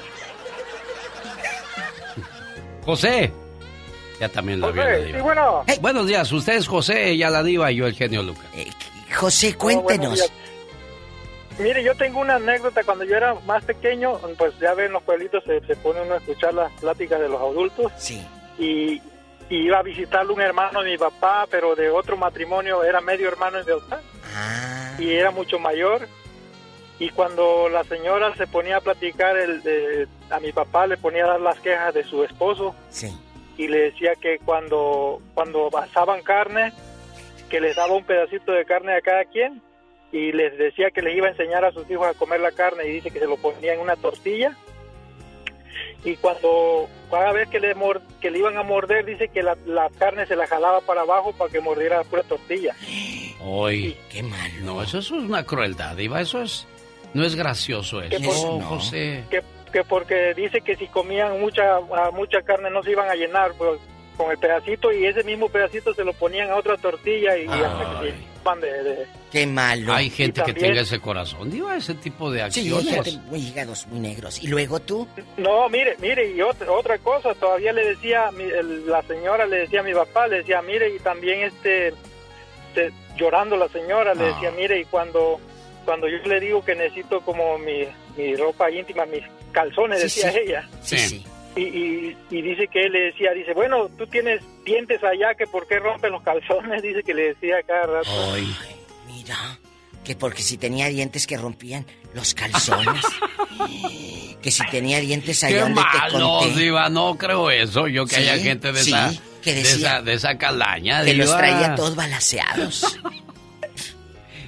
José. Ya también la vi a la José, Diva. sí, bueno. Buenos días, usted es José, ella la Diva y yo el genio Lucas. Eh, José, Oh, buenos cuéntenos. días. Mire, yo tengo una anécdota. Cuando yo era más pequeño, pues ya ven, los pueblitos se, se pone uno a escuchar las pláticas de los adultos. Sí. Y, y iba a visitarle un hermano de mi papá, pero de otro matrimonio, era medio hermano de mi papá. Ah. Y era mucho mayor. Y cuando la señora se ponía a platicar, el, de- a mi papá le ponía a dar las quejas de su esposo. Sí. Y le decía que cuando, cuando asaban carne, que les daba un pedacito de carne a cada quien. Y les decía que les iba a enseñar a sus hijos a comer la carne y dice que se lo ponía en una tortilla. Y cuando cada vez que le, mor- que le iban a morder, dice que la, la carne se la jalaba para abajo para que mordiera la pura tortilla. Hoy. Qué malo. No, eso, eso es una crueldad, Diva. Eso es. No es gracioso eso. Que por- Oh, no. José. Que, que porque dice que si comían mucha a mucha carne no se iban a llenar pues, con el pedacito, y ese mismo pedacito se lo ponían a otra tortilla y, y hasta que se iban de, de- Qué malo. Hay gente Y que también- tenga ese corazón, Diva, ese tipo de Sí, acciones. gente muy hígados muy negros. ¿Y luego tú? No, mire, mire, y otra, otra cosa, todavía le decía, mi- el- la señora le decía a mi papá, le decía, mire, y también este, te- llorando la señora, le decía, mire, y cuando cuando yo le digo que necesito como mi, mi ropa íntima, mis calzones, Sí, decía sí. ella. Sí, sí. Y, y, y dice que él le decía, dice, bueno, tú tienes dientes allá, que por qué rompen los calzones, dice que le decía cada rato. Ay, mira, que porque si tenía dientes que rompían los calzones. Que si tenía dientes allá Qué donde te malo, conté. Diva, no creo eso. Yo que Sí, haya gente de, sí, esa, que de decía esa de esa calaña, Que los Diva. traía todos balaceados.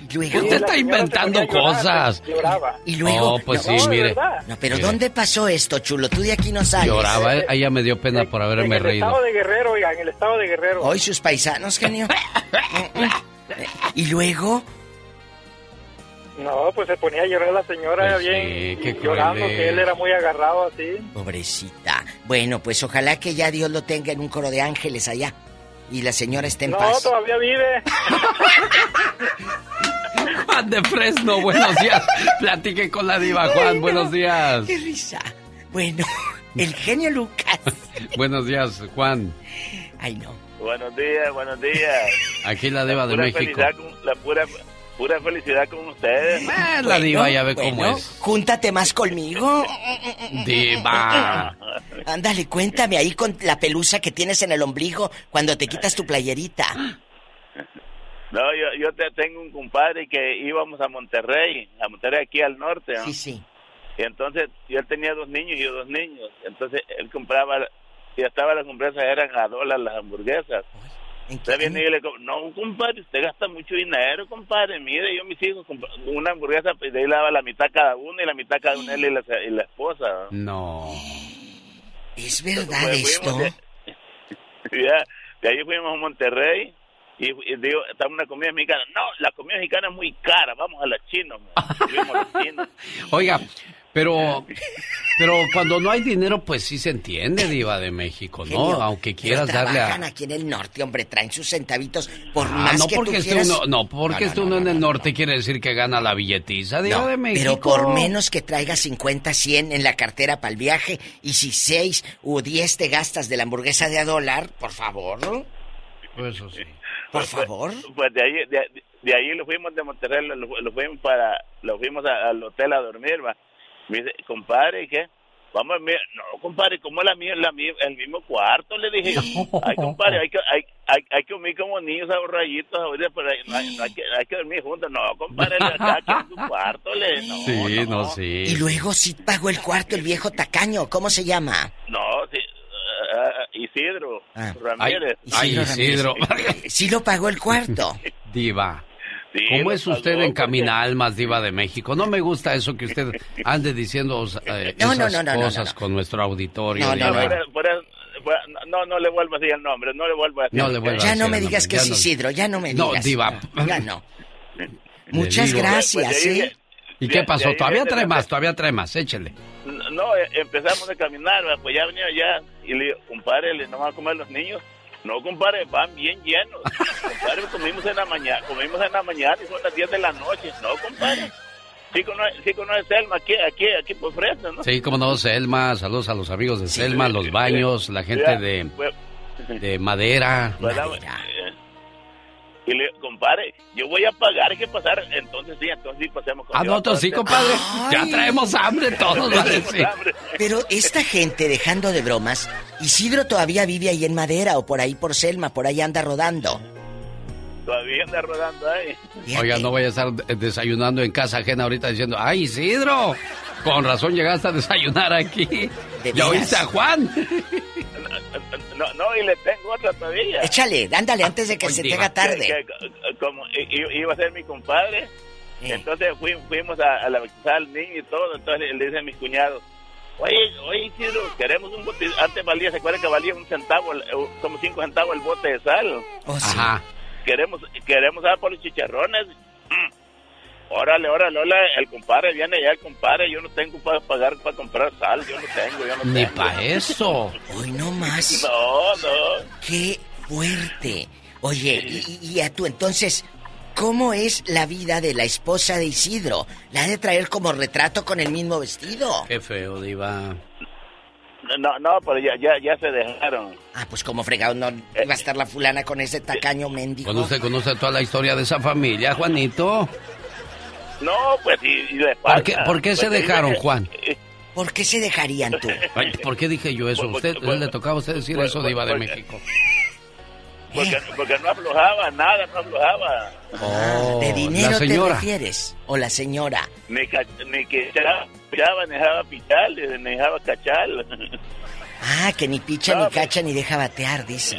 Luego, usted está inventando cosas. Lloraba. Y luego... Oh, pues no, sí, mire. No, pero Mire. ¿dónde pasó esto, chulo? Tú de aquí no sales. Lloraba, ¿eh? Ella me dio pena por haberme En el reído. estado de Guerrero, oiga, en el estado de Guerrero. Hoy sus paisanos, genio. Y luego... No, pues se ponía a llorar la señora Pues bien, sí, qué y llorando, cruel que él es. era muy agarrado así. Pobrecita. Bueno, pues ojalá que ya Dios lo tenga en un coro de ángeles allá. Y la señora esté en No, paz. todavía vive. Juan de Fresno, buenos días. Platique con la diva, Juan, Ay, no. buenos días. ¡Qué risa! Bueno, el genio Lucas. Buenos días, Juan. Ay, no. Buenos días, buenos días. Aquí la diva de Pura México. felicidad con- la pura, pura felicidad con ustedes. Eh, la diva ya ve cómo bueno, es. Júntate más conmigo. Diva. Ándale, cuéntame ahí con la pelusa que tienes en el ombligo cuando te quitas tu playerita. No, yo, yo te, tengo un compadre que íbamos a Monterrey, a Monterrey aquí al norte, ¿no? Sí, sí. Y entonces, yo tenía dos niños y yo dos niños. Entonces, él compraba, y estaba las hamburguesas, eran a dólar las hamburguesas. Usted viene y le digo, no, compadre, usted gasta mucho dinero, compadre. Mire, yo mis hijos, comp- una hamburguesa, pues, de ahí le daba la mitad cada uno y la mitad cada uno él y la, y la esposa. ¿no? No. ¿Es verdad Pues, esto? fuimos de, ya, de ahí fuimos a Monterrey y, y digo, estaba una comida mexicana. No, la comida mexicana es muy cara, vamos a la china. Fuimos a la china. Oiga, pero pero cuando no hay dinero, pues sí se entiende, diva de México, ¿no? Genio, Aunque pero quieras darle trabajan a... aquí en el norte, hombre, traen sus centavitos por Ah, más no que porque tú esté quieras. uno, no porque No, no, esté no, uno no, en el no, norte quiere decir que gana la billetiza, diva No, de México. pero por menos que traigas cincuenta, cien en la cartera para el viaje y si seis o diez te gastas de la hamburguesa de a dólar, por favor. Pues eso sí. Por Pues, favor. Pues, pues de ahí de, de ahí lo fuimos de Monterrey, lo, lo fuimos para, lo fuimos a- al hotel a dormir, va. Me dice, compadre, ¿y qué? Vamos a dormir. No, compadre, ¿cómo la mía, la mía, el mismo cuarto? Le dije yo. Ay, compadre, hay que, hay, hay, hay que dormir como niños ahorraditos ahorita, pero hay, no hay, no hay que, hay que dormir juntos. No, compadre, acá, aquí en tu cuarto, le no, Sí, no, no. sí. Y luego sí pagó el cuarto el viejo tacaño, ¿cómo se llama? No, sí, uh, Isidro Ah. Ramírez. Ay, Isidro. Sí lo pagó el cuarto. Diva. Sí, ¿Cómo lo es usted pagó, en Camina Almas, diva de México? No me gusta eso que usted ande diciendo eh, No, no, esas no, no, no, cosas no, no. con nuestro auditorio. No, no, diva. No, por eso- por eso- por- no, no le vuelvo a decir el nombre, no le vuelvo a decir. No le vuelva a Ya decir no me el digas nombre, que ya es no. Isidro, ya no me No, digas. diva. Ya no. Muchas digo. gracias, Pues de ahí- ¿eh? ¿Y de- qué de pasó? ahí Todavía viene trae la- más, todavía trae más, échele. No, eh, empezamos a caminar, ¿verdad? Pues ya venía ya, y le digo, compadre, ¿le no van a comer los niños? No, compadre, van bien llenos. Compadre, comimos en la mañana, comimos en la mañana y son las diez de la noche. No, compadre. Sí conoce, sí conoce Selma, aquí, aquí, aquí por Fresno, ¿no? Sí, como no, Selma, saludos a los amigos de Selma, los baños, la gente Ya, de, pues, de Madera. ¿verdad? Eh, Y le digo, compadre, yo voy a pagar, hay que pasar. Entonces sí, entonces sí pasemos con Ah, nosotros sí, compadre. Ya traemos hambre todos, va a decir. Pero esta gente, dejando de bromas, Isidro todavía vive ahí en Madera o por ahí por Selma, por ahí anda rodando. Todavía anda rodando ahí. Oiga, no voy a estar desayunando en casa ajena ahorita diciendo, ¡ay, Isidro! Con razón llegaste a desayunar aquí. ¿De ¿Ya veras? oíste a Juan? No, no, y le tengo otra todavía. Échale, ándale, antes de que Oye, se te diva, haga tarde. que- que- como i- i- iba a ser mi compadre, entonces fui- fuimos a, a la bautizar al niño y todo, entonces le dicen mis cuñados, oye, oye Isidro, queremos un bote, antes valía, ¿se acuerdan que valía un centavo, el- eh, como cinco centavos el bote de sal? Oh, sí. Ajá. Queremos, queremos dar por los chicharrones. Mm. Órale, órale, órale, el compadre viene ya, el compadre, yo no tengo para pagar para comprar sal, yo no tengo, yo no Ni tengo. para eso. Hoy no más. No, no. ¡Qué fuerte! Oye, y, y a tú entonces, ¿cómo es la vida de la esposa de Isidro? ¿La ha de traer como retrato con el mismo vestido? Qué feo, diva. No, no, pero ya, ya, ya se dejaron. Ah, pues como fregado no iba a estar la fulana con ese tacaño mendigo. Cuando usted conoce toda la historia de esa familia, Juanito. No, pues y, y de ¿Por qué, falta. por qué se Pues, dejaron, eh, Juan? ¿Por qué se dejarían tú? Ay, ¿por qué dije yo eso? ¿Usted le tocaba a usted decir pues, eso, diva de pues, México? Porque, porque no aflojaba, nada, no aflojaba. Oh, ¿De dinero la te señora. refieres? ¿O la señora? Ni, ca- ni que echaba, ni dejaba pichar, ni dejaba cachar. Ah, que ni picha, No, ni cacha, ni deja batear, dice.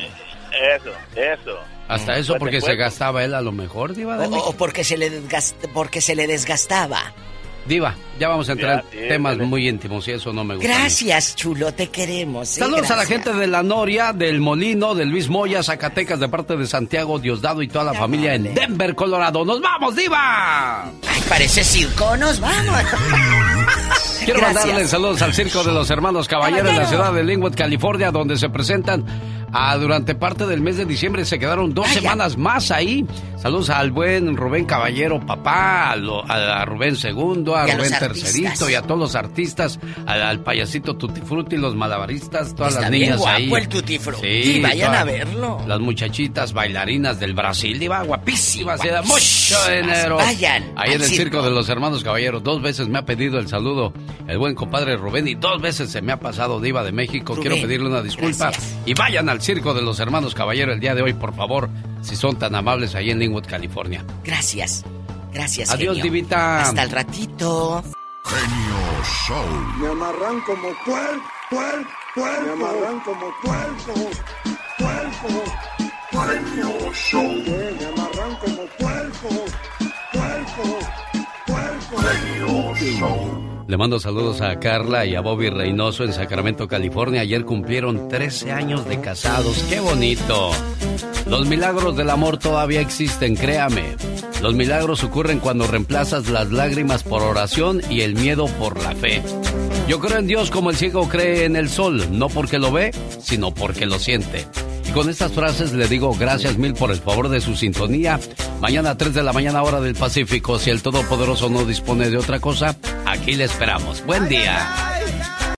Eso, eso. Hasta eso Pues porque te se cuento. gastaba él a lo mejor, Diva de O, México. o porque se le desgast- porque se le desgastaba. Diva, ya vamos a entrar Ya, en sí, temas dale. muy íntimos y eso no me gusta. Gracias, chulo, te queremos. ¿eh? Saludos a la Gracias. gente de La Noria, del Molino, de Luis Moya, Zacatecas, de parte de Santiago Diosdado y toda la familia en Denver, Colorado. ¡Nos vamos, Diva! Ay, parece circo, nos vamos. Quiero Gracias. mandarle saludos al Circo de los Hermanos Caballero en la ciudad de Linwood, California, donde se presentan ah, durante parte del mes de diciembre. Se quedaron dos Vaya. semanas más ahí. Saludos al buen Rubén Caballero, papá, a, lo- a Rubén Segundo, a Y a Rubén los Tercerito artistas. y a todos los artistas, al, al payasito Tutti Frutti, los malabaristas, todas Está las bien niñas guapo ahí. el Tutti Frutti, Sí, vayan todas a verlo. Las muchachitas bailarinas del Brasil, iba guapísimas, y da mucho Guapísimas. dinero. Vayan Ahí al en el circo. Circo de los Hermanos Caballero, dos veces me ha pedido el saludo el buen compadre Rubén y dos veces se me ha pasado Diva de México. Rubén, Quiero pedirle una disculpa. gracias. Y vayan al Circo de los Hermanos Caballero el día de hoy, por favor, si son tan amables, ahí en Linwood, California. Gracias. Gracias, Adiós, genio. Divita. Hasta el ratito. Genio Show. Me amarran como puerco, puerco, puerco. Me amarran como puerco, puerco, puerco. Show. Me amarran como puerco, puerco, puerco. Show. Le mando saludos a Carla y a Bobby Reynoso en Sacramento, California. Ayer cumplieron trece años de casados. ¡Qué bonito! Los milagros del amor todavía existen, créame. Los milagros ocurren cuando reemplazas las lágrimas por oración y el miedo por la fe. Yo creo en Dios como el ciego cree en el sol, no porque lo ve, sino porque lo siente. Y con estas frases le digo gracias mil por el favor de su sintonía. Mañana a tres de la mañana hora del Pacífico, si el Todopoderoso no dispone de otra cosa, aquí le esperamos. Buen día.